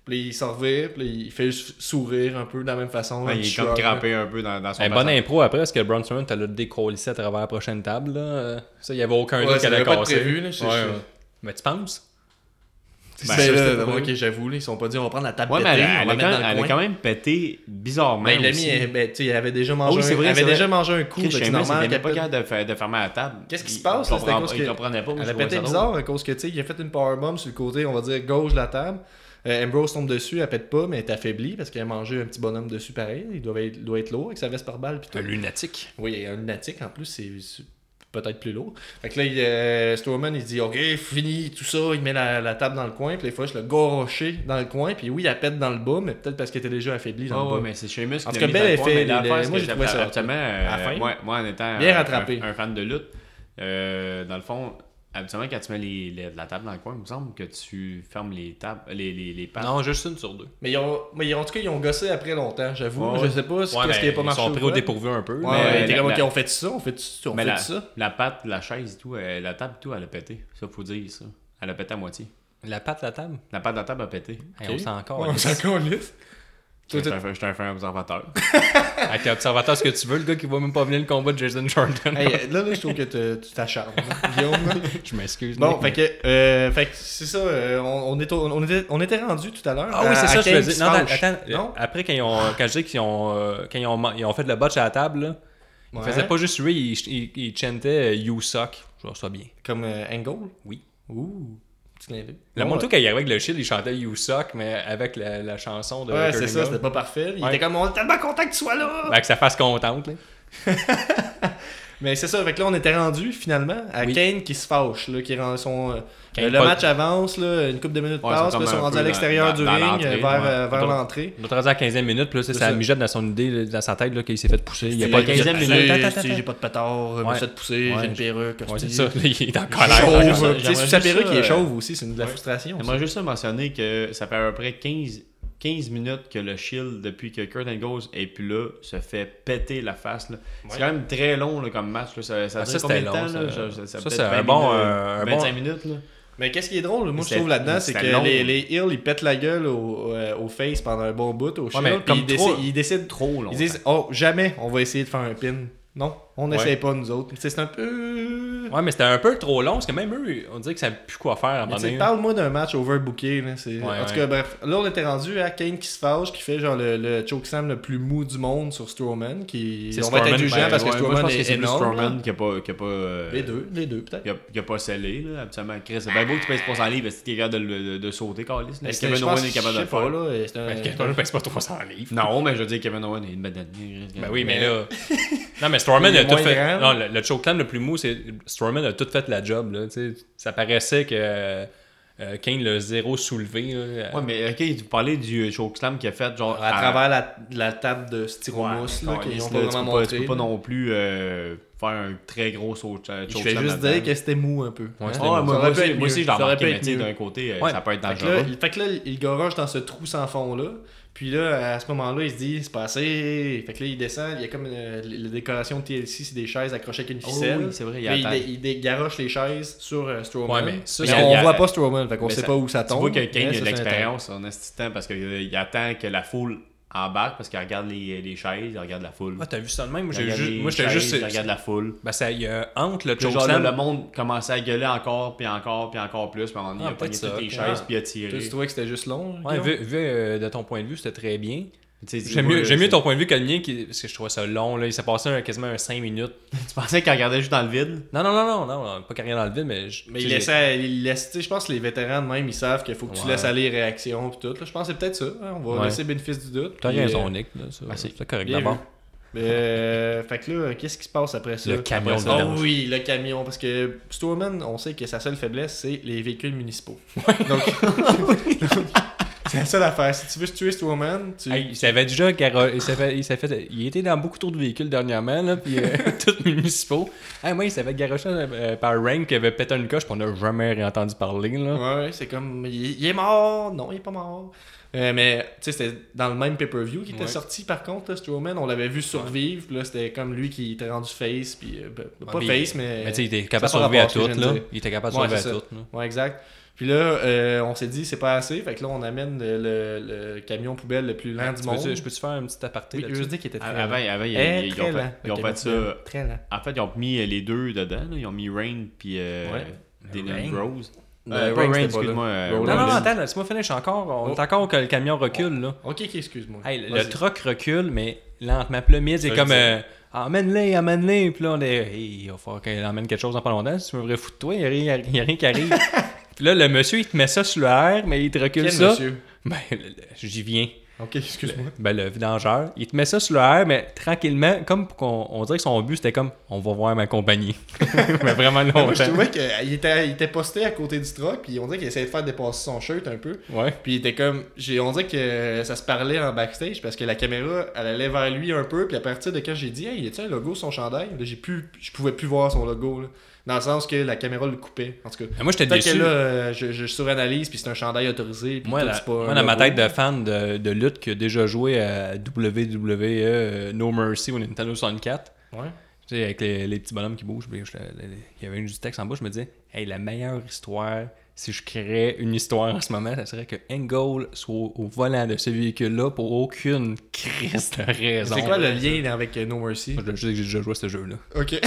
Puis il s'en revient, puis il fait juste sourire un peu de la même façon. Ouais, un il petit est comme shrug, crampé un peu dans, dans son Hey, bonne bassin. impro après, parce que Braun Strowman, t'as le décollissé à travers la prochaine table. Là. Ça, il n'y avait aucun Ouais, doute ça qu'elle a devait pas être cassé. prévu, là, je- Ouais, je- ouais. Mais tu penses? Ben, Ben, là, ça, là, c'était pas ok, prévu. j'avoue, là, ils sont pas dit on va prendre la table Ouais, mais pétée, elle, on elle va a mettre quand, dans elle le a coin. quand même pété bizarrement. Ben, il l'a aussi. mis, ben, tu sais, il avait déjà Ah mangé, oui, c'est un, vrai, il avait c'est déjà vrai. mangé un coup, Chris, fait que c'est Sheamus, il normal était même pas qu'elle capable de, faire- de fermer la table. Qu'est-ce qui Il- se passe, il là, c'était à comprend- cause Il que- comprenait pas. moi, Elle je a trouvais pété ça drôle. bizarre à cause que, tu sais, il a fait une powerbomb sur le côté, on va dire, gauche de la table. Euh, Ambrose tombe dessus, elle pète pas, mais elle est affaiblie parce qu'elle a mangé un petit bonhomme dessus pareil. Il doit être, doit être lourd avec sa veste par balle. Pis tout. Un lunatique. Oui, il y a un lunatique en plus, c'est c'est peut-être plus lourd. Fait que là, il, euh, Strowman, il dit, ok, fini tout ça, il met la, la table dans le coin, puis les fois, je le goroché dans le coin, puis oui, elle pète dans le bas, mais peut-être parce qu'elle était déjà affaiblie dans Ah le ouais, bas. mais c'est Sheamus qui En tout l'a cas, mis bel dans le effet, coin, mais les- l'affaire, les- c'est moi, que j'ai trouvé ça absolument, euh, À la fin. moi, moi, en étant Bien un- rattrapé. un, un fan de lutte, euh, dans le fond, habituellement, quand tu mets les, les- la table dans le coin, il me semble que tu fermes les tables, les, les, les pattes. Non, juste une sur deux. Mais, ils ont, mais en tout cas, ils ont gossé après longtemps, j'avoue. Ouais, je sais pas si Ouais, qu'est-ce mais qui a pas ils marché. sont ou pris quoi. au dépourvu un peu. Ouais, Mais ouais, t'es la- comme, ok, la- on fait ça, on fait ça, on mais fait la, ça. la patte, la chaise et tout, euh, la table et tout, elle a pété. Ça, faut dire ça. Elle a pété à moitié. La patte, la table. La patte de la table a pété. Hey, on sent encore. On s'en calisse. Je suis un, je suis un fin observateur. Hey, t'es observateur ce que tu veux, le gars qui va même pas venir le combat de Jason Jordan. Hey, là, là, je trouve que te- tu t'acharnes, hein, Guillaume. là. Je m'excuse. Bon, Nick, fait mais- que, euh, fait que c'est ça, euh, on, on, est au- on, était, on était rendu tout à l'heure. Ah oui, à- c'est à ça, je Kane te qui dis. se Non, attends, fâche. attends, Non? après, quand ils ont, quand je dis qu'ils ont, euh, quand ils ont, ils ont fait le botch à la table, là, ils Ouais. faisaient pas juste lui, ils, ils, ils chantaient euh, You Suck. Je vois ça bien. Comme euh, Angle? Oui. Ouh, petit clin d'œil. Le Bon, Monto, quand il arrivait avec le shield, il chantait You Suck, mais avec la, la chanson de. Ouais, Kurt c'est ça, Angle. c'était pas parfait. Il Ouais. était comme, on est tellement content que tu sois là! Avec sa face contente. Là. Mais c'est ça, fait que là, on était rendu finalement à Oui. Kane qui se fâche, là, qui rend son. euh, Kane le Paul- match avance, là, une couple de minutes Ouais, passent, c'est puis là, ils comme sont un rendus peu à l'extérieur dans- du dans ring, l'entrée, euh, vers, ouais. euh, vers Dans- l'entrée. On est rendu à quinzième minute, puis là, c'est C'est ça ça. mijote dans son idée, là, dans sa tête, là, qu'il s'est fait pousser. Il y a Il pas a quinzième dit, minute. Attends, Attends, attends, attends. J'ai pas de pétard, je me Ouais. suis fait pousser, Ouais. j'ai une perruque. Ouais, c'est hostie. ça. Là, il est en Chauve, colère. J'aimerais ça- tu sais, j'aimerais sur sa juste perruque, ça, il est euh, chauve aussi, c'est une de la ouais. frustration. J'aimerais juste ça mentionner que ça fait à peu près quinze, quinze minutes que le Shield, depuis que Kurt Angle est plus là, se fait péter la face. là. C'est Ouais. quand même très long là, comme match. Là. Ça, ça Ah, dure ça, combien c'était de temps? long, là? ça. Ça, ça, Ça, peut-être c'est un vingt bon, minutes, euh, un bon- vingt-cinq minutes. Là. Mais qu'est-ce qui est drôle, moi je C'était- trouve là-dedans, c'est que c'était long. les, les Hills ils pètent la gueule au, euh, au face pendant un bon bout, au shield, mais puis comme ils, trop- décident, ils décident Trop long. Ils disent, oh, jamais on va essayer de faire un pin. Non, on Ouais. n'essaye pas nous autres. Tu sais, c'est un peu. Ouais, mais c'était un peu trop long, parce que même eux, on dirait que ça n'a plus quoi faire à un Mais moment tu sais, donné. parle-moi d'un match overbooké. Là. C'est... Ouais, en tout ouais. cas, bref, là, on était rendu à Kane qui se fâche, qui fait genre le, le chokeslam le plus mou du monde sur Strowman. Qui... C'est On va être Strowman, indulgent ben, parce que Ouais, moi, je Strowman pense que est c'est plus énorme. Strowman là. qui a pas. Qui a pas euh, Les deux, les deux, peut-être. Qui a, qui a pas scellé, là, habituellement. Chris, c'est bien beau que tu pèses trois cents livres, est-ce que tu es capable de, de, de sauter, Carlis? Mais Est-ce c'est- que je Kevin pense- Owen est capable je de sais le pas, faire? là. C'est un... Ben, Kevin ne pèse pas trois cents livres. Non, mais je veux dire, Kevin Owen est une banane. Ben oui, mais là. Non, mais Strowman Il est a tout moins fait. grand. Non, le, le chokeslam le plus mou, c'est. Strowman a tout fait la job, là. Tu sais, ça paraissait que euh, euh, Kane l'a zéro soulevé. Là. Ouais, mais ok, tu parlais du chokeslam qu'il a fait, genre. À travers la, la table de styromousse, là, qu'ils ont tu, pas peux vraiment pas, montré. tu peux pas là. non plus euh, faire un très gros saut Je chokeslam. vais juste là-dedans. dire que c'était mou un peu. Ouais, Hein? c'était Ah, mou. moi, Ça moi aurait pu aussi, être moi aussi, mieux. je l'ai Ça aurait remarqué, pu mais être tu sais, mieux. d'un côté, euh, Ouais. ça peut être Fait que, dangereux. là, il, fait que là, il goroche dans ce trou sans fond-là. Puis là, à ce moment-là, il se dit, c'est pas assez. Fait que là, il descend. Il y a comme une, la décoration de T L C, c'est des chaises accrochées avec une Oh, ficelle. oui, c'est vrai, il y a Puis il, attend. dé- il dégaroche les chaises sur euh, Strowman. Ouais, mais ça, Mais c'est- on il y a- voit pas Strowman, fait qu'on mais sait ça- pas où ça Tu tombe. vois que Kane mais a ça, de c'est l'expérience en assistant parce qu'il attend que la foule embarque parce qu'il regarde les, les chaises, il regarde la foule. Ah, t'as vu ça de même? Moi, Il j'ai regarde juste. les Moi, j'étais chaises, juste. il regarde la foule. Ben, ça, il y a entre le Puis genre là, chokeslam. le monde commençait à gueuler encore, puis encore, puis encore plus. Puis à un moment donné, Ah, il a pogné peut-être toutes les ça. chaises, Ah. puis il a Toi, tiré. tu trouvais que c'était juste long? Ouais, Guillaume? vu, vu, euh, de ton point de vue, c'était très bien. Tu sais, J'aime moi, mieux, j'aime mieux c'est- ton point de vue que le mien, qui, parce que je trouvais ça long. Là. Il s'est passé un, quasiment un cinq minutes. Tu pensais qu'il regardait juste dans le vide? Non, non, non, non, non, non, pas carrière dans le vide, mais. je- Mais tu il sais, laissait, il laisse, tu sais, je pense que les vétérans de même, ils savent qu'il faut que tu Ouais. laisses aller les réactions pis tout. Là, je pense que c'est peut-être ça. hein, On va Ouais. laisser le bénéfice du doute. T'as puis, raison, euh, Nick. Là, ça, Merci. c'est correct bien d'abord. vu. Mais, euh, fait que là, qu'est-ce qui se passe après ça? Le camion Après de ça- vidange. Oh oui, le camion. Parce que Strowman, on sait que sa seule faiblesse, c'est les véhicules municipaux. Donc, c'est la seule affaire. Si tu veux tuer Strowman, tu... Hey, il s'avait déjà garo- il s'est fait, il s'est fait il était dans beaucoup trop de véhicules dernièrement là puis euh, tous municipaux. Hey, moi il s'est fait garocher euh, par Rank qui avait pété une coche puis on n'a jamais rien entendu parler là. Ouais, ouais, c'est comme. Il, il est mort! Non, il est pas mort. Euh, mais, tu sais, c'était dans le même pay-per-view qui était Ouais. sorti par contre, là, Strowman. On l'avait vu survivre, puis là, c'était comme lui qui était rendu face, puis. euh, ben, pas Ouais, face, mais. Mais tu sais il était capable de ça a pas survivre à rapport, tout ce que je viens là. de dire. Il était capable de Ouais, survivre c'est à ça. tout là. Ouais, exact. Puis là, euh, on s'est dit, c'est pas assez. Fait que là, on amène le, le, le camion poubelle le plus lent du Tu monde. peux-tu- Je peux-tu faire un petit aparté Oui, là-dessus? je dis qu'il était très Avant, lent. avant, ils, Eh, ils très ont fait, lent, ils ont le fait camion ça. poubelle. Très lent. En fait, ils ont mis les deux dedans. Là. Ils ont mis Rain puis euh, Ouais. Dylan Rain. Bros. Euh, Euh, pas Rain, Rain, c'était pas excuse-moi. là. euh, Rollins. Non, non, Rollins. attends, laisse-moi finir. Je suis encore. On est Oh. encore que le camion recule, là. Ok, ok, excuse-moi. Hey, le, le Vas-y. truck recule, mais lentement. Puis là, Miz est Ça comme. veut dire. Euh, Emmène-les, emmène-les. Puis là, on est. Hey, il va falloir qu'elle emmène quelque chose dans pas longtemps. Si tu me vrai foutre de toi, il n'y a, rien- il y a rien qui arrive. Puis là, le monsieur, il te met ça sur le air, mais il te recule Quel ça. monsieur? Ben, le- le- j'y viens. Ok, excuse-moi. Ben, le vidangeur, il te met ça sur le air, mais tranquillement, comme pour qu'on on dirait que son but, c'était comme on va voir ma compagnie. mais vraiment Moi, je longtemps. trouvais qu'il était, il était posté à côté du truck, puis on dirait qu'il essayait de faire dépasser son shirt un peu. Ouais. Puis il était comme. J'ai, on dirait que ça se parlait en backstage parce que la caméra, elle allait vers lui un peu, puis à partir de quand j'ai dit, hey, y a-tu un logo sur son chandail? Là, j'ai pu, je pouvais plus voir son logo, là. Dans le sens que la caméra le coupait. En tout cas. Mais moi, j'étais Peut-être déçu. que là, euh, je, je suranalyse, puis c'est un chandail autorisé. Puis Moi, tout, la- c'est pas moi un dans ma logo. tête de fan de, de lutte qui a déjà joué à W W E euh, No Mercy au Nintendo soixante-quatre, Ouais. tu sais, avec les, les petits bonhommes qui bougent, puis je- il y avait une du texte en bas, je me disais, hey, la meilleure histoire, si je créais une histoire en ce moment, ça serait que Angle soit au, au volant de ce véhicule-là pour aucune crise de raison. C'est quoi le lien avec euh, No Mercy? Moi, je je sais que j'ai déjà joué à ce jeu-là. Ok.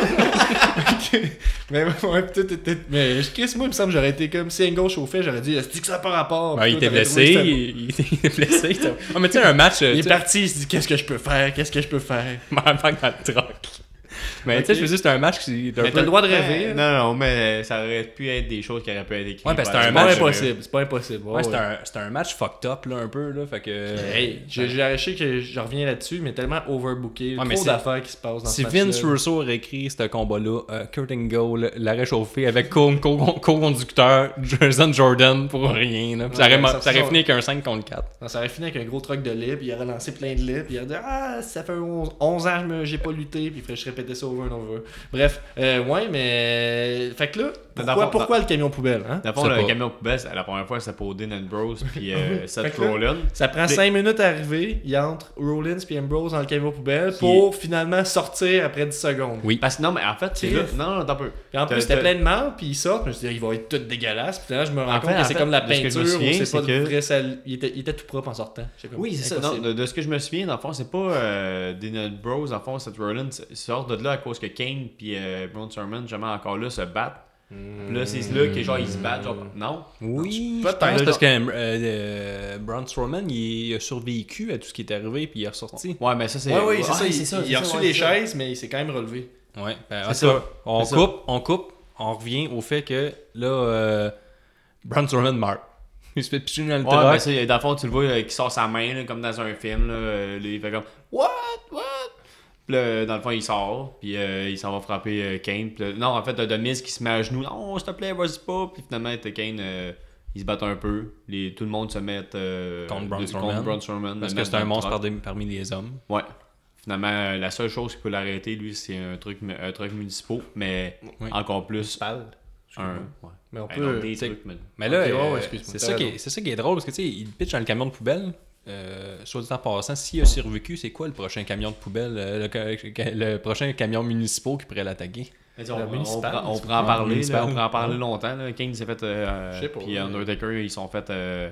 Ok. Mais ouais, peut-être, peut-être. Mais Chris, moi, il me semble que j'aurais été comme si Angle chauffait, j'aurais dit, est-ce que ça n'a pas rapport? Ben, Puis il toi, était t'aurais trouvé blessé, que c'était- il, il était blessé. il était- Ah, mais tu sais, un match. Il est parti, il se dit, qu'est-ce que je peux faire? Qu'est-ce que je peux faire? m'embarque dans le truck. Mais tu sais, je veux dire, c'est un match qui. Mais t'as le droit de rêver. Ouais, non, non, mais ça aurait pu être des choses qui auraient pu être écrites. Ouais, parce que par- c'est C'est un pas match, impossible, c'est pas impossible. Ouais, c'était un, c'était un match fucked up, là, un peu, là. Fait que. Hey, j'ai j'ai arraché que je reviens là-dessus, mais tellement overbooké, Ouais, mais trop c'est- d'affaires qui se passent dans Si ce match-là. Vince Russo aurait écrit ce combat-là, euh, Kurt Angle l'a réchauffé avec co- co- co-conducteur Jason Jordan pour rien. Là. Puis ça, Ouais, aurait, ça- ça aurait ça- fini avec un cinq contre quatre. Non, ça aurait fini avec un gros truck de lait, puis il aurait lancé plein de lait, puis il aurait dit ah, ça fait onze, onze ans que je me- j'ai pas lutté, puis il ferait je répétais ça over and over. Bref, euh, ouais, mais. Fait que là, Dans pourquoi, le fond, pourquoi le camion poubelle, hein? Dans le fond, Je sais le pas. camion poubelle, c'est- la première fois, c'était pour Dean Ambrose puis euh, Seth Fait que là, Rollins. Ça prend Des- cinq minutes à arriver, il entre Rollins puis Ambrose dans le camion poubelle Qui pour finalement sortir après dix secondes. Oui. Parce que non, mais en fait, c'est Chris. là. Non, non, attends un peu. Puis en plus, T'as- c'était t'as- plein de mal, puis ils sortent, je me suis dit, ils vont être tous dégueulasses. Puis là, je me rends En compte fait- que en c'est fait, comme la de ce que je me peinture, souviens, ou c'est c'est pas de que- vrai sal... il, était, il était tout propre en sortant. J'étais comme, Oui, c'est ça. impossible. Non, de, de ce que je me souviens, dans le fond, c'est pas euh, Dean Ambrose, dans le fond, Seth Rollins sortent de là à cause que Kane puis euh, Braun Strowman, jamais encore là, se battent. Puis là, c'est là que genre ils se battent, genre non. Oui, Peut-être. je pense parce que euh, euh, Braun Strowman, il a survécu à tout ce qui est arrivé, puis il est ressorti. Ouais, mais ça c'est. Ouais, oui, c'est Ouais, ça. Il, c'est ça, il a c'est reçu ça, les ouais, c'est ça. chaises, mais il s'est quand même relevé. Ouais, ben, C'est en tout ça. cas, on C'est coupe, on coupe, on revient au fait que là, euh, Braun Strowman meurt. Il se fait pitcher dans le Ouais, truck. mais ça, dans le fond, tu le vois euh, qui sort sa main là, comme dans un film. Là, euh, là, il fait comme What? What? Puis là, dans le fond, il sort, puis euh, il s'en va frapper euh, Kane. Puis là, non, en fait, t'as The Miz qui se met à genoux. Non, s'il te plaît, vas-y pas. Puis finalement, t'as Kane, euh, il se bat un peu. Les, tout le monde se met euh, Contre Braun de- Strowman. Braun Strowman, Parce le que mettre c'est un dans le monstre truck. parmi, parmi les hommes. Ouais. Finalement, euh, la seule chose qui peut l'arrêter, lui, c'est un truc, un truc municipal, mais Oui. encore plus Parle. un. Ouais. Mais on Ben peut. non, des c'est- trucs, mais. Mais là, Ok, ouais, euh, ouais, excuse-moi, c'est t'as ça, qui est- raison. c'est ça qui est drôle, parce que tu sais, il pitch dans le camion de poubelle. Euh, soit dit en passant, s'il a survécu, c'est quoi le prochain camion de poubelle, euh, le, ca- le prochain camion municipal qui pourrait l'attaquer? Vas-y, on, Le on, municipal, prend- on c'est pourrait en pas- parler, municipal. là, on pourrait en parler longtemps. Là. Kane s'est fait. Euh, Je sais pas, Puis ouais. Undertaker, ils sont fait. Euh,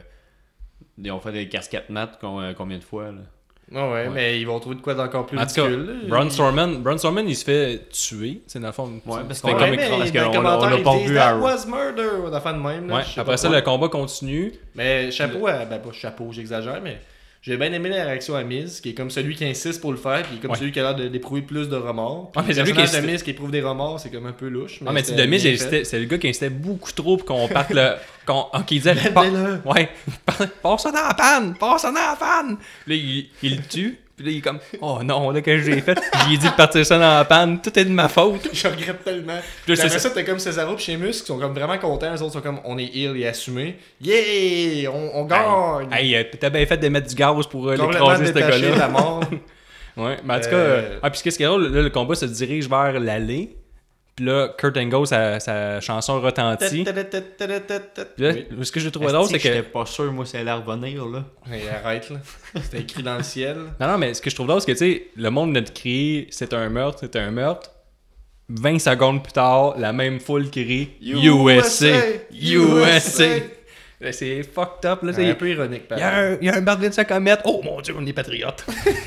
ils ont fait des casquettes mates com- euh, combien de fois là? Ouais, ouais, Ouais. mais ils vont trouver de quoi d'encore plus En tout cas, ridicule. là. Braun Ils- Strowman, Braun Strowman, il se fait tuer. C'est dans le fond. Ouais, il parce se qu'on fait Ouais, comme comme mais écran- parce dans les qu'on- on commentaires, l'a ils pas disent, vu That à- was murder, on a fait de même. là, Ouais, je sais après pas ça, quoi. le combat continue. Mais chapeau à. Ben, pas chapeau, j'exagère, mais. J'ai bien aimé la réaction à Miz, qui est comme celui qui insiste pour le faire, puis comme Ouais. celui qui a l'air de- d'éprouver plus de remords. Puis Ouais, mais le c'est lui qui personnage de insiste- Miz qui éprouve des remords, c'est comme un peu louche. Ah, mais tu sais, c'était Demise, bien il fait. insistait- c'est le gars qui insistait beaucoup trop pour qu'on parte le. qu'on, ah, qu'il disait. Mets-le. pa- ouais, passe ça dans la panne, passe ça dans la panne. Puis là, il, il le tue. Puis là, il est comme, oh non, là, que j'ai fait. J'ai dit de partir ça dans la panne, tout est de ma faute. Je regrette tellement. Puis là, Puis c'est après ça. ça, t'as comme Cesaro et Sheamus qui sont comme vraiment contents. Les autres sont comme, on est heal et assumé. Yeah! On, on gagne! Hey, euh, t'as bien fait de mettre du gaz pour euh, Complètement l'écraser, ce détaché de gars-là. la mort. Ouais, mais en tout cas, Euh, euh, ah, puis qu'est-ce qui est drôle, là, le combat se dirige vers l'allée. Puis là, Kurt Angle, sa, sa chanson retentit. Puis là, Oui. ce que j'ai trouvé drôle, c'est que. J'étais pas sûr, moi, ça allait revenir là. Hey, arrête, là. C'était écrit dans le ciel. Non, non, mais ce que je trouve drôle, c'est que, tu sais, le monde a crié c'est un meurtre, c'est un meurtre. vingt secondes plus tard, la même foule crie U S A! U S A! Là, c'est fucked up. Là, C'est un peu ironique. Il y, a un- il y a un baril de cinq à mettre. Oh mon dieu, on est patriotes.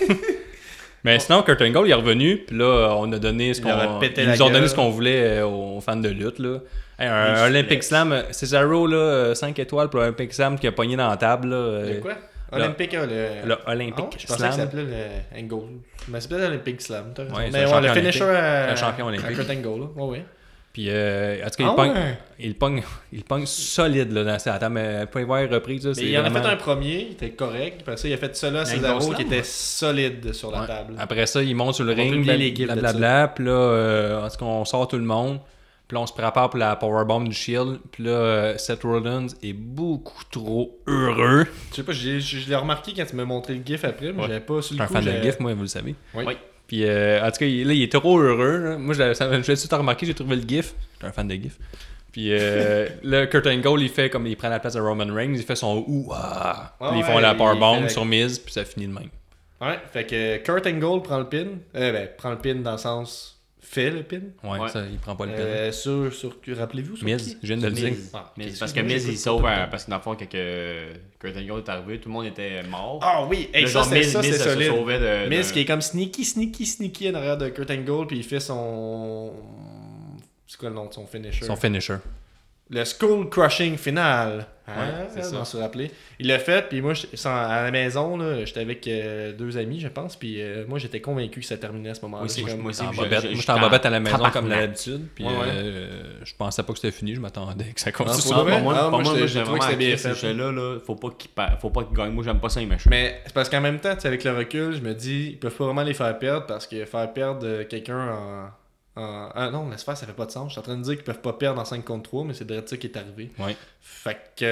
Mais sinon, Kurt Angle il est revenu, puis là, on a donné ce Il leur a qu'on. pété Ils la nous ont donné gueule. ce qu'on voulait euh, aux fans de lutte. Là. Hey, un Les Olympic suplex. Slam, euh, Cesaro, là, cinq étoiles pour Olympic Slam qui a pogné dans la table. Là, euh, Le quoi? Olympic, hein, le... Le Olympic Ah, je pensais que Slam. ça s'appelait le Angle. Mais c'est peut-être Olympic Slam, t'as raison. Ouais, c'est Mais un ouais, champion le finisher olympique. à, C'est un champion olympique. à Kurt Angle, là. Ouais, ouais. Puis, euh, en tout cas, il, Ah pogne, ouais. il, pogne, il pogne solide là, dans sa table. Mais pas y voir reprise. Là, Mais c'est il en a vraiment- fait un premier, il était correct. Après ça, il a fait celui-là à Angle Cesaro Slam, qui était ouais. solide sur la Ouais. table. Après ça, il monte sur le On va ring, publier les gifs de blablabla. Puis là, euh, en tout cas, on sort tout le monde. Puis là, on se prépare pour la powerbomb du Shield. Puis là, euh, Seth Rollins est beaucoup trop heureux. Je sais pas, j'ai- je je l'ai remarqué quand tu m'as montré le gif après, mais Ouais. j'avais pas Je sur suis le un coup. fan de j'avais- GIF, moi, vous le savez. Oui. Oui. Puis euh, en tout cas, il- là, il est trop heureux. Là. Moi, je l'avais ça- je l'ai tout remarqué, j'ai trouvé le GIF. J'étais un fan de GIF. Puis euh, là, Kurt Angle, il fait comme il prend la place de Roman Reigns, il fait son ouah. Puis Ouais, ils font ouais, la il powerbomb fait la- sur Miz, puis ça finit de même. Ouais, fait que Kurt Angle prend le pin. Euh, ben, prend le pin dans le sens fait le pin. Ouais, Ouais. ça, il prend pas le pin. Euh, sur, sur, rappelez-vous sur Miz, qui? je viens de le dire. Miz. Ah, Mais ok, c'est parce que excuse-moi, Miz, il j'écoute sauve, pas. euh, parce que dans le fond, quand que Kurt Angle est arrivé, tout le monde était mort. Ah oui, hey, Là, ça, genre, c'est Miz- ça, Miz c'est se solide. sauvait de- Miz de- qui est comme sneaky, sneaky, sneaky en arrière de Kurt Angle, puis il fait son. C'est quoi le nom de son finisher? Son finisher. Le Skull Crushing final. Hein? Ouais, c'est ça. On se rappeler. Il l'a fait, puis moi, j'étais- sans- à la maison, là, j'étais avec euh, deux amis, je pense, puis euh, moi, j'étais convaincu que ça terminait à ce moment-là. Moi aussi, J'étais comme- moi aussi, En je- bobette. je- Moi, je- j'étais en bobette à la maison tabarnak. comme d'habitude. Puis Ouais, ouais. euh, je pensais pas que c'était fini, je m'attendais que ça Ah, continue. pour vrai? Pour moi, Ah, pour moi, moi, j'ai- moi, j'ai j'ai trouvé que vraiment c'était bien accroché fait. ce jeu-là, là, faut pas qu'il pa- faut pas qu'il gagne. Moi, j'aime pas ça, les méchants. Mais c'est parce qu'en même temps, tu sais, avec le recul, je me dis, ils peuvent pas vraiment les faire perdre parce que faire perdre euh, quelqu'un en. en- Ah non, laisse faire, ça fait pas de sens. Je suis en train de dire qu'ils peuvent pas perdre en cinq contre trois, mais c'est de ça qui est arrivé. Ouais. Fait que.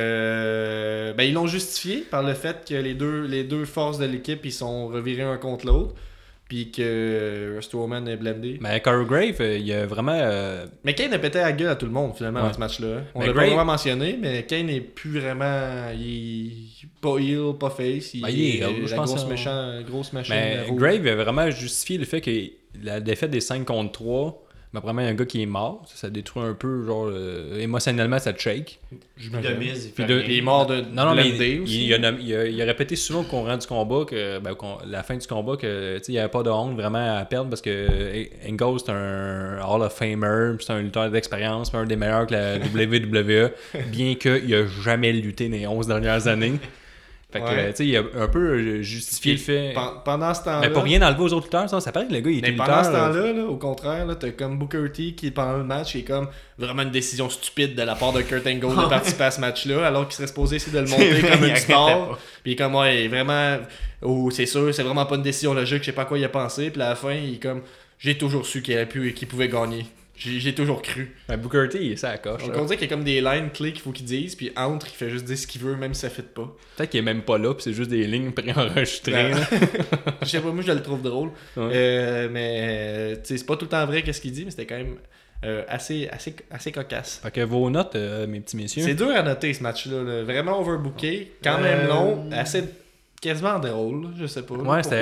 euh, Ben, ils l'ont justifié par le fait que les deux, les deux forces de l'équipe, ils sont revirés un contre l'autre. Puis que euh, Strowman est blendé. Mais, Mais Corey Grave, euh, il a vraiment. euh, Kane a pété la gueule à tout le monde, finalement, Ouais. dans ce match-là. On Mais l'a pas Grave- vraiment mentionné, mais Kane est plus vraiment. Il est pas heel, pas face. Il, Ben, il est est heel, je la pense grosse, qu'on- méchant, grosse machine. Mais rouge. Grave a vraiment justifié le fait que la défaite des cinq contre trois, mais premièrement, il y a un gars qui est mort. Ça, ça détruit un peu, genre, euh, émotionnellement, ça te shake. Je De me Miz, il Puis fait de- rien. Il est mort de Non, non, mais blendé il, aussi. il, a, il, a, il a répété souvent au courant du combat, que, ben, au con- la fin du combat, que tu sais, il n'y avait pas de honte vraiment à perdre parce que Angle, c'est un Hall of Famer, puis c'est un lutteur d'expérience, puis un des meilleurs que la W W E, bien qu'il n'a jamais lutté dans les onze dernières années. Fait que, Ouais. tu sais, il a un peu euh, justifié le fait. Pen- Pendant ce temps-là. Mais pour rien enlever aux autres lutteurs, ça, ça paraît que le gars, il était Mais lutteur. pendant ce là. temps-là, là, au contraire, là, t'as comme Booker T qui, pendant le match, est comme vraiment une décision stupide de la part de Kurt Angle de participer à ce match-là, alors qu'il serait supposé essayer de le monter vrai, comme il une arrêtait star. pas. Puis comme, ouais, vraiment, oh, c'est sûr, c'est vraiment pas une décision logique, je sais pas à quoi il a pensé. Puis à la fin, il est comme, j'ai toujours su qu'il aurait pu, qu'il pouvait gagner. J'ai j'ai toujours cru. Ben, Booker T, il est ça à la coche. Donc là. on dirait qu'il y a comme des lines clés qu'il faut qu'il dise, puis entre, il fait juste dire ce qu'il veut, même si ça fit pas. Peut-être qu'il est même pas là, puis c'est juste des lignes préenregistrées. Ben, là. Je sais pas, moi je le trouve drôle. Ouais. Euh, mais euh, tu sais, c'est pas tout le temps vrai qu'est-ce qu'il dit, mais c'était quand même euh, assez, assez, assez cocasse. Fait que vos notes, euh, mes petits messieurs. C'est dur à noter ce match-là. là. Vraiment overbooké, quand Euh, même long, assez quasiment drôle, là, je sais pas. là, Ouais, pourquoi c'était.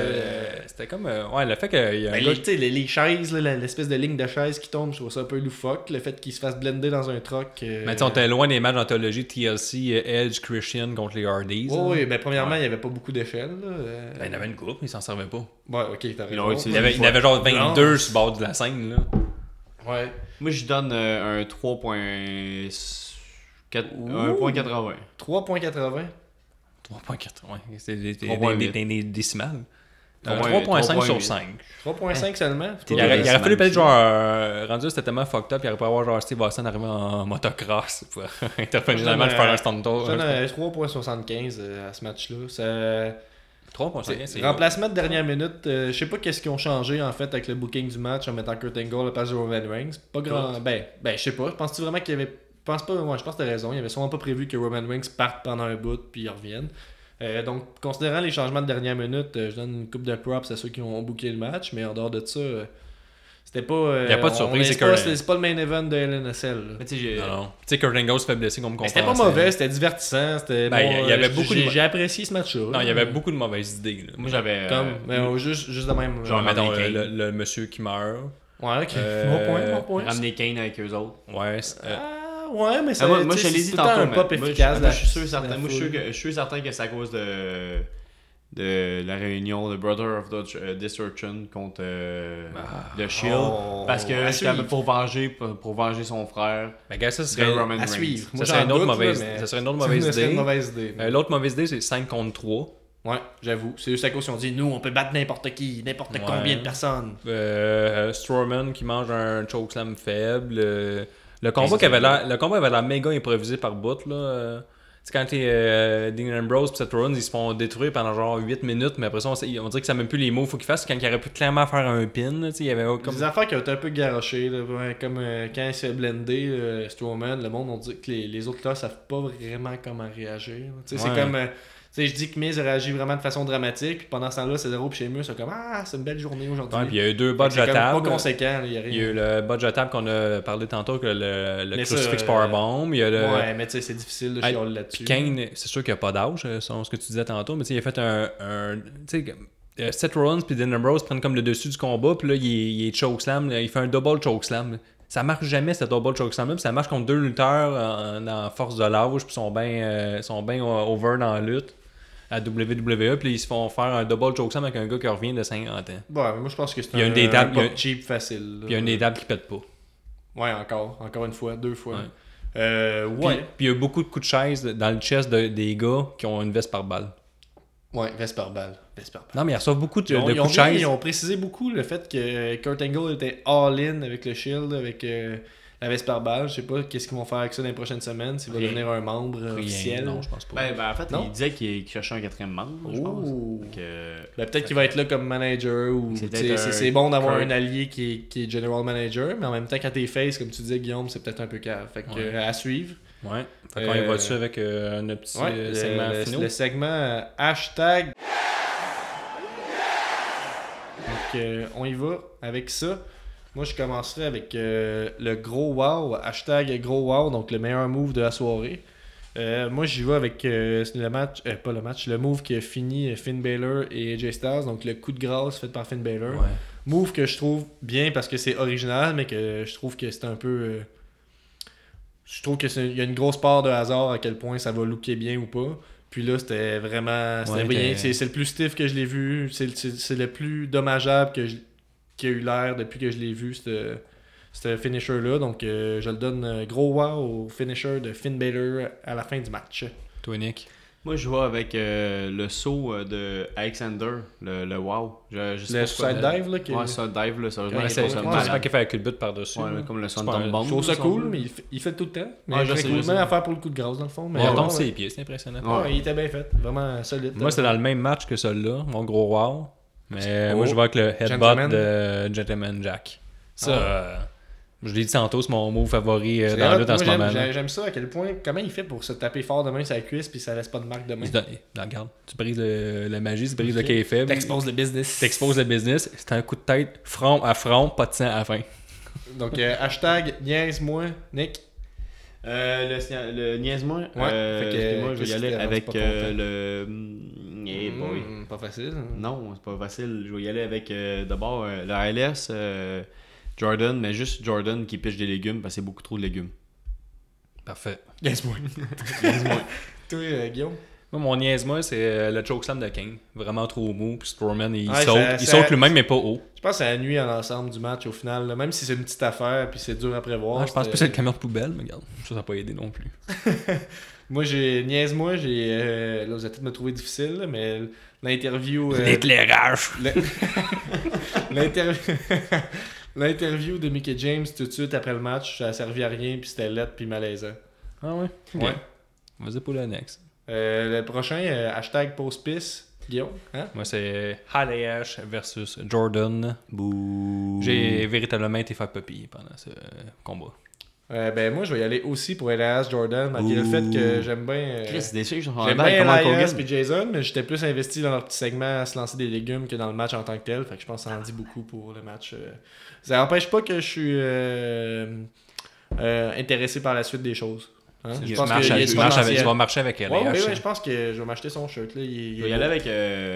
je- C'était comme. euh, ouais, le fait qu'il y a un Ben, gars. les, tu sais, les, les chaises, là, la- l'espèce de ligne de chaises qui tombe, je trouve ça un peu loufoque. Le fait qu'il se fasse blender dans un truck. euh, Mais tu sais, on était loin des matchs d'anthologie T L C, euh, Edge, Christian contre les Hardys. Oh, là. oui, ben premièrement, il n'y avait pas beaucoup d'échelles. là, euh, Ben, il y en avait une coupe, mais il s'en servait pas. Ouais, ok, t'as Ils raison. l'ont utilisé. Il y avait, il y en avait genre vingt-deux sur le bord de la scène. Là. Ouais. Moi, je donne euh, un trois virgule quatre-vingts. trois virgule quatre-vingts. trois virgule quatre. Ouais, c'est des, des, trois virgule des, huit. des- des décimales. trois Euh, virgule trois virgule cinq huit. sur cinq. trois virgule cinq seulement. Il Ouais, aurait, il c'est aurait fallu même peut-être ça. genre. euh, rendu, c'était tellement fucked up, il aurait pu avoir genre Steve Austin arrivé en motocross pour intervenir dans le match, faire un stand Je donne un trois virgule soixante-quinze euh, à ce match-là. Ça... trois virgule cinq, c'est. Remplacement de dernière minute, euh, je sais pas qu'est-ce qu'ils ont changé en fait avec le booking du match en mettant Kurt Angle à la place de Roman Reigns. Pas grand. Ben, ben je sais pas. Penses-tu vraiment qu'il y avait. Je pense pas. Ouais, je pense que t'as raison. Il avait sûrement pas prévu que Roman Reigns parte pendant un bout puis il revienne. Euh, donc, considérant les changements de dernière minute, euh, je donne une coupe de props à ceux qui ont booké le match, mais en dehors de ça, euh, c'était pas. euh, Il y a pas de on- surprise, c'est c'est pas, que- c'est c'est pas le main event de L N S L. là. Mais tu sais, j'ai. Non, non. Tu sais, Kurt Angle se fait blesser comme Mais qu'on C'était pas pensait. mauvais, c'était divertissant. C'était Ben, bon, il y avait euh, beaucoup de j'ai- mo- J'ai apprécié ce match-là. Non, il y avait beaucoup de mauvaises idées. Là. Moi, j'avais. Comme, euh, mais euh, juste, juste de même. Genre, euh, mettons, le, américain. le- le monsieur qui meurt. Ouais, ok. Euh, Bon point, bon point. Ramener Kane avec eux autres. Ouais, c'est- euh, Ah, ouais, mais ça Ah, moi, moi, tu je sais, te l'ai c'est dit tout le temps tantôt, un mais pop moi, efficace. je, la- moi, je suis sûr la certain, moi, je suis sûr foule. que, je suis certain que c'est à cause de, de la réunion de Brother of the euh, Destruction contre euh, The Shield. Oh, parce que à c'était suivre. pour venger, pour, pour venger son frère. mais gars, ça de serait, Roman À Reigns. suivre. ça Moi, serait j'en une autre doute, là, mauvaise, mais- ça serait une autre Ça mauvaise serait une idée. mauvaise idée. Euh, L'autre mauvaise idée, c'est cinq contre trois. Ouais, j'avoue. C'est juste à cause qu'ils ont dit, nous, on peut battre n'importe qui, n'importe Ouais. combien de personnes. Euh, Strowman qui mange un chokeslam faible. euh, le, combat c'est qui avait ça. l'air, le combat avait l'air méga improvisé par bout. Là. euh, C'est quand t'es euh, Dean Ambrose et Seth Rollins, ils se font détruire pendant genre huit minutes, mais après ça, on, sait- on dirait que ça n'a même plus les mots qu'il faut qu'ils fassent. Quand il aurait pu clairement faire un pin, là, tu sais, il y avait comme. Des affaires qui ont été un peu garochées, là, ouais, comme euh, quand il se fait blender, euh, Strowman, le monde, on dit que les, les autres là savent pas vraiment comment réagir. là. Tu sais, Ouais. C'est comme. euh, tu sais, je dis que Miz a réagi vraiment de façon dramatique, puis pendant ce temps-là, Cesaro et Sheamus sont comme ah, c'est une belle journée aujourd'hui. Ouais, puis il y a eu deux Fait bas que de c'est comme table. pas conséquent, là, il y a Il y a eu rien. le bas de table qu'on a parlé tantôt, que le, le Mais ça, crucifix euh, powerbomb. Il y a le. Ouais, mais tu sais, c'est difficile de Hey, chialer là-dessus. Kane, c'est sûr qu'il n'y a pas d'âge, euh, selon ce que tu disais tantôt, mais tu sais, il a fait un. un tu sais, comme, euh, Seth Rollins puis Dean Ambrose prennent comme le dessus du combat, puis là, il, est- il est chokeslam, là, il fait un double chokeslam. Ça marche jamais, ce double chokeslam-là, puis ça marche contre deux lutteurs en, en force de l'âge, puis ils sont bien euh, sont bien over dans la lutte à W W E, puis là, ils se font faire un double chokeslam avec un gars qui revient de cinquante ans. Ouais, mais moi je pense que c'est Il y a un, une des un tables, il y a- pop cheap facile. là. Puis il y a une des tables qui pète pas. Ouais, encore. Encore une fois, deux fois. Ouais. Euh, Puis, ouais. puis il y a beaucoup de coups de chaise dans le chest de- des gars qui ont une veste par balle. Ouais, veste par balle. Veste par balle. Non, mais ils reçoivent beaucoup de, Ils ont, de ils ont coups de bien- chaise. ils ont précisé beaucoup le fait que Kurt Angle était all-in avec le Shield, avec euh, la veste par balle. Je sais pas qu'est-ce qu'ils vont faire avec ça dans les prochaines semaines, s'il va Rien. devenir un membre euh, Rien, officiel. non, je pense pas. Ben, ben, en fait, Non? il disait qu'il qu'il cherchait un quatrième membre, je pense. Oh. Fait que- Ben, peut-être qu'il va être là comme manager ou C'est tu sais, peut-être c'est un c'est bon d'avoir Kurt. un allié qui est, qui est general manager, mais en même temps quand t'es face, comme tu disais Guillaume, c'est peut-être un peu cave. Fait que Ouais. euh, à suivre. Ouais. Fait qu'on Euh, y va dessus avec euh, notre petit Ouais, euh, le, segment le- finaux. le segment euh, hashtag. Donc euh, on y va avec ça. Moi je commencerai avec euh, le gros wow, hashtag gros wow, donc le meilleur move de la soirée. Euh, moi j'y vais avec euh, le match, euh, pas le match, le move qui a fini euh, Finn Balor et A J Styles, donc le coup de grâce fait par Finn Balor. Ouais. Move que je trouve bien parce que c'est original, mais que je trouve que c'est un peu. euh, je trouve qu'il y a une grosse part de hasard à quel point ça va looker bien ou pas. Puis là, c'était vraiment. C'était Ouais, bien. t'es- C'est c'est le plus stiff que je l'ai vu. C'est le- c'est- c'est le plus dommageable que je- qui a eu l'air depuis que je l'ai vu, ce ce finisher-là. Donc, euh, je le donne euh, gros wow au finisher de Finn Balor à la fin du match. Toi, Nick. Moi, je vois avec euh, le saut euh, de Alexander, le, le wow. Je, je sais Le pas pourquoi- side dive, là. que- Ouais, ça dive, là, sérieusement, Ouais, il c'est est pas pas ouais, ça j'espère malade. qu'il fait un coup de but par-dessus. Ouais, là. comme le C'est son pas un- de bombe. Je trouve ça si on cool, veut. mais il fait, il fait tout le temps. Mais Ouais, je j'aurais sais, cool je sais. même à faire pour le coup de grâce, dans le fond. Mais Il ouais, retombe ouais. ses pieds, c'est impressionnant. Ouais, il était bien fait. Vraiment solide. Moi, c'était dans le même match que celui-là, mon gros wow. Mais Oh. moi, je vais avec le headbutt Gentleman. de Gentleman Jack. Ça, Ah. euh, je l'ai dit tantôt, c'est mon move favori euh, C'est dans la hot. lutte en Moi, ce j'aime- moment. là. j'aime- J'aime ça à quel point. Comment il fait pour se taper fort de main sur la cuisse puis ça laisse pas de marque de main. Il se donne- non, regarde, tu brises le- la magie, tu brises Ok. le kayfabe. T'exposes le business. T'exposes le business. C'est un coup de tête, front à front, pas de sang à la fin. Donc, euh, hashtag niaise-moi, Nick. Euh, le, sia- le niaise-moi. Ouais, euh, fait que, excuse-moi, je vais qu'est-ce y aller que t'as avec rendu pas euh, content? le. Mm, hey boy. Mm, pas facile. Non, c'est pas facile. Je vais y aller avec euh, d'abord euh, le L S, euh, Jordan, mais juste Jordan qui piche des légumes parce que c'est beaucoup trop de légumes. Parfait. Niaise-moi. Toi, euh, Guillaume. Moi, mon niaise-moi, c'est euh, le chokeslam de King. Vraiment trop mou. Puis Strowman, il Ouais, saute. ça- il ça- saute lui-même, mais pas haut. Je pense que c'est la nuit à l'ensemble du match au final. là. Même si c'est une petite affaire puis c'est dur à prévoir. Ah, je pense c'était- plus que c'est le camion de poubelle, mais regarde, ça n'a pas aidé non plus. Moi, j'ai. Niaise-moi, j'ai. euh, Là, vous allez peut-être me trouver difficile, là, mais l'interview. euh, L'éclairage. Le- L'interview... L'interview de Mickey James tout de suite après le match, ça a servi à rien, puis c'était lettre, puis malaisant. Ah ouais? Ouais. Vas-y pour le next. Euh, le prochain, euh, hashtag pause-pisse, Guillaume. Hein? Moi, c'est Halayash versus Jordan. Bouh. J'ai véritablement été faire papiller pendant ce combat. Euh, ben moi, je vais y aller aussi pour Elias Jordan, malgré le Ouh. fait que j'aime bien... euh, Chris, des filles qui sont J'aime en bien comme Hulk Elias Hogan. et Jason, mais j'étais plus investi dans leur petit segment à se lancer des légumes que dans le match en tant que tel. Fait que je pense que ça en dit beaucoup pour le match. euh. Ça n'empêche pas que je suis euh, euh, intéressé par la suite des choses. Hein? Tu Je pense marches qu'il y a avec- du tu marches avec- potentiel. tu vas marcher avec Ouais, Elias. ouais, ouais, je pense que je vais m'acheter son shirt. Là. Il, il Je est vais y beau. aller avec euh,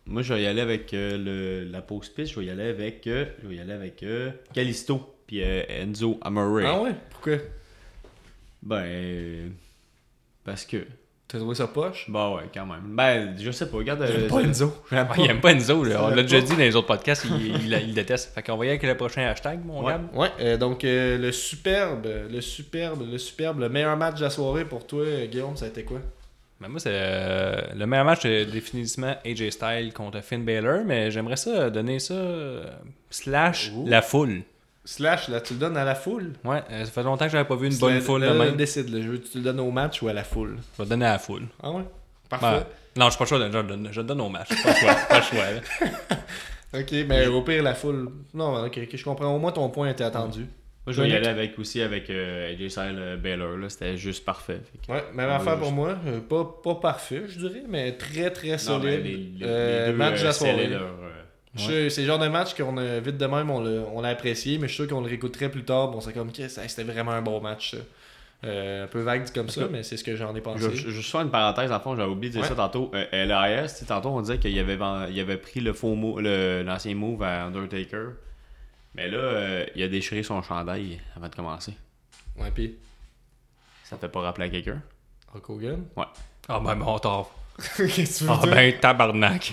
Moi, je vais y aller avec euh, le, la pause piste. Je vais y aller avec, euh, je vais y aller avec euh, Kalisto puis euh, Enzo Amore. Ah ouais? Pourquoi? Ben, euh, parce que. T'as trouvé ça poche? Bah ouais, quand même. Ben, je sais pas. Regarde. J'aime euh, pas Enzo. J'aime Ah, il aime pas Enzo, là. On Ça l'a déjà pas. dit dans les autres podcasts, il, il, il le déteste. Fait qu'on va y aller avec le prochain hashtag, mon Ouais. Gab. Ouais, euh, donc euh, le superbe, le superbe, le superbe, le meilleur match de la soirée pour toi, euh, Guillaume, ça a été quoi? Ben moi, c'est euh, le meilleur match, c'est définitivement A J Styles contre Finn Balor, mais j'aimerais ça donner ça euh, slash Ouh. la foule. Slash, là, tu le donnes à la foule? Ouais, euh, ça fait longtemps que j'avais pas vu une C'est bonne le- foule le- de le- même. décide, là, je veux que tu le donnes au match ou à la foule? Je vais le donner à la foule. Ah ouais? Parfait. Ouais. Non, je suis pas choix, je le donne, je le donne au match. Pas le choix. Pas le choix là. Ok, mais au pire, la foule. Non, ok, ok, je comprends. Au moins, ton point était attendu. Moi, je vais y Donick? aller avec aussi avec euh, A J Styles euh, Baylor. Là. C'était juste parfait. Fait que- Ouais, même Ouais, affaire juste- pour moi. Euh, pas, pas parfait, je dirais, mais très très Non, solide. mais les, les, Euh, les deux, match de euh, la soirée. scellaient leur, euh, Je- C'est le genre de match qu'on a vite de même, on l'a, on l'a apprécié, mais je suis sûr qu'on le réécouterait plus tard. Bon, c'est comme que c'était vraiment un bon match, ça. Euh, un peu vague dit comme ça, que- mais c'est ce que j'en ai Je pensé. je- je fais une parenthèse, en fond, j'avais oublié de dire Ouais. ça tantôt. Euh, L A S, tu sais, tantôt on disait qu'il avait, vend- il avait pris le faux mot, le, l'ancien move à Undertaker. Mais là, euh, il a déchiré son chandail avant de commencer. Ouais, pis Ça te fait pas rappeler à quelqu'un? Hulk Hogan. Ah ben bon, tard. Qu'est-ce que tu veux Ah dire? ben tabarnak.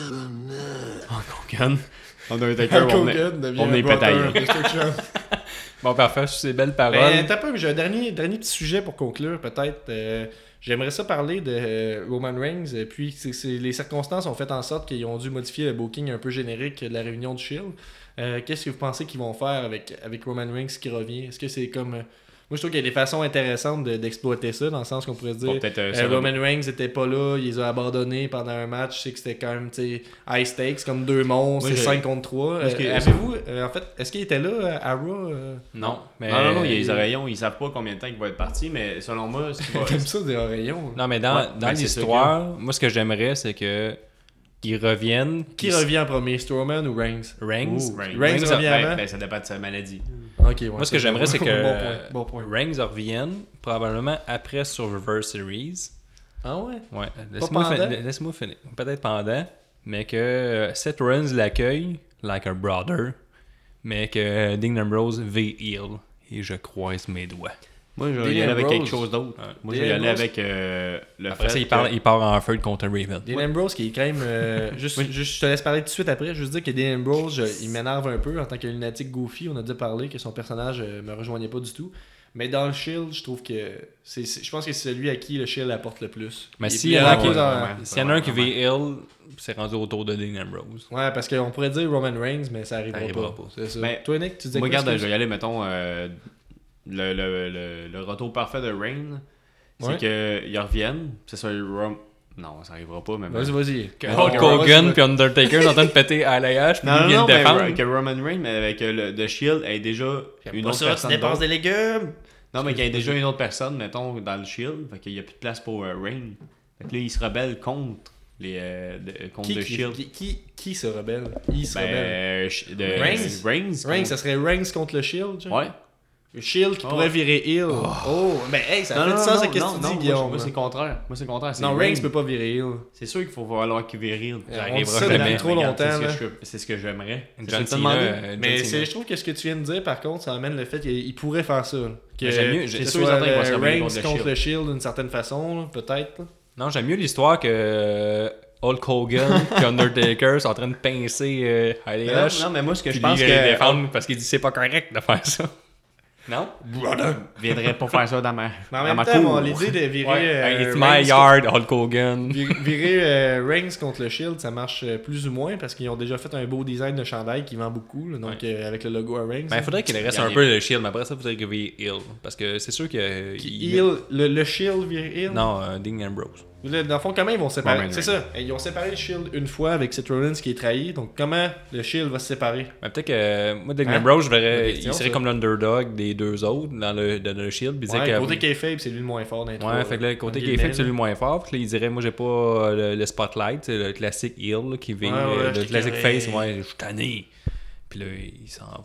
Hogan. Undertaker, Hulk on venait- Hogan devient on venait un brother pétailler. of Destruction. Bon, parfait, sur ces belles paroles. Ben, t'as peu, j'ai un dernier, dernier petit sujet pour conclure, peut-être. Euh, j'aimerais ça parler de euh, Roman Reigns. Et puis, c'est, c'est- les circonstances ont fait en sorte qu'ils ont dû modifier le booking un peu générique de la réunion du Shield. Euh, qu'est-ce que vous pensez qu'ils vont faire avec, avec Roman Reigns qui revient? Est-ce que c'est comme... euh, moi, je trouve qu'il y a des façons intéressantes de- d'exploiter ça, dans le sens qu'on pourrait se dire... Bon, peut-être, euh, euh, ça va- Roman Reigns était pas là, il les a abandonnés pendant un match. Je sais que c'était quand même, tu sais, high stakes, comme deux monstres, Moi, c'est j'ai- cinq contre trois. Parce que- Euh, avez-vous, euh, en fait, est-ce qu'il était là euh, à Raw? euh? Non, mais... Non, non, non, il y a les oreillons, ils savent pas combien de temps il va être parti, mais selon moi, ce qui va- T'aimes ça des oreillons? Non, mais dans, Ouais, dans ben, c'est ça l'histoire, moi, ce que j'aimerais, c'est que qu'ils reviennent. Qui qu'ils- revient en premier, Strowman ou Reigns? Reigns. Ouh. Reigns, Reigns revient ben, avant? ben, ça dépend de sa maladie. Ok, ouais, Moi, ce que j'aimerais, c'est que Bon point, bon point. Reigns revienne probablement après Survivor Series. Ah ouais? Ouais, laisse-moi pendant? fin- laisse-moi finir. Peut-être pendant, mais que euh, Seth Rollins l'accueille like a brother, mais que Dean Ambrose V heel. Et je croise mes doigts. Moi, je vais Dean y aller avec Ambrose. quelque chose d'autre. Ouais. Moi, je vais y Dean aller Ambrose. avec euh, le Après fait ça, il, que- parle, il part en feud contre Raven. Dean Ambrose qui est quand même. euh, juste, juste- je te laisse parler tout de suite après. Juste dire que Dean Ambrose, je- il m'énerve un peu en tant que lunatique goofy. On a déjà parlé que son personnage euh, me rejoignait pas du tout. Mais dans le Shield, je trouve que. c'est c'est- je pense que c'est celui à qui le Shield apporte le plus. Mais Et s'il puis, y en à a la qui- cause en- ouais. S'il y en a un qui V heel, c'est rendu autour de Dean Ambrose. Ouais, parce qu'on pourrait dire Roman Reigns, mais ça arrivera, Ça arrivera pas. pas. C'est ça. Mais- Toi, Nick, tu disais Moi, quoi, regarde, je excuse? vais y aller, mettons, euh, le, le, le, le retour parfait de Reign. C'est Ouais. qu'ils reviennent. C'est ça, Rom... Non, ça arrivera pas, mais. Vas-y, vas-y. Que Mais Hulk non, Hogan vas-y, puis Undertaker sont en train de péter à la hache puis Non, ils non, viennent non, mais défendre. que Roman Reigns, mais avec euh, le The Shield, ait déjà J'aime une pas autre ça, tu personne. dépenses d'autre. des légumes. Non, mais qu'il y ait Excuse-moi. déjà une autre personne, mettons, dans le Shield. Fait qu'il n'y a plus de place pour euh, Reign. Fait que là, il se rebelle contre, les, euh, de- contre Qui, The qui, Shield. qui, qui, qui se rebelle? Il se Ben, rebelle. euh, sh- de- Reigns? Reigns. Reigns, contre- ça serait Reigns contre le Shield, genre? Ouais. Le Shield qui Oh. pourrait virer heel. Oh, mais hey, ça Non, fait non, du sens non, à qu'est-ce non, que tu non, dis, moi, Guillaume. Moi, c'est le contraire. Moi, c'est le contraire. c'est Non, Reigns. Reigns peut pas virer heel. C'est sûr qu'il faut falloir qu'il vire. On arrivera dit ça jamais. depuis trop Regarde, longtemps, c'est là. ce que je- C'est ce que j'aimerais. C'est John ça que t'as demandé? Cena, euh, John Mais Cena. c'est, je trouve que ce que tu viens de dire, par contre, ça amène le fait qu'il il pourrait faire ça. là. Que Mais j'aime mieux- j'ai- que c'est ce sûr et soit certain qu'il va se euh, rebeller Reigns contre le contre Shield. le Shield d'une certaine façon, là, peut-être. là. Non, j'aime mieux l'histoire que euh, Hulk Hogan et Undertaker sont en train de pincer euh, Harley Non, Hush. non, mais moi, ce que Puis je pense lui, il va les que. défendre parce qu'il dit c'est pas correct de faire ça. Non? Je viendrais pas faire ça dans ma, Mais en dans même ma temps, cour. bon, l'idée de virer. Ouais. euh, Hey, it's Reigns my yard, Hulk Hogan. contre- vir- Virer euh, Reigns contre le Shield, ça marche euh, plus ou moins parce qu'ils ont déjà fait un beau design de chandail qui vend beaucoup, là, donc euh, avec le logo à Reigns. Ben, il faudrait qu'il reste un Regardez. peu le shield, mais après ça, il faudrait qu'il vienne heel. Parce que c'est sûr que. Qui- il- heel, le, le Shield vire heel. Non, euh, Dean Ambrose. Là, dans le fond, comment ils vont se séparer? Roman C'est Reigns. ça. Ils ont séparé le Shield une fois avec Seth Rollins qui est trahi. Donc, comment le Shield va se séparer? Mais peut-être que euh, moi, Dean Hein? Ambrose, je Bonne verrais, question, il serait ça. comme l'underdog des deux autres dans le, dans le shield. Puis il Ouais, disait que, côté kayfabe, c'est lui le moins fort dans les trois, Ouais, fait que là, là, côté en kayfabe, guillemets, c'est lui là. le moins fort. Puis là, il dirait, moi, j'ai pas euh, le, le spotlight, c'est le classique heel là, qui vient, Ouais, ouais, euh, je le t'ai classic carré. face. Ouais, je suis tanné. Puis là, il s'en va.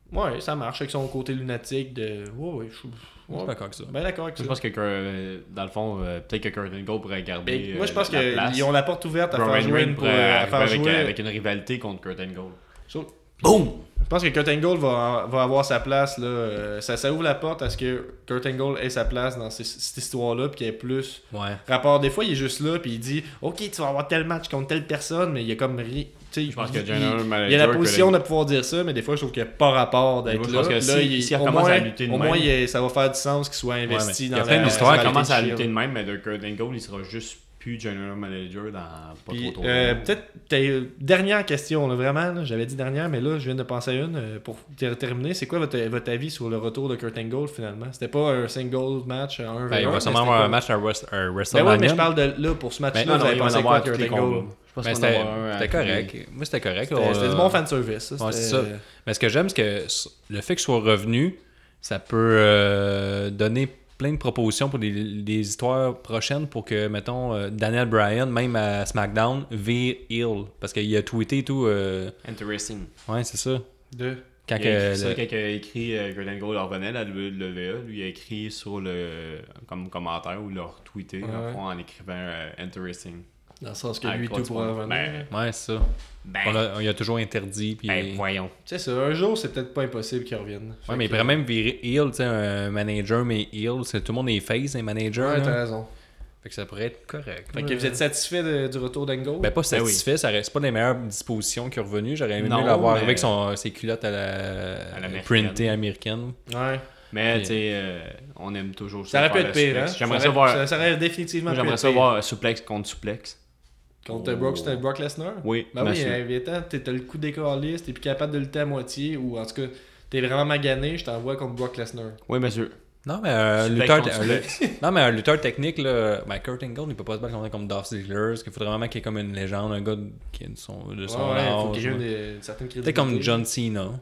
Ouais, ça marche avec son côté lunatique de. Ouais, ouais, je suis. Je suis Ouais, d'accord avec ça. ben d'accord avec ça. Je pense que, euh, dans le fond, euh, peut-être que Kurt Angle pourrait garder. Et moi, je euh, pense la place. qu'ils ont la porte ouverte à Roman faire jouer Reigns une pour, pourrait à arriver faire avec, jouer. avec une rivalité contre Kurt Angle. So- Je pense que Kurt Angle va, va avoir sa place. Là. Euh, Ça, ça ouvre la porte à ce que Kurt Angle ait sa place dans ces- cette histoire-là, puis qu'il y ait plus Ouais. rapport. Des fois, il est juste là, puis il dit Ok, tu vas avoir tel match contre telle personne, mais il y a comme rien. Je pense que il, General il, Manager il a la que position le- de pouvoir dire ça, mais des fois, je trouve qu'il n'y a pas rapport d'être Moi, je là. pense que Là, si- il, si elle au commence moins, à lutter de au moins même- il est- ça va faire du sens qu'il soit investi mais il y dans a plein la d'histoires L'histoire rivalité commence à Shield. lutter de même, mais de Kurt Angle, il sera juste plus General Manager dans pas Puis, trop trop euh, longtemps. peut-être, t'as- dernière question, là, vraiment, là, j'avais dit dernière, mais là, je viens de penser à une euh, pour ter- terminer. C'est quoi votre, votre avis sur le retour de Kurt Angle finalement? C'était pas un single match à un Ben, il va sûrement avoir un match à West- à Ben WrestleMania. ouais, mais je parle de là, pour ce match-là, Ben, vous avez il va pensé en quoi avoir Kurt tous les Angle? combats. Je pense Ben, qu'on va c'était en avoir un à c'était tous les- correct. Moi, c'était correct. C'était là. c'était du bon fanservice, ça. Ouais, c'était- c'est ça. Mais ce que j'aime, c'est que s- le fait qu'il soit revenu, ça peut euh, donner plein de propositions pour des, des histoires prochaines pour que, mettons, euh, Daniel Bryan, même à SmackDown, vire heel. Parce qu'il a tweeté et tout. euh, Interesting. Ouais, c'est ça. De... Quand Il a que écrit ça, le- quand il a écrit euh, Kurt Angle leur revenait à la W W E, lui il a écrit sur le comme commentaire ou leur tweeté Ouais, en, ouais. fond, en écrivant euh, Interesting. Dans le sens que Ah, lui, quoi, tout tu pourrait vois. revenir. Ben, Ouais, c'est ça. Ben, On, l'a- on y a toujours interdit. Puis... ben, voyons. Tu sais, ça, un jour, c'est peut-être pas impossible qu'il revienne. Ouais, Fait mais il que- pourrait même virer heel, tu sais, un manager, mais heel. C'est, tout le monde est face, un manager. Ouais, là. t'as raison. Fait que ça pourrait être correct. Fait que vous êtes satisfait de- du retour d'Angle? Ben, pas Ben oui. satisfait, ça reste pas des meilleures dispositions qui est revenu. J'aurais aimé Non, mieux l'avoir mais- avec son, ses culottes à la, À l'américaine. printée américaine. Ouais. Mais Puis- tu sais, euh, on aime toujours Ça aurait pu faire être le pire, hein? suplex. J'aimerais ça, ça aurait- voir. ça, ça aurait définitivement Moi, pu j'aimerais être ça pire. voir suplex contre suplex. Contre Oh. Brock, c'était Brock Lesnar? Oui, Ben oui, monsieur. invitant, t'es- t'as le coup d'écarliste, t'es plus capable de lutter à moitié, ou en tout cas, t'es vraiment magané, je t'envoie contre Brock Lesnar. Oui, monsieur. Non, mais un Suplex lutteur, contre un- suplex. non, mais un lutteur technique, là, ben Kurt Angle, il peut pas se battre contre comme Dolph Ziggler. Parce qu'il faudrait vraiment qu'il y ait comme une légende, un gars de- qui est de son, de son Ouais, ouais, âge. faut qu'il y ait ouais. une, une certaine Peut-être crédibilité. comme John Cena.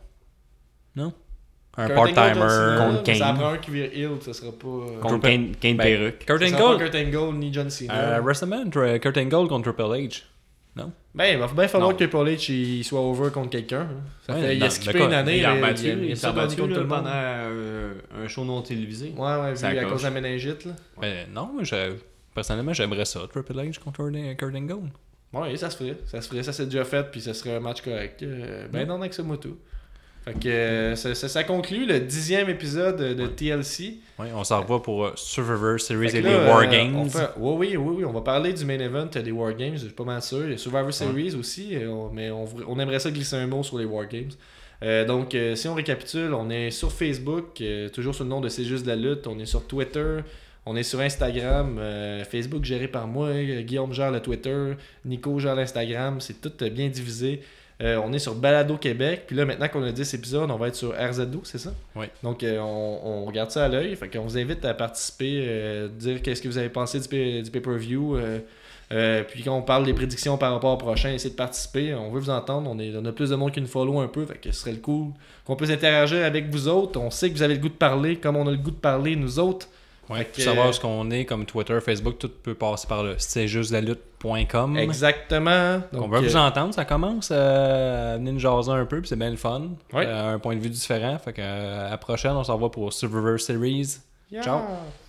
Non? Un Kurt Angle, John part-timer. Cena, contre mais Ça Kane. prend un qui vire heel, ça sera pas... euh, Contre Kane, Kane Ben, Perruque. Kurt ça sera Angle? pas Kurt Angle ni John Cena. Euh, WrestleMania, Tra- Kurt Angle contre Triple H. Ben, il va bien falloir Non. que Triple H il soit over contre quelqu'un. hein. Ça Ouais, fait, il dans- a skippé d'accord. une année. Il a là, rebattu, il a- il il a s'est pas rebattu contre tout là, le monde. pendant euh, un show non télévisé. Ouais, ouais, Ça vu à accroche. cause de la méningite, là. Ben, non, mais je- personnellement, j'aimerais ça, Triple H contre Kurt Kurt Angle. Ouais, ça se ferait. Ça se ferait, ça s'est déjà fait, puis ça serait un match correct. Euh, ben non, avec ça, moi tout. Fait que euh, ça, ça, ça conclut le dixième épisode de T L C. Ouais, on s'en revoit pour euh, Survivor Series Fait et que les là, War euh, Games. on fait- Oui, oui, oui, oui, on va parler du main event des War Games, je suis pas mal sûr. Il y a Survivor Series aussi, et on- mais on, vr- on aimerait ça glisser un mot sur les War Games. Euh, donc, euh, si on récapitule, on est sur Facebook, euh, toujours sous le nom de C'est juste de la lutte. On est sur Twitter, on est sur Instagram. euh, Facebook géré par moi, euh, Guillaume gère le Twitter, Nico gère l'Instagram. C'est tout euh, bien divisé. Euh, on est sur Balado Québec. Puis là, maintenant qu'on a dix épisodes, on va être sur R Z O, c'est ça? Oui. Donc, euh, on, on regarde ça à l'œil. Fait qu'on vous invite à participer, euh, dire qu'est-ce que vous avez pensé du, pay- du pay-per-view. euh, euh, puis quand on parle des prédictions par rapport au prochain, essayez de participer. On veut vous entendre. On, est, on a plus de monde qui nous follow un peu. Fait que ce serait le cool qu'on puisse interagir avec vous autres. On sait que vous avez le goût de parler, comme on a le goût de parler, nous autres. Ouais, Fait pour que- savoir ce qu'on est, comme Twitter, Facebook, tout peut passer par le c'est juste la lutte point com. Exactement. Donc, On veut vous euh, entendre, ça commence euh, à venir nous jaser un peu, puis c'est bien le fun. Ouais. Euh, un point de vue différent. Fait que euh, à la prochaine, on s'en va pour Survivor Series. yeah. Ciao.